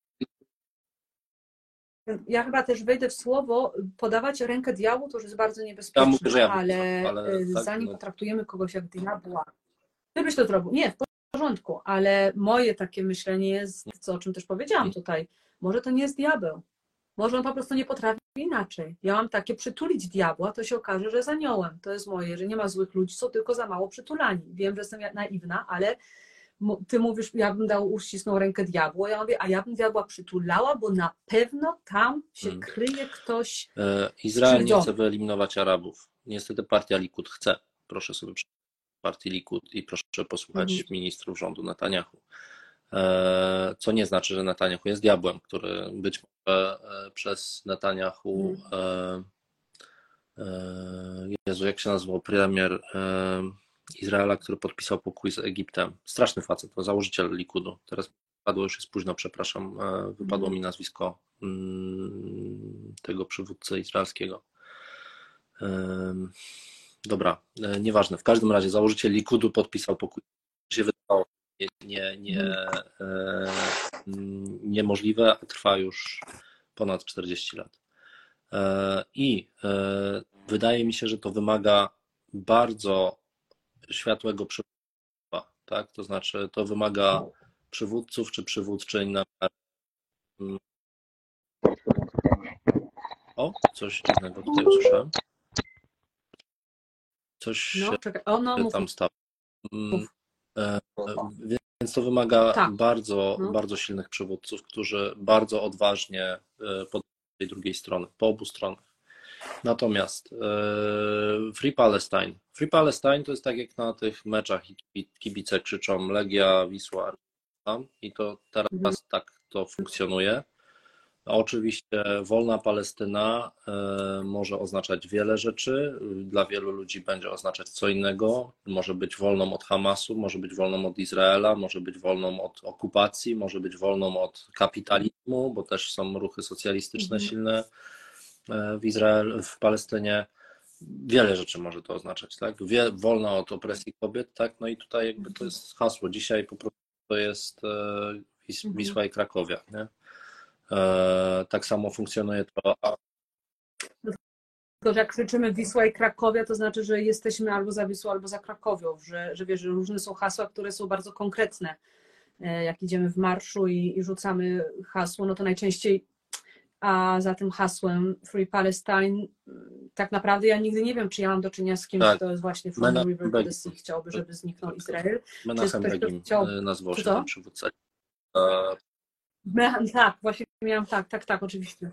Ja chyba też wejdę w słowo, podawać rękę diabłu to już jest bardzo niebezpieczne, mówię, że ale tak, zanim potraktujemy kogoś jak diabła, ty byś to zrobił. Nie, w porządku, ale moje takie myślenie jest, o czym też powiedziałam tutaj, może to nie jest diabeł, może on po prostu nie potrafi inaczej. Ja mam takie, przytulić diabła, to się okaże, że jest aniołem. To jest moje, że nie ma złych ludzi, są tylko za mało przytulani. Wiem, że jestem naiwna, ale ty mówisz, ja bym uścisnął rękę diabłu, ja mówię, a ja bym diabła przytulała, bo na pewno tam się kryje ktoś. Izrael nie chce wyeliminować Arabów. Niestety partia Likud chce. Proszę sobie przeczytać partii Likud i proszę posłuchać ministrów rządu Netanyahu. Co nie znaczy, że Netanyahu jest diabłem, który być może przez Netanyahu, Jezu, jak się nazywał premier Izraela, który podpisał pokój z Egiptem. Straszny facet, to założyciel Likudu. Teraz wypadło, już jest późno, przepraszam, wypadło mi nazwisko tego przywódcy izraelskiego. Dobra, nieważne. W każdym razie założyciel Likudu podpisał pokój. Się wydawało niemożliwe, a trwa już ponad 40 lat. I wydaje mi się, że to wymaga bardzo światłego przywództwa, tak? To znaczy, to wymaga przywódców czy przywódczyń na... O, coś dziwnego tutaj usłyszałem. Coś się tam stało. Więc to wymaga bardzo silnych przywódców, którzy bardzo odważnie podchodzą do tej drugiej strony, po obu stronach. Natomiast Free Palestine to jest tak jak na tych meczach kibice krzyczą Legia, Wisła i to teraz tak to funkcjonuje. Oczywiście wolna Palestyna może oznaczać wiele rzeczy, dla wielu ludzi będzie oznaczać co innego, może być wolną od Hamasu, może być wolną od Izraela, może być wolną od okupacji, może być wolną od kapitalizmu, bo też są ruchy socjalistyczne silne w Palestynie. Wiele rzeczy może to oznaczać, tak? Wolna od opresji kobiet, tak? No i tutaj jakby to jest hasło. Dzisiaj po prostu to jest Wisła i Krakowia, nie? Tak samo funkcjonuje to. To, że jak krzyczymy Wisła i Krakowia, to znaczy, że jesteśmy albo za Wisłą, albo za Krakowią, że wiesz, że różne są hasła, które są bardzo konkretne. Jak idziemy w marszu i rzucamy hasło, no to najczęściej a za tym hasłem Free Palestine tak naprawdę ja nigdy nie wiem, czy ja mam do czynienia z kimś, kto jest właśnie from the river to the sea, chciałby, żeby zniknął Izrael. Menachem Begin nazwał się ten przywódca. Tak, właśnie miałam, tak, oczywiście.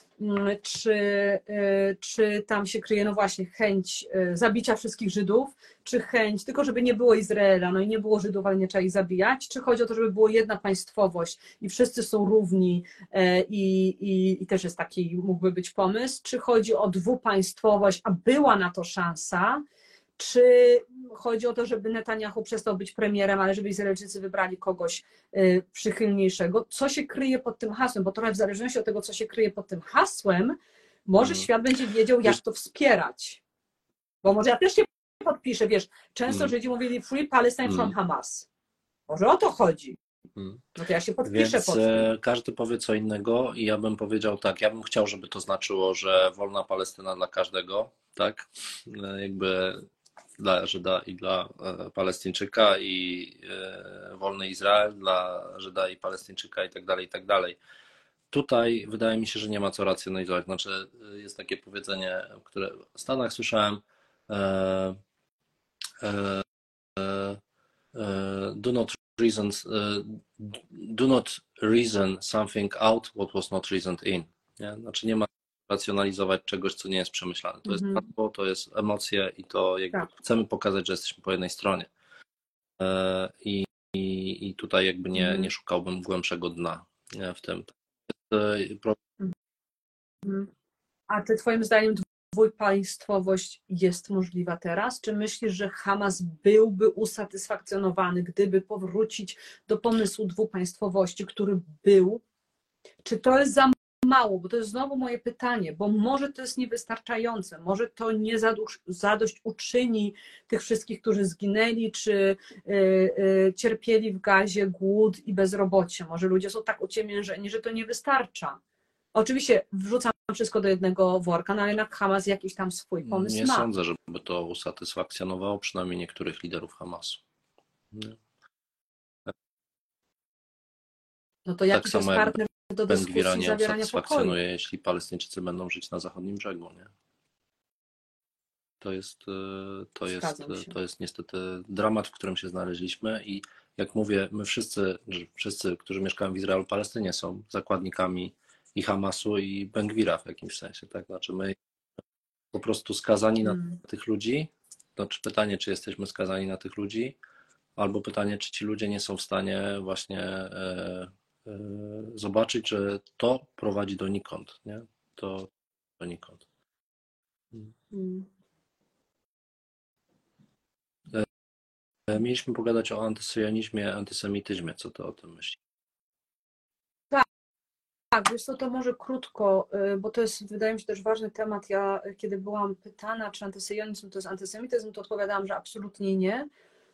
Czy tam się kryje, no właśnie, chęć zabicia wszystkich Żydów, czy chęć, tylko żeby nie było Izraela, no i nie było Żydów, ale nie trzeba ich zabijać, czy chodzi o to, żeby była jedna państwowość i wszyscy są równi i też jest taki, mógłby być pomysł, czy chodzi o dwupaństwowość, a była na to szansa, czy chodzi o to, żeby Netanyahu przestał być premierem, ale żeby Izraelczycy wybrali kogoś przychylniejszego. Co się kryje pod tym hasłem? Bo trochę w zależności od tego, co się kryje pod tym hasłem, może świat będzie wiedział, jak to wspierać. Bo może ja też się podpiszę, wiesz, często Żydzi mówili Free Palestine from Hamas. Może o to chodzi. No to ja się podpiszę pod tym. Każdy powie co innego i ja bym powiedział tak, ja bym chciał, żeby to znaczyło, że wolna Palestyna dla każdego, tak? Jakby dla Żyda i dla Palestyńczyka i wolny Izrael dla Żyda i Palestyńczyka i tak dalej, i tak dalej. Tutaj wydaje mi się, że nie ma co racjonalizować. Znaczy jest takie powiedzenie, które w Stanach słyszałem do not reason something out what was not reasoned in. Nie? Znaczy nie ma racjonalizować czegoś, co nie jest przemyślane. To jest hasło, to jest emocje i to jakby chcemy pokazać, że jesteśmy po jednej stronie. I tutaj jakby nie szukałbym głębszego dna w tym. A ty twoim zdaniem dwupaństwowość jest możliwa teraz? Czy myślisz, że Hamas byłby usatysfakcjonowany, gdyby powrócić do pomysłu dwupaństwowości, który był? Czy to jest za mało? Bo to jest znowu moje pytanie, bo może to jest niewystarczające, może to nie zadośćuczyni tych wszystkich, którzy zginęli, czy cierpieli w Gazie, głód i bezrobocie. Może ludzie są tak uciemiężeni, że to nie wystarcza. Oczywiście wrzucam wszystko do jednego worka, no ale jednak Hamas jakiś tam swój pomysł nie ma. Nie sądzę, żeby to usatysfakcjonowało przynajmniej niektórych liderów Hamasu. Nie. No to jaki to jest partner do dyskusji, nie zawierania pokoju? jeśli Palestyńczycy będą żyć na zachodnim brzegu, nie? To jest niestety dramat, w którym się znaleźliśmy i jak mówię, my wszyscy, którzy mieszkają w Izraelu, Palestynie, są zakładnikami i Hamasu i Ben-Gwira w jakimś sensie, tak? Znaczy my po prostu skazani na tych ludzi, znaczy pytanie, czy jesteśmy skazani na tych ludzi, albo pytanie, czy ci ludzie nie są w stanie właśnie zobaczyć, że to prowadzi donikąd, nie? To donikąd. Mieliśmy pogadać o antysyjonizmie, antysemityzmie. Co ty o tym myślisz? Tak, wiesz co, to może krótko, bo to jest, wydaje mi się, też ważny temat. Ja, kiedy byłam pytana, czy antysyjonizm to jest antysemityzm, to odpowiadałam, że absolutnie nie.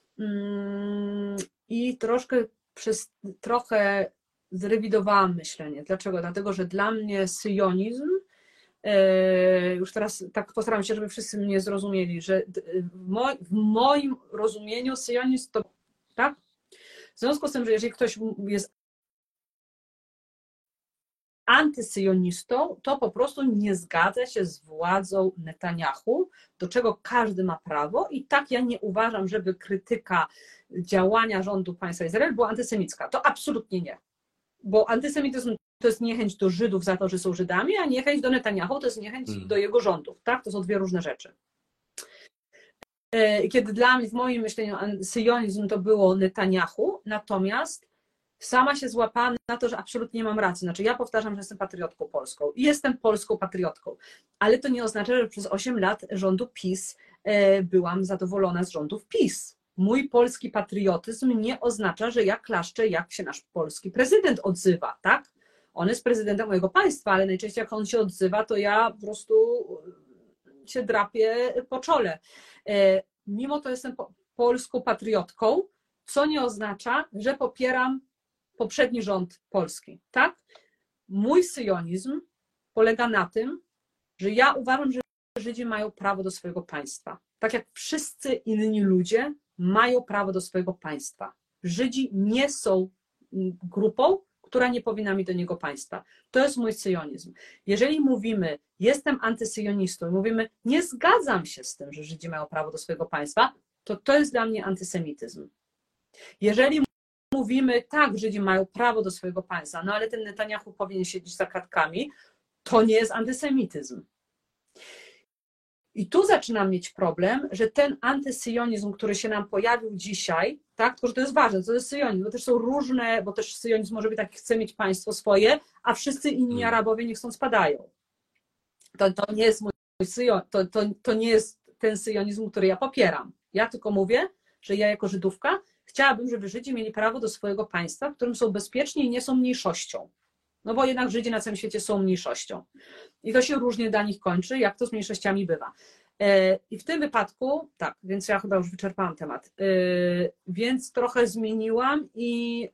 I trochę zrewidowałam myślenie. Dlaczego? Dlatego, że dla mnie syjonizm, już teraz tak postaram się, żeby wszyscy mnie zrozumieli, że w moim rozumieniu syjonizm to, tak? W związku z tym, że jeżeli ktoś jest antysyjonistą, to po prostu nie zgadza się z władzą Netanyahu, do czego każdy ma prawo i tak ja nie uważam, żeby krytyka działania rządu państwa Izrael była antysemicka. To absolutnie nie. Bo antysemityzm to jest niechęć do Żydów za to, że są Żydami, a niechęć do Netanyahu to jest niechęć do jego rządów. Tak? To są dwie różne rzeczy. Kiedy dla mnie, w moim myśleniu, syjonizm to było Netanyahu, natomiast sama się złapałam na to, że absolutnie nie mam racji. Znaczy ja powtarzam, że jestem patriotką polską i jestem polską patriotką, ale to nie oznacza, że przez 8 lat rządu PiS byłam zadowolona z rządów PiS. Mój polski patriotyzm nie oznacza, że ja klaszczę, jak się nasz polski prezydent odzywa, tak? On jest prezydentem mojego państwa, ale najczęściej jak on się odzywa, to ja po prostu się drapię po czole. Mimo to jestem polską patriotką, co nie oznacza, że popieram poprzedni rząd polski, tak? Mój syjonizm polega na tym, że ja uważam, że Żydzi mają prawo do swojego państwa. Tak jak wszyscy inni ludzie mają prawo do swojego państwa. Żydzi nie są grupą, która nie powinna mieć do niego państwa. To jest mój syjonizm. Jeżeli mówimy, jestem antysyjonistą i mówimy, nie zgadzam się z tym, że Żydzi mają prawo do swojego państwa, to jest dla mnie antysemityzm. Jeżeli mówimy, tak, Żydzi mają prawo do swojego państwa, no ale ten Netanyahu powinien siedzieć za kratkami, to nie jest antysemityzm. I tu zaczynam mieć problem, że ten antysyjonizm, który się nam pojawił dzisiaj, tak, tylko że to jest ważne, to jest syjonizm, bo też są różne, bo też syjonizm może być taki, chce mieć państwo swoje, a wszyscy inni Arabowie nie chcą spadają. To nie jest mój syjonizm, to nie jest ten syjonizm, który ja popieram. Ja tylko mówię, że ja jako Żydówka chciałabym, żeby Żydzi mieli prawo do swojego państwa, w którym są bezpieczni i nie są mniejszością. No bo jednak Żydzi na całym świecie są mniejszością. I to się różnie dla nich kończy, jak to z mniejszościami bywa. I w tym wypadku, tak, więc ja chyba już wyczerpałam temat, więc trochę zmieniłam i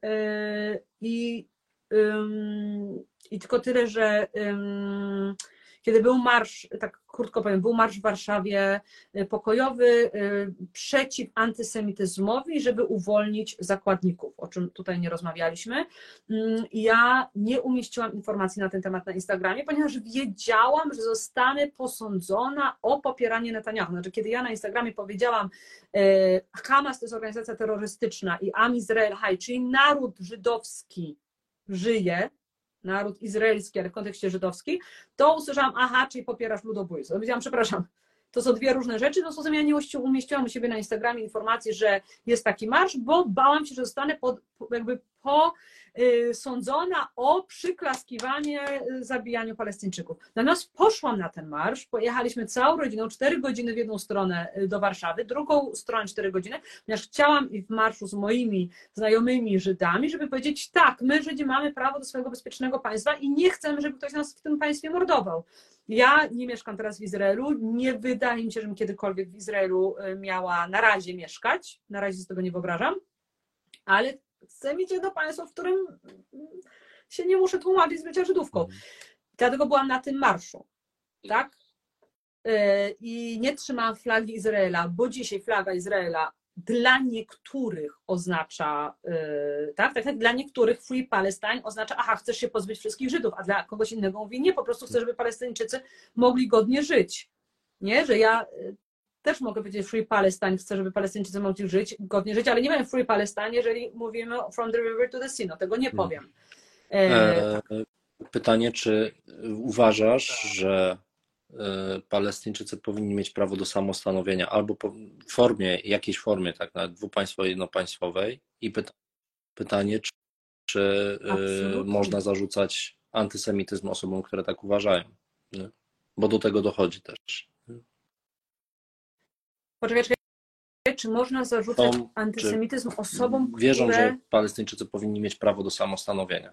tylko tyle, że kiedy był marsz, tak krótko powiem, był marsz w Warszawie pokojowy przeciw antysemityzmowi, żeby uwolnić zakładników, o czym tutaj nie rozmawialiśmy. Ja nie umieściłam informacji na ten temat na Instagramie, ponieważ wiedziałam, że zostanę posądzona o popieranie Netanyahu. Znaczy, kiedy ja na Instagramie powiedziałam, Hamas to jest organizacja terrorystyczna i Am Israel Haj, czyli naród żydowski żyje, naród izraelski, ale w kontekście żydowskim, to usłyszałam, aha, czyli popierasz ludobójstwo. Powiedziałam, przepraszam, to są dwie różne rzeczy, no ja nie umieściłam u siebie na Instagramie informacji, że jest taki marsz, bo bałam się, że zostanę sądzona o przyklaskiwanie zabijaniu Palestyńczyków. Natomiast poszłam na ten marsz, pojechaliśmy całą rodziną, 4 godziny w jedną stronę do Warszawy, drugą stronę 4 godziny, ponieważ chciałam i w marszu z moimi znajomymi Żydami, żeby powiedzieć tak, my Żydzi mamy prawo do swojego bezpiecznego państwa i nie chcemy, żeby ktoś nas w tym państwie mordował. Ja nie mieszkam teraz w Izraelu, nie wydaje mi się, żebym kiedykolwiek w Izraelu miała na razie mieszkać, na razie z tego nie wyobrażam, ale chcę mieć jedno państwo, w którym się nie muszę tłumaczyć z bycia Żydówką. Dlatego byłam na tym marszu, tak? I nie trzymałam flagi Izraela, bo dzisiaj flaga Izraela dla niektórych oznacza, tak, dla niektórych Free Palestine oznacza, aha, chcesz się pozbyć wszystkich Żydów, a dla kogoś innego mówi, nie, po prostu chcę, żeby Palestyńczycy mogli godnie żyć. Nie, że ja też mogę powiedzieć Free Palestine, chcę, żeby Palestyńczycy mogli żyć, godnie żyć, ale nie powiem Free Palestine, jeżeli mówimy from the river to the sea, no tego nie powiem. Pytanie, czy uważasz, że Palestyńczycy powinni mieć prawo do samostanowienia albo w formie, jakiejś formie, tak, nawet dwupaństwowej, jednopaństwowej, i pytanie, czy można zarzucać antysemityzm osobom, które tak uważają, nie? Bo do tego dochodzi też. Poczekaj, czy można zarzucać antysemityzm osobom, wierzą, które że Palestyńczycy powinni mieć prawo do samostanowienia?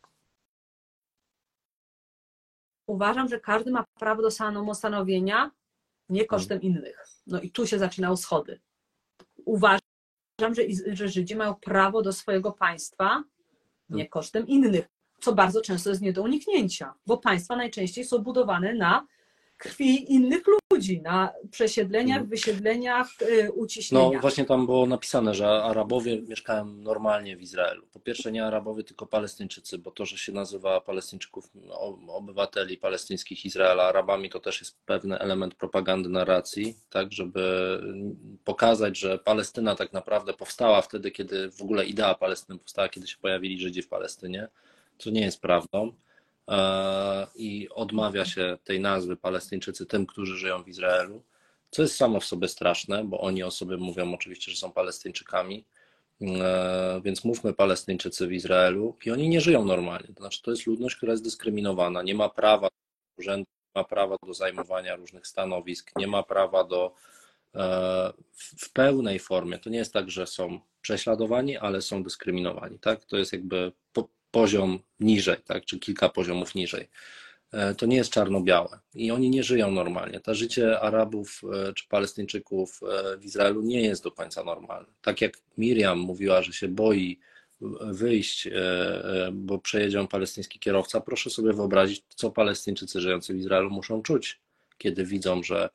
Uważam, że każdy ma prawo do samostanowienia, nie kosztem innych. No i tu się zaczynają schody. Uważam, że Żydzi mają prawo do swojego państwa, nie kosztem innych, co bardzo często jest nie do uniknięcia, bo państwa najczęściej są budowane na krwi innych ludzi, na przesiedleniach, wysiedleniach, uciśnieniach. No właśnie tam było napisane, że Arabowie mieszkają normalnie w Izraelu. Po pierwsze nie Arabowie, tylko Palestyńczycy, bo to, że się nazywa Palestyńczyków, obywateli palestyńskich Izraela Arabami, to też jest pewny element propagandy narracji, tak, żeby pokazać, że Palestyna tak naprawdę powstała wtedy, kiedy w ogóle idea Palestyny powstała, kiedy się pojawili Żydzi w Palestynie, co nie jest prawdą. I odmawia się tej nazwy Palestyńczycy tym, którzy żyją w Izraelu, co jest samo w sobie straszne, bo oni o sobie mówią oczywiście, że są Palestyńczykami, więc mówmy Palestyńczycy w Izraelu i oni nie żyją normalnie, to znaczy to jest ludność, która jest dyskryminowana, nie ma prawa do urzędu, nie ma prawa do zajmowania różnych stanowisk, nie ma prawa do w pełnej formie, to nie jest tak, że są prześladowani, ale są dyskryminowani, tak? To jest jakby poziom niżej, tak, czy kilka poziomów niżej. To nie jest czarno-białe i oni nie żyją normalnie. To życie Arabów czy Palestyńczyków w Izraelu nie jest do końca normalne. Tak jak Miriam mówiła, że się boi wyjść, bo przejedzie ją palestyński kierowca, proszę sobie wyobrazić, co Palestyńczycy żyjący w Izraelu muszą czuć, kiedy widzą, że...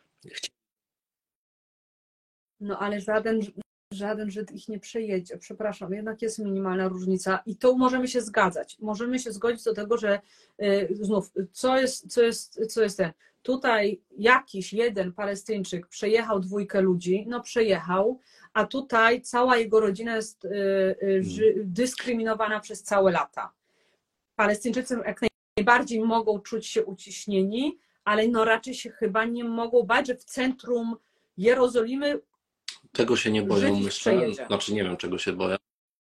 No ale żaden Żyd ich nie przejedzie. Przepraszam, jednak jest minimalna różnica i to możemy się zgadzać. Możemy się zgodzić do tego, że znów, co jest ten? Tutaj jakiś jeden Palestyńczyk przejechał 2 ludzi, no przejechał, a tutaj cała jego rodzina jest dyskryminowana przez całe lata. Palestyńczycy jak najbardziej mogą czuć się uciśnieni, ale no raczej się chyba nie mogą bać, że w centrum Jerozolimy tego się nie boją, myślę. Znaczy nie wiem, czego się boją.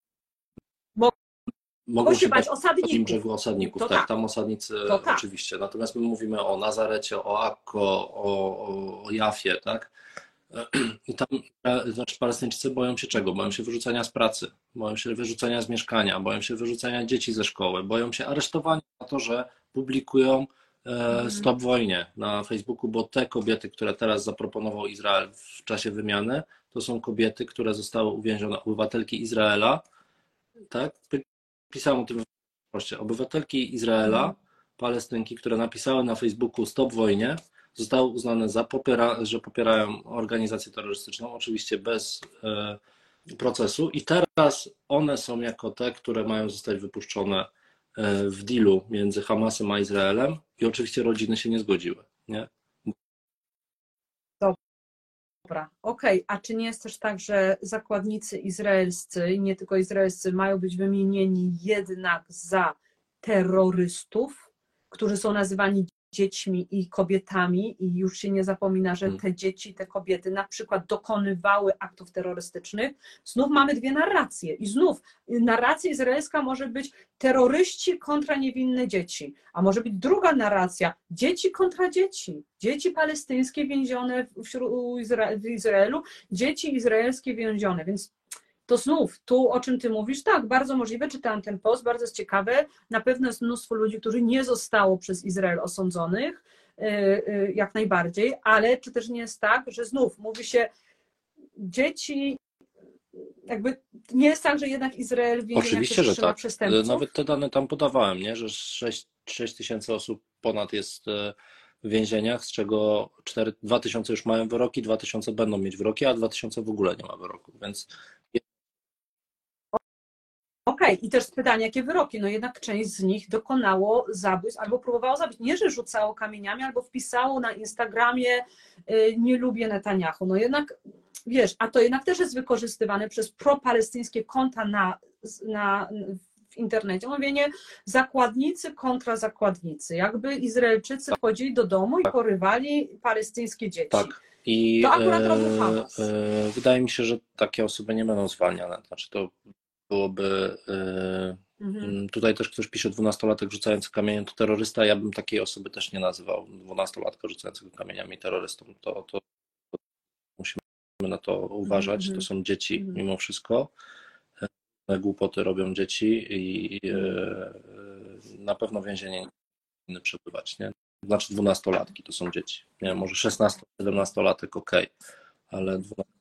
Mogą się bać osadników. Brzegu osadników, tak, tam osadnicy oczywiście. Natomiast my mówimy o Nazarecie, o Akko, o Jafie, tak? I tam, znaczy Palestyńczycy boją się czego? Boją się wyrzucenia z pracy, boją się wyrzucenia z mieszkania, boją się wyrzucenia dzieci ze szkoły, boją się aresztowania za to, że publikują Stop wojnie na Facebooku, bo te kobiety, które teraz zaproponował Izrael w czasie wymiany, to są kobiety, które zostały uwięzione, obywatelki Izraela, tak? Pisałem o tym w poście. Obywatelki Izraela, Palestynki, które napisały na Facebooku Stop wojnie, zostały uznane za że popierają organizację terrorystyczną, oczywiście bez procesu i teraz one są jako te, które mają zostać wypuszczone w dealu między Hamasem a Izraelem i oczywiście rodziny się nie zgodziły, nie? Dobra, okej. A czy nie jest też tak, że zakładnicy izraelscy i nie tylko izraelscy mają być wymienieni jednak za terrorystów, którzy są nazywani dziećmi i kobietami i już się nie zapomina, że te dzieci, te kobiety na przykład dokonywały aktów terrorystycznych, znów mamy dwie narracje i znów narracja izraelska może być terroryści kontra niewinne dzieci, a może być druga narracja, dzieci kontra dzieci, dzieci palestyńskie więzione w Izraelu, dzieci izraelskie więzione, więc to znów, tu o czym ty mówisz, tak, bardzo możliwe, czytałam ten post, bardzo jest ciekawe, na pewno jest mnóstwo ludzi, którzy nie zostało przez Izrael osądzonych, jak najbardziej, ale czy też nie jest tak, że znów mówi się, dzieci, jakby nie jest tak, że jednak Izrael w więzieniach Oczywiście, że tak. przestępców? Nawet te dane tam podawałem, nie? Że 6 tysięcy osób ponad jest w więzieniach, z czego 2000 już mają wyroki, 2000 będą mieć wyroki, a 2000 w ogóle nie ma wyroku, więc... Okej, i też pytanie, jakie wyroki? No jednak część z nich dokonało zabójstw albo próbowało zabić. Nie, że rzucało kamieniami, albo wpisało na Instagramie nie lubię Netanyahu. No jednak, wiesz, a to jednak też jest wykorzystywane przez propalestyńskie konta w internecie. Mówienie zakładnicy kontra zakładnicy. Jakby Izraelczycy wchodzili do domu i porywali palestyńskie dzieci. Tak. I to akurat robił Hamas. Wydaje mi się, że takie osoby nie będą zwalniane. Znaczy to byłoby... Tutaj też ktoś pisze 12-latek rzucający kamieniem to terrorysta. Ja bym takiej osoby też nie nazywał 12-latka rzucającego kamieniami terrorystą. To musimy na to uważać. To są dzieci mimo wszystko. Głupoty robią dzieci i na pewno więzienie nie powinny przebywać. Nie? Znaczy 12-latki to są dzieci. Nie, może 16-17-latek okej, ale 12.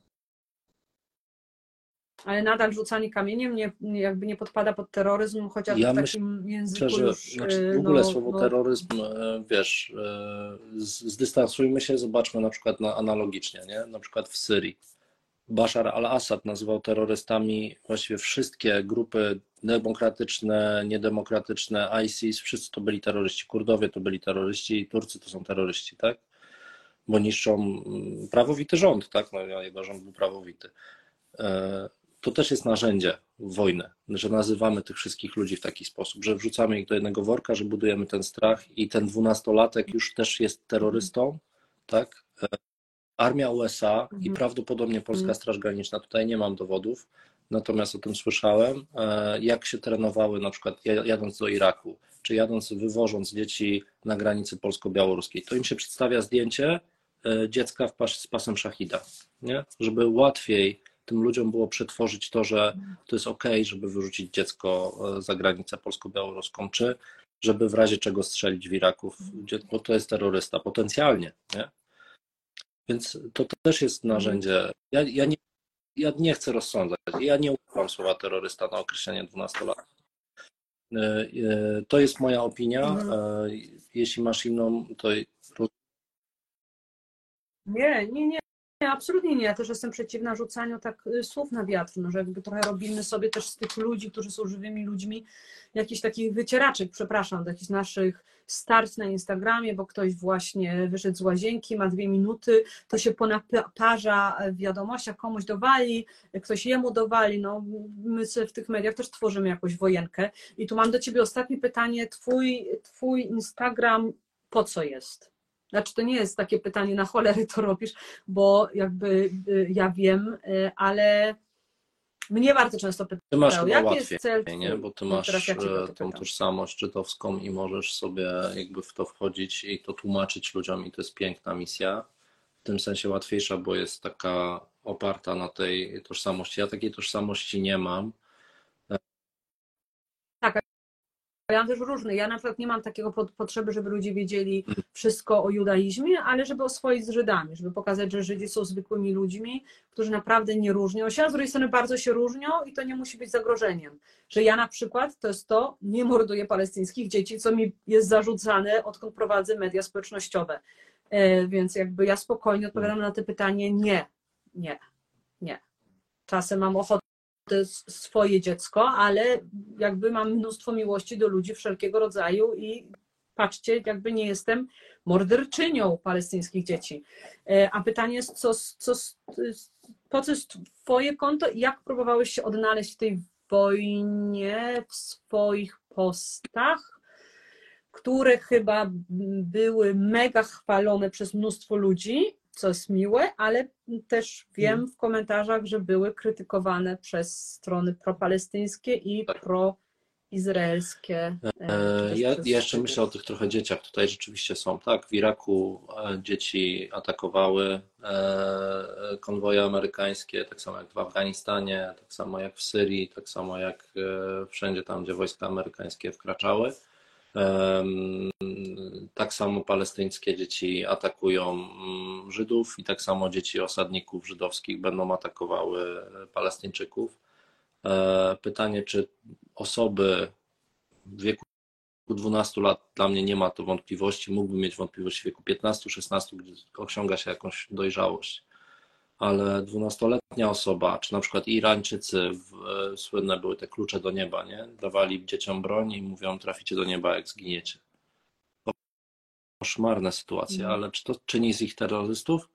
Ale nadal rzucanie kamieniem jakby nie podpada pod terroryzm, chociaż w takim języku że, już... w ogóle słowo terroryzm, wiesz, zdystansujmy się, zobaczmy na przykład analogicznie, nie? Na przykład w Syrii. Bashar al-Assad nazywał terrorystami właściwie wszystkie grupy demokratyczne, niedemokratyczne, ISIS, wszyscy to byli terroryści. Kurdowie to byli terroryści, Turcy to są terroryści, tak? Bo niszczą prawowity rząd, tak? No, jego rząd był prawowity. To też jest narzędzie wojny, że nazywamy tych wszystkich ludzi w taki sposób, że wrzucamy ich do jednego worka, że budujemy ten strach i ten 12-latek już też jest terrorystą, tak? Armia USA i prawdopodobnie Polska Straż Graniczna, tutaj nie mam dowodów, natomiast o tym słyszałem, jak się trenowały na przykład jadąc do Iraku, czy jadąc, wywożąc dzieci na granicy polsko-białoruskiej, to im się przedstawia zdjęcie dziecka z pasem szachida, nie? Żeby łatwiej tym ludziom było przetworzyć to, że to jest okej, żeby wyrzucić dziecko za granicę polsko-białoruską, czy żeby w razie czego strzelić w Iraku, bo to jest terrorysta potencjalnie, nie? Więc to też jest narzędzie. Ja nie chcę rozsądzać. Ja nie używam słowa terrorysta na określenie 12 lat. To jest moja opinia. Jeśli masz inną, to... Nie, absolutnie nie. Ja też jestem przeciwna rzucaniu tak słów na wiatr, no, że jakby trochę robimy sobie też z tych ludzi, którzy są żywymi ludźmi, jakichś takich wycieraczek, przepraszam, do jakichś naszych starć na Instagramie, bo ktoś właśnie wyszedł z łazienki, ma 2 minuty, to się ponaparza w wiadomościach, komuś dowali, ktoś jemu dowali, no my sobie w tych mediach też tworzymy jakąś wojenkę. I tu mam do ciebie ostatnie pytanie, twój Instagram po co jest? Znaczy to nie jest takie pytanie na cholery to robisz, bo jakby ja wiem, ale mnie bardzo często pytają, ty masz chyba jaki łatwiej, jest cel nie? Bo ty masz tą tożsamość żydowską i możesz sobie jakby w to wchodzić i to tłumaczyć ludziom i to jest piękna misja. W tym sensie łatwiejsza, bo jest taka oparta na tej tożsamości. Ja takiej tożsamości nie mam. Tak, ja mam też różne. Ja na przykład nie mam takiego potrzeby, żeby ludzie wiedzieli wszystko o judaizmie, ale żeby oswoić z Żydami, żeby pokazać, że Żydzi są zwykłymi ludźmi, którzy naprawdę nie różnią się, a z drugiej strony bardzo się różnią i to nie musi być zagrożeniem. Że ja na przykład, nie morduję palestyńskich dzieci, co mi jest zarzucane, odkąd prowadzę media społecznościowe. Więc jakby ja spokojnie odpowiadam na to pytanie, nie. Czasem mam ochotę swoje dziecko, ale jakby mam mnóstwo miłości do ludzi wszelkiego rodzaju i patrzcie, jakby nie jestem morderczynią palestyńskich dzieci. A pytanie jest, po co jest twoje konto i jak próbowałeś się odnaleźć w tej wojnie, w swoich postach, które chyba były mega chwalone przez mnóstwo ludzi, co jest miłe, ale też wiem w komentarzach, że były krytykowane przez strony propalestyńskie i proizraelskie. Ja jeszcze myślę o tych trochę dzieciach. Tutaj rzeczywiście są, tak? W Iraku dzieci atakowały konwoje amerykańskie, tak samo jak w Afganistanie, tak samo jak w Syrii, tak samo jak wszędzie tam, gdzie wojska amerykańskie wkraczały. Tak samo palestyńskie dzieci atakują Żydów i tak samo dzieci osadników żydowskich będą atakowały Palestyńczyków. Pytanie, czy osoby w wieku 12 lat, dla mnie nie ma to wątpliwości, mógłbym mieć wątpliwości w wieku 15-16, gdzie osiąga się jakąś dojrzałość, ale 12-letnia osoba, czy na przykład Irańczycy, słynne były te klucze do nieba, nie? Dawali dzieciom broń i mówią, traficie do nieba, jak zginiecie. Koszmarne sytuacje, ale czy to czyni z ich terrorystów?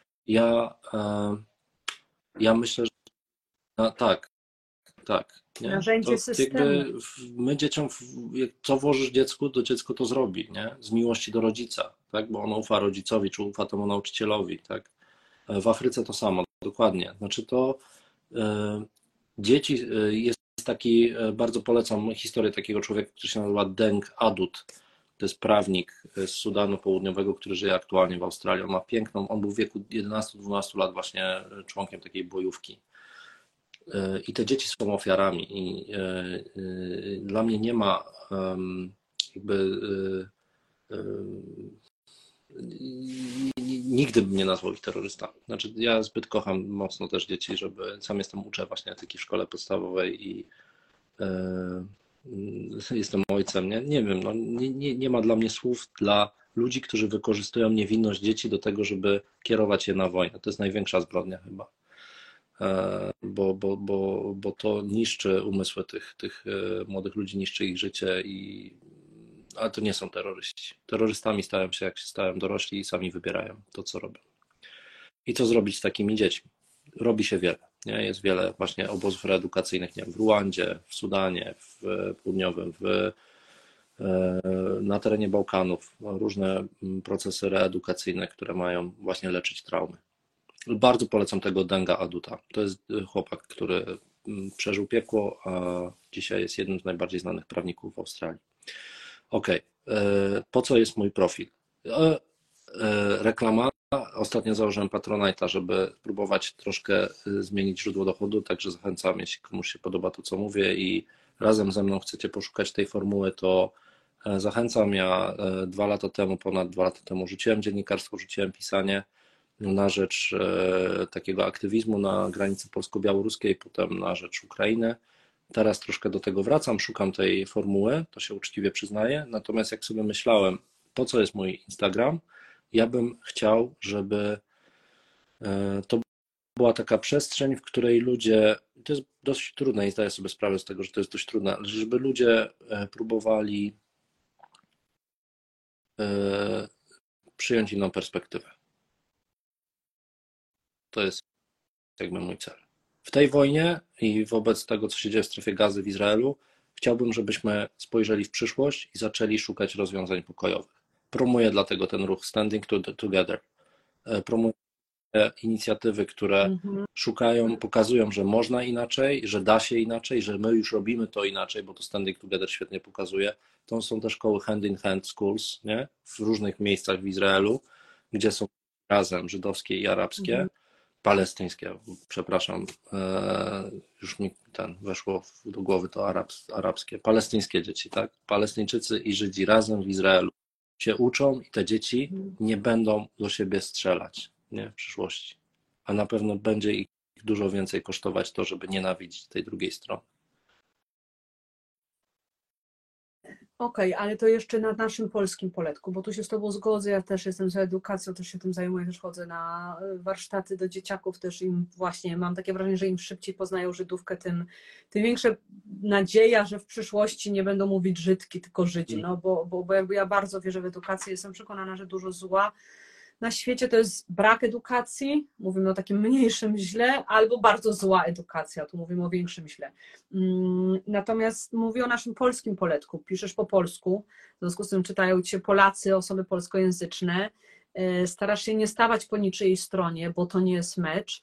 Ja myślę, że tak. Nie? Narzędzie systemu. My dzieciom, co włożysz dziecku, to dziecko to zrobi, nie? Z miłości do rodzica, tak? Bo ono ufa rodzicowi, czy ufa temu nauczycielowi, tak? W Afryce to samo, dokładnie. Znaczy to dzieci, jest taki, bardzo polecam historię takiego człowieka, który się nazywa Deng Adut. To jest prawnik z Sudanu Południowego, który żyje aktualnie w Australii. On ma piękną, on był w wieku 11-12 lat właśnie członkiem takiej bojówki. I te dzieci są ofiarami i dla mnie nie ma jakby nigdy bym nie nazwał ich terrorystami. Znaczy ja zbyt kocham mocno też dzieci, żeby sam uczę właśnie etyki w szkole podstawowej i jestem ojcem, nie wiem, no, nie ma dla mnie słów dla ludzi, którzy wykorzystują niewinność dzieci do tego, żeby kierować je na wojnę. To jest największa zbrodnia chyba. Bo to niszczy umysły tych młodych ludzi, niszczy ich życie, ale to nie są terroryści. Terrorystami stają się, jak się stają dorośli i sami wybierają to, co robią. I co zrobić z takimi dziećmi? Robi się wiele. Nie? Jest wiele właśnie obozów reedukacyjnych, nie wiem, w Ruandzie, w Sudanie, w Południowym, na terenie Bałkanów. Różne procesy reedukacyjne, które mają właśnie leczyć traumy. Bardzo polecam tego Denga Aduta. To jest chłopak, który przeżył piekło, a dzisiaj jest jednym z najbardziej znanych prawników w Australii. Okej, po co jest mój profil? Reklama. Ostatnio założyłem Patronite'a, żeby próbować troszkę zmienić źródło dochodu, także zachęcam, jeśli komuś się podoba to, co mówię i razem ze mną chcecie poszukać tej formuły, to zachęcam. Ja ponad 2 lata temu rzuciłem dziennikarstwo, rzuciłem pisanie na rzecz takiego aktywizmu na granicy polsko-białoruskiej, potem na rzecz Ukrainy. Teraz troszkę do tego wracam, szukam tej formuły, to się uczciwie przyznaję. Natomiast jak sobie myślałem, po co jest mój Instagram, ja bym chciał, żeby to była taka przestrzeń, w której ludzie, to jest dość trudne i zdaję sobie sprawę z tego, że to jest dość trudne, ale żeby ludzie próbowali przyjąć inną perspektywę. To jest jakby mój cel. W tej wojnie i wobec tego, co się dzieje w strefie Gazy w Izraelu, chciałbym, żebyśmy spojrzeli w przyszłość i zaczęli szukać rozwiązań pokojowych. Promuję dlatego ten ruch Standing Together. Promuję inicjatywy, które szukają, pokazują, że można inaczej, że da się inaczej, że my już robimy to inaczej, bo to Standing Together świetnie pokazuje. To są też szkoły Hand in Hand Schools, nie? W różnych miejscach w Izraelu, gdzie są razem żydowskie i arabskie. Palestyńskie, przepraszam, już mi weszło do głowy to arabskie, palestyńskie dzieci, tak? Palestyńczycy i Żydzi razem w Izraelu się uczą i te dzieci nie będą do siebie strzelać, nie? W przyszłości. A na pewno będzie ich dużo więcej kosztować to, żeby nienawidzić tej drugiej strony. Okej, ale to jeszcze na naszym polskim poletku, bo tu się z Tobą zgodzę, ja też jestem za edukacją, też się tym zajmuję, też chodzę na warsztaty do dzieciaków, też im właśnie, mam takie wrażenie, że im szybciej poznają Żydówkę, tym większa nadzieja, że w przyszłości nie będą mówić Żydki, tylko Żydzi, no bo jakby ja bardzo wierzę w edukację, jestem przekonana, że dużo zła na świecie to jest brak edukacji, mówimy o takim mniejszym źle, albo bardzo zła edukacja, tu mówimy o większym źle. Natomiast mówię o naszym polskim poletku, piszesz po polsku, w związku z tym czytają cię Polacy, osoby polskojęzyczne, starasz się nie stawać po niczyjej stronie, bo to nie jest mecz.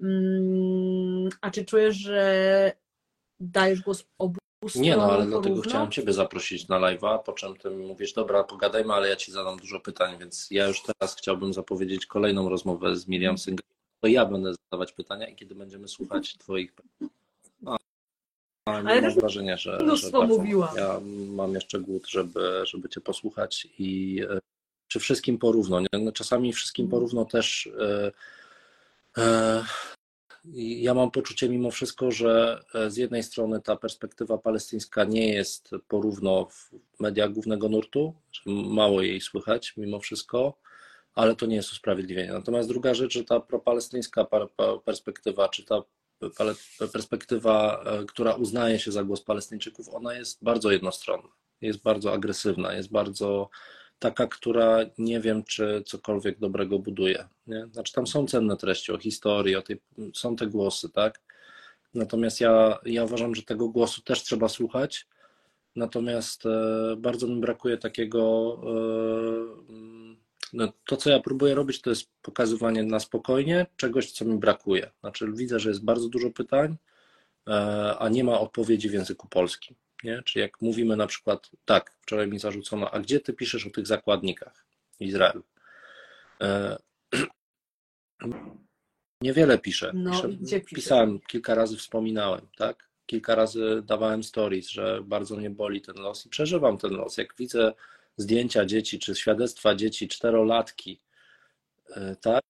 A czy czujesz, że dajesz głos obu stronom? Nie, no ale dlatego chciałem Ciebie zaprosić na live'a, po czym Ty mi mówisz, dobra, pogadajmy, ale ja Ci zadam dużo pytań, więc ja już teraz chciałbym zapowiedzieć kolejną rozmowę z Miriam Singer. To ja będę zadawać pytania i kiedy będziemy słuchać Twoich pytań. Ale mam wrażenie, że mówiła. Ja mam jeszcze głód, żeby Cię posłuchać i czy wszystkim porówno. Nie? No, czasami wszystkim porówno też ja mam poczucie mimo wszystko, że z jednej strony ta perspektywa palestyńska nie jest porówno w mediach głównego nurtu, że mało jej słychać mimo wszystko, ale to nie jest usprawiedliwienie. Natomiast druga rzecz, że ta propalestyńska perspektywa, czy ta perspektywa, która uznaje się za głos Palestyńczyków, ona jest bardzo jednostronna, jest bardzo agresywna, jest bardzo taka, która nie wiem, czy cokolwiek dobrego buduje. Nie? Znaczy tam są cenne treści o historii, są te głosy, tak? Natomiast ja uważam, że tego głosu też trzeba słuchać, natomiast bardzo mi brakuje takiego, no, to co ja próbuję robić, to jest pokazywanie na spokojnie czegoś, co mi brakuje. Znaczy widzę, że jest bardzo dużo pytań, a nie ma odpowiedzi w języku polskim. Nie? Czyli jak mówimy na przykład, tak, wczoraj mi zarzucono, a gdzie ty piszesz o tych zakładnikach w Izraelu? Niewiele piszę. Pisałem, kilka razy wspominałem, tak? Kilka razy dawałem stories, że bardzo mnie boli ten los i przeżywam ten los. Jak widzę zdjęcia dzieci, czy świadectwa dzieci, 4-latki, tak?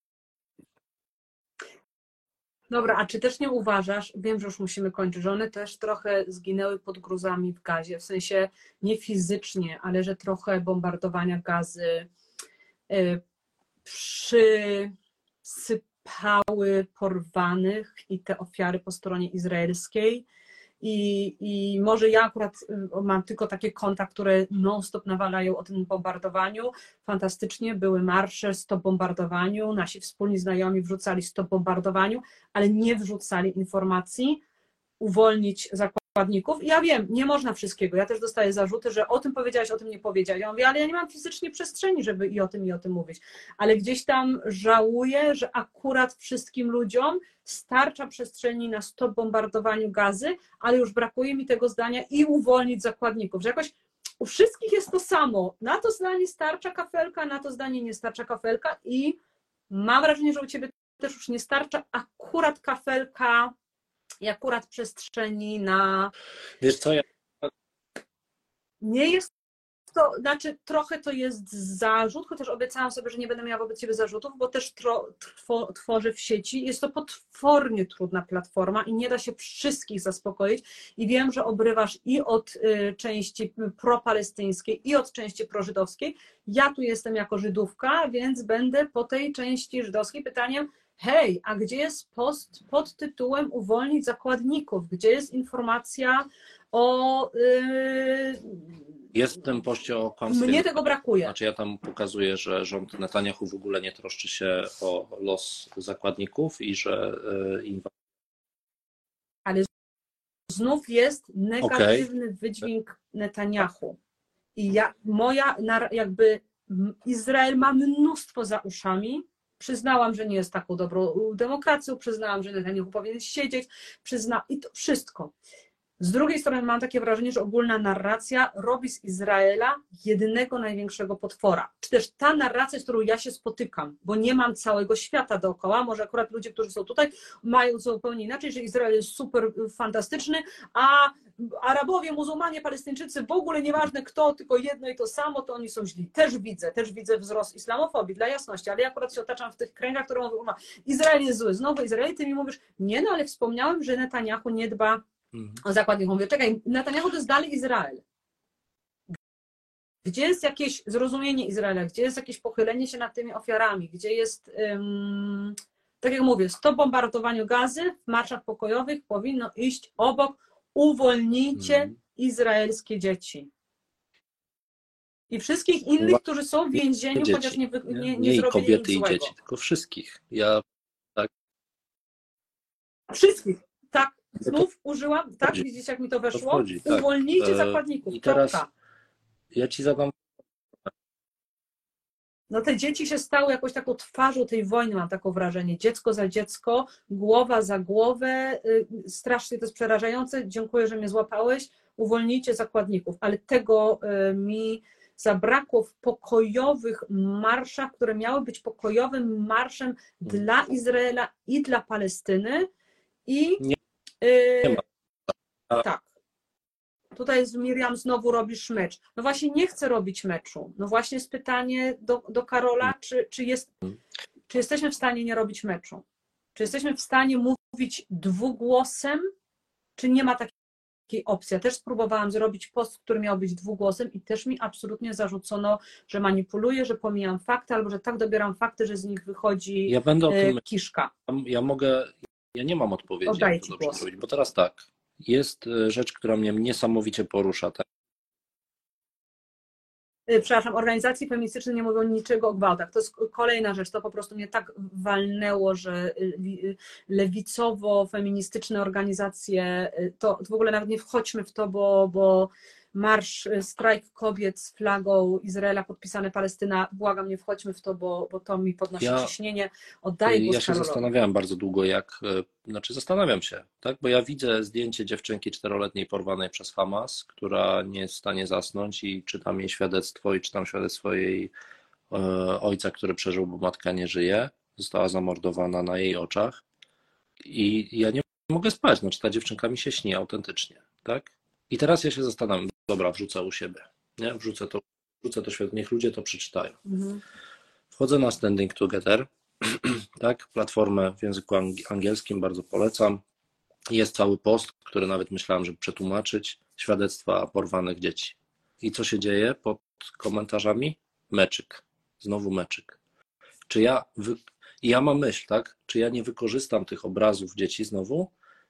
Dobra, a czy też nie uważasz, wiem, że już musimy kończyć, że one też trochę zginęły pod gruzami w Gazie, w sensie nie fizycznie, ale że trochę bombardowania Gazy przysypały porwanych i te ofiary po stronie izraelskiej. I może ja akurat mam tylko takie konta, które non-stop nawalają o tym bombardowaniu. Fantastycznie, były marsze stop bombardowaniu, nasi wspólni znajomi wrzucali stop bombardowaniu, ale nie wrzucali informacji uwolnić zakładników. I ja wiem, nie można wszystkiego. Ja też dostaję zarzuty, że o tym powiedziałeś, o tym nie powiedziałeś. Ja mówię, ale ja nie mam fizycznie przestrzeni, żeby i o tym mówić. Ale gdzieś tam żałuję, że akurat wszystkim ludziom starcza przestrzeni na stop bombardowaniu Gazy, ale już brakuje mi tego zdania i uwolnić zakładników, że jakoś u wszystkich jest to samo. Na to zdanie starcza kafelka, na to zdanie nie starcza kafelka i mam wrażenie, że u Ciebie też już nie starcza akurat kafelka i akurat przestrzeni na... Wiesz co, Nie jest to, znaczy trochę to jest zarzut, chociaż obiecałam sobie, że nie będę miała wobec Ciebie zarzutów, bo też tworzę w sieci. Jest to potwornie trudna platforma i nie da się wszystkich zaspokoić. I wiem, że obrywasz i od części propalestyńskiej, i od części prożydowskiej. Ja tu jestem jako Żydówka, więc będę po tej części żydowskiej pytaniem: hej, a gdzie jest post pod tytułem uwolnić zakładników? Gdzie jest informacja o... Jest w tym poście o kłamstwie. Mnie tego brakuje. Znaczy ja tam pokazuję, że rząd Netanyahu w ogóle nie troszczy się o los zakładników i że Ale znów jest negatywny wydźwięk Netanyahu. I Izrael ma mnóstwo za uszami. Przyznałam, że nie jest taką dobrą demokracją, przyznałam, że Netanyahu powinien siedzieć, i to wszystko. Z drugiej strony mam takie wrażenie, że ogólna narracja robi z Izraela jedynego największego potwora. Czy też ta narracja, z którą ja się spotykam, bo nie mam całego świata dookoła, może akurat ludzie, którzy są tutaj, mają zupełnie inaczej, że Izrael jest super fantastyczny, a Arabowie, muzułmanie, Palestyńczycy, w ogóle nieważne kto, tylko jedno i to samo, to oni są źli. Też widzę wzrost islamofobii, dla jasności, ale ja akurat się otaczam w tych kręgach, które mówią, Izrael jest zły. Znowu Izrael, ty mi mówisz, nie, no ale wspomniałem, że Netanyahu nie dba o zakładników. Mówię, czekaj, Netanyahu to jest dalej Izrael. Gdzie jest jakieś zrozumienie Izraela? Gdzie jest jakieś pochylenie się nad tymi ofiarami? Gdzie jest, tak jak mówię, stop bombardowaniu Gazy w marszach pokojowych powinno iść obok uwolnijcie izraelskie dzieci. I wszystkich innych, którzy są w więzieniu, dzieci, chociaż nie i zrobili kobiety nic i złego. dzieci, tylko wszystkich. Ja tak. Wszystkich. Tak, znów użyłam, tak, widzicie jak mi to weszło? Wchodzi, tak. Uwolnijcie zakładników. I teraz ja ci zadam. No te dzieci się stały jakąś taką twarzą tej wojny, mam takie wrażenie. Dziecko za dziecko, głowa za głowę. Strasznie to jest przerażające. Dziękuję, że mnie złapałeś. Uwolnijcie zakładników. Ale tego mi zabrakło w pokojowych marszach, które miały być pokojowym marszem dla Izraela i dla Palestyny. I Nie ma. tak. Tutaj z Miriam znowu robisz mecz. No właśnie nie chcę robić meczu. No właśnie jest pytanie do Karola, czy jesteśmy w stanie nie robić meczu? Czy jesteśmy w stanie mówić dwugłosem, czy nie ma takiej opcji? Ja też spróbowałam zrobić post, który miał być dwugłosem i też mi absolutnie zarzucono, że manipuluję, że pomijam fakty, albo że tak dobieram fakty, że z nich wychodzi kiszka. Ja nie mam odpowiedzi, jak to dobrze zrobić, bo teraz tak. Jest rzecz, która mnie niesamowicie porusza. Tak? Przepraszam, organizacje feministyczne nie mówią niczego o gwałtach. To jest kolejna rzecz, to po prostu mnie tak walnęło, że lewicowo-feministyczne organizacje, to w ogóle nawet nie wchodźmy w to, bo marsz, strajk kobiet z flagą Izraela, podpisane Palestyna, błagam, nie wchodźmy w to, bo to mi podnosi ciśnienie. Oddaję głos Ja się Karolowi. zastanawiałem bardzo długo, zastanawiam się, tak? Bo ja widzę zdjęcie dziewczynki 4-letniej porwanej przez Hamas, która nie jest w stanie zasnąć i czytam jej świadectwo jej ojca, który przeżył, bo matka nie żyje, została zamordowana na jej oczach i ja nie mogę spać, ta dziewczynka mi się śni autentycznie, tak? I teraz ja się zastanawiam, dobra, wrzucę u siebie, nie? Wrzucę to świat, niech ludzie to przeczytają. Wchodzę na Standing Together, tak, platformę w języku angielskim, bardzo polecam. Jest cały post, który nawet myślałem, żeby przetłumaczyć, świadectwa porwanych dzieci. I co się dzieje pod komentarzami? Meczyk. Znowu meczyk. Ja mam myśl, tak? Czy ja nie wykorzystam tych obrazów dzieci znowu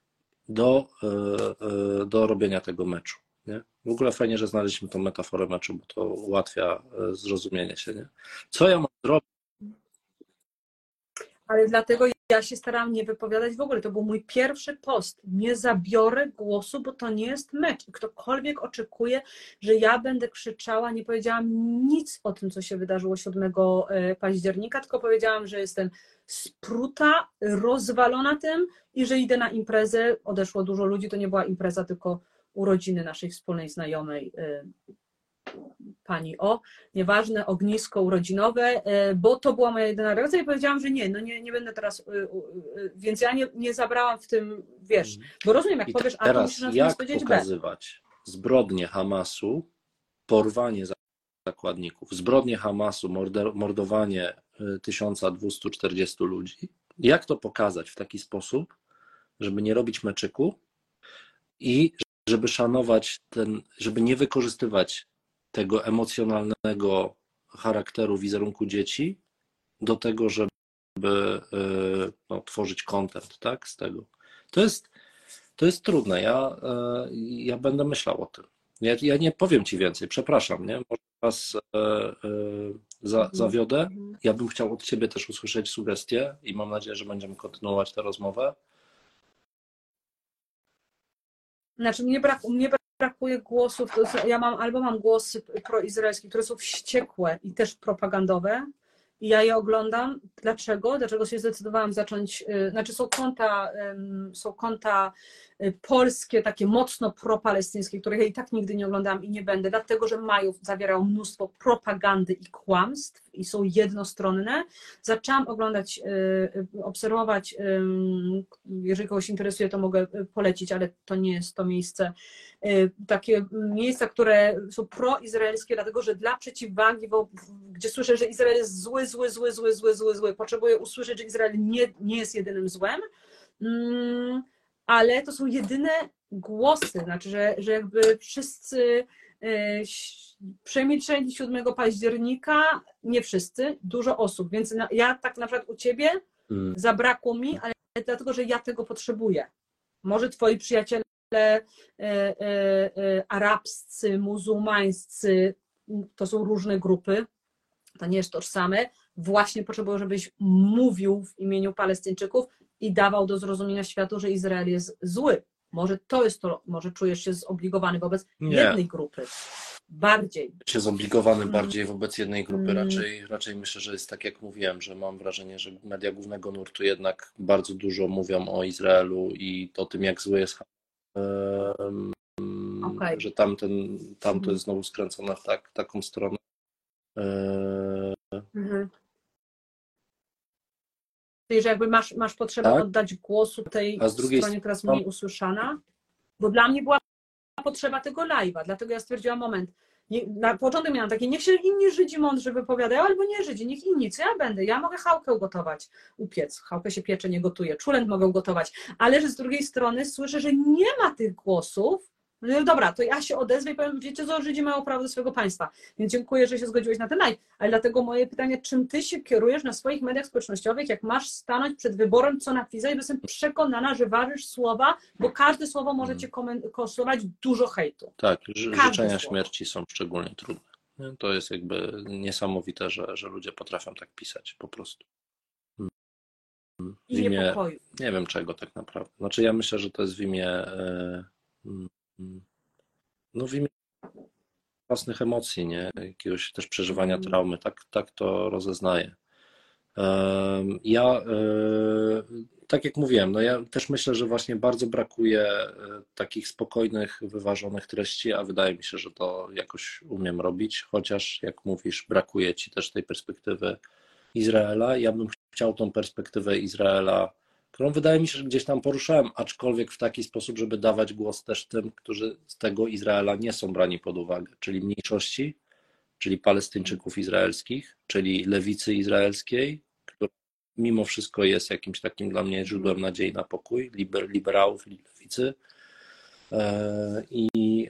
do robienia tego meczu? Nie? W ogóle fajnie, że znaleźliśmy tą metaforę meczu, bo to ułatwia zrozumienie się. Nie? Co ja mam zrobić? Ale dlatego ja się starałam nie wypowiadać w ogóle. To był mój pierwszy post. Nie zabiorę głosu, bo to nie jest mecz. Ktokolwiek oczekuje, że ja będę krzyczała, nie powiedziałam nic o tym, co się wydarzyło 7 października, tylko powiedziałam, że jestem spruta, rozwalona tym i że idę na imprezę. Odeszło dużo ludzi, to nie była impreza, tylko urodziny naszej wspólnej znajomej, pani nieważne, ognisko urodzinowe, bo to była moja jedyna reakcja i powiedziałam, że nie będę teraz, więc ja nie zabrałam w tym, wiesz, bo rozumiem, jak powiesz A, to musisz natomiast powiedzieć B. Jak pokazywać zbrodnie Hamasu, porwanie zakładników, zbrodnie Hamasu, mordowanie 1240 ludzi, jak to pokazać w taki sposób, żeby nie robić meczyku i żeby szanować żeby nie wykorzystywać tego emocjonalnego charakteru wizerunku dzieci do tego, żeby tworzyć content, tak, z tego. To jest trudne. Ja będę myślał o tym. Ja nie powiem ci więcej, przepraszam, nie? Może was zawiodę. Ja bym chciał od ciebie też usłyszeć sugestie i mam nadzieję, że będziemy kontynuować tę rozmowę. Znaczy mnie brakuje głosów, mam głosy proizraelskie, które są wściekłe i też propagandowe i ja je oglądam. Dlaczego? Dlaczego się zdecydowałam zacząć, są konta polskie, takie mocno propalestyńskie, których ja i tak nigdy nie oglądałam i nie będę, dlatego, że zawierają mnóstwo propagandy i kłamstw i są jednostronne. Zaczęłam obserwować, jeżeli kogoś interesuje, to mogę polecić, ale to nie jest to miejsce, takie miejsca, które są proizraelskie, dlatego, że dla przeciwwagi, gdzie słyszę, że Izrael jest zły, potrzebuję usłyszeć, że Izrael nie jest jedynym złem, ale to są jedyne głosy, znaczy, że jakby wszyscy przemilczeli 7 października, nie wszyscy, dużo osób, więc ja tak na przykład u ciebie zabrakło mi, ale dlatego, że ja tego potrzebuję. Może twoi przyjaciele arabscy, muzułmańscy to są różne grupy, to nie jest tożsame, właśnie potrzebują, żebyś mówił w imieniu Palestyńczyków i dawał do zrozumienia światu, że Izrael jest zły. Może to jest to, może czujesz się zobligowany wobec jednej grupy. Bardziej. Się zobligowany bardziej wobec jednej grupy. Raczej myślę, że jest tak, jak mówiłem, że mam wrażenie, że media głównego nurtu jednak bardzo dużo mówią o Izraelu i o tym, jak zły jest, że tamto jest znowu skręcone w taką stronę. Czyli, że jakby masz potrzebę oddać głosu tej stronie, która jest mniej usłyszana? Bo dla mnie była potrzeba tego live'a, dlatego ja stwierdziłam, moment, na początek miałam takie, niech się inni Żydzi mądrzy wypowiadają, albo nie Żydzi, niech inni, co ja będę, ja mogę chałkę ugotować, upiec, chałkę się piecze, nie gotuje, czulent mogę ugotować, ale że z drugiej strony słyszę, że nie ma tych głosów. No dobra, to ja się odezwę i powiem, wiecie co, Żydzi mają prawo do swojego państwa, więc dziękuję, że się zgodziłeś na ten live, ale dlatego moje pytanie, czym ty się kierujesz na swoich mediach społecznościowych, jak masz stanąć przed wyborem, co napisać, bo jestem przekonana, że ważysz słowa, bo każde słowo może cię kosztować dużo hejtu. Tak, życzenia śmierci są szczególnie trudne. To jest jakby niesamowite, że ludzie potrafią tak pisać po prostu. I niepokoju. Nie wiem czego tak naprawdę. Znaczy ja myślę, że to jest w imię własnych emocji, nie? Jakiegoś też przeżywania traumy. Tak to rozeznaję. Tak jak mówiłem, no ja też myślę, że właśnie bardzo brakuje takich spokojnych, wyważonych treści, a wydaje mi się, że to jakoś umiem robić, chociaż jak mówisz, brakuje ci też tej perspektywy Izraela. Ja bym chciał tą perspektywę Izraela, którą wydaje mi się, że gdzieś tam poruszałem, aczkolwiek w taki sposób, żeby dawać głos też tym, którzy z tego Izraela nie są brani pod uwagę, czyli mniejszości, czyli Palestyńczyków izraelskich, czyli lewicy izraelskiej, która mimo wszystko jest jakimś takim dla mnie źródłem nadziei na pokój, liberałów i lewicy i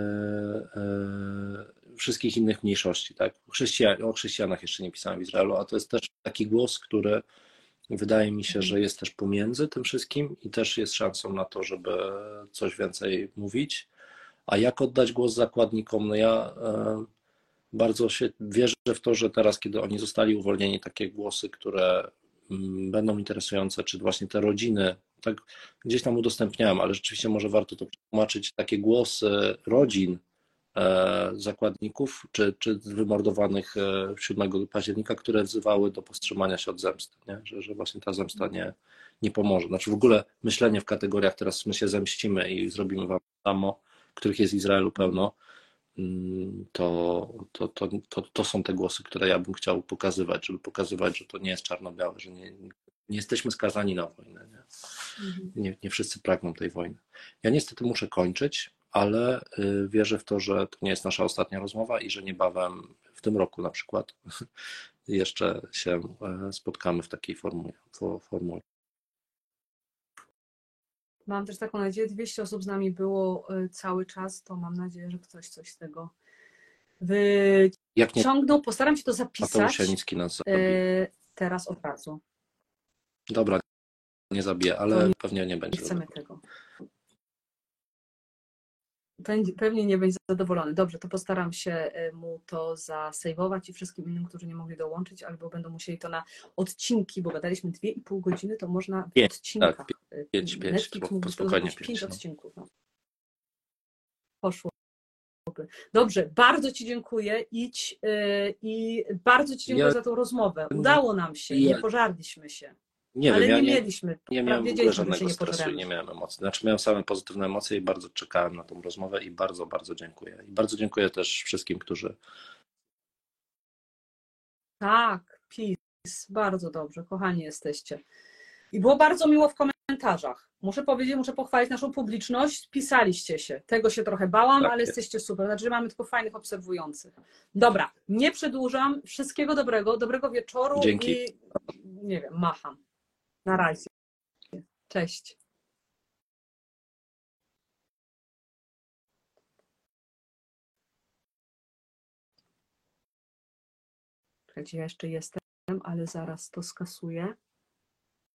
wszystkich innych mniejszości. Tak? O chrześcijanach jeszcze nie pisałem w Izraelu, a to jest też taki głos, który wydaje mi się, że jest też pomiędzy tym wszystkim i też jest szansą na to, żeby coś więcej mówić. A jak oddać głos zakładnikom? No ja bardzo się wierzę w to, że teraz, kiedy oni zostali uwolnieni, takie głosy, które będą interesujące, czy właśnie te rodziny, tak gdzieś tam udostępniałem, ale rzeczywiście może warto to przetłumaczyć, takie głosy rodzin zakładników, czy wymordowanych 7 października, które wzywały do powstrzymania się od zemsty, nie? Że właśnie ta zemsta nie pomoże. Znaczy w ogóle myślenie w kategoriach teraz my się zemścimy i zrobimy wam samo, których jest w Izraelu pełno, to są te głosy, które ja bym chciał pokazywać, żeby pokazywać, że to nie jest czarno-białe, że nie jesteśmy skazani na wojnę. Nie wszyscy pragną tej wojny. Ja niestety muszę kończyć, ale wierzę w to, że to nie jest nasza ostatnia rozmowa i że niebawem w tym roku na przykład jeszcze się spotkamy w takiej formule. Mam też taką nadzieję, 200 osób z nami było cały czas, to mam nadzieję, że ktoś coś z tego wyciągnął. Postaram się to zapisać teraz od razu. Dobra, nie zabiję, ale pewnie nie będzie. Nie chcemy tego. Pewnie nie będzie zadowolony. Dobrze, to postaram się mu to zasejwować i wszystkim innym, którzy nie mogli dołączyć, albo będą musieli to na odcinki, bo gadaliśmy 2,5 godziny, to można w odcinkach. Tak, 5, Netflix mówi, spokojnie 5 odcinków. No. Poszło. Dobrze, bardzo Ci dziękuję. Idź i bardzo Ci dziękuję za tą rozmowę. Udało nam się, nie pożarliśmy się. Nie ale wiem, nie mieliśmy. Nie miałem w ogóle żadnego stresu i nie miałem emocji. Znaczy miałem same pozytywne emocje i bardzo czekałem na tą rozmowę i bardzo, bardzo dziękuję. I bardzo dziękuję też wszystkim, którzy... Tak, PiS, bardzo dobrze, kochani jesteście. I było bardzo miło w komentarzach. Muszę powiedzieć, muszę pochwalić naszą publiczność. Pisaliście się. Tego się trochę bałam, ale jesteście super. Znaczy, że mamy tylko fajnych obserwujących. Dobra, nie przedłużam. Wszystkiego dobrego wieczoru. Dzięki. I nie wiem, macham. Na razie. Cześć. Słuchajcie, ja jeszcze jestem, ale zaraz to skasuję.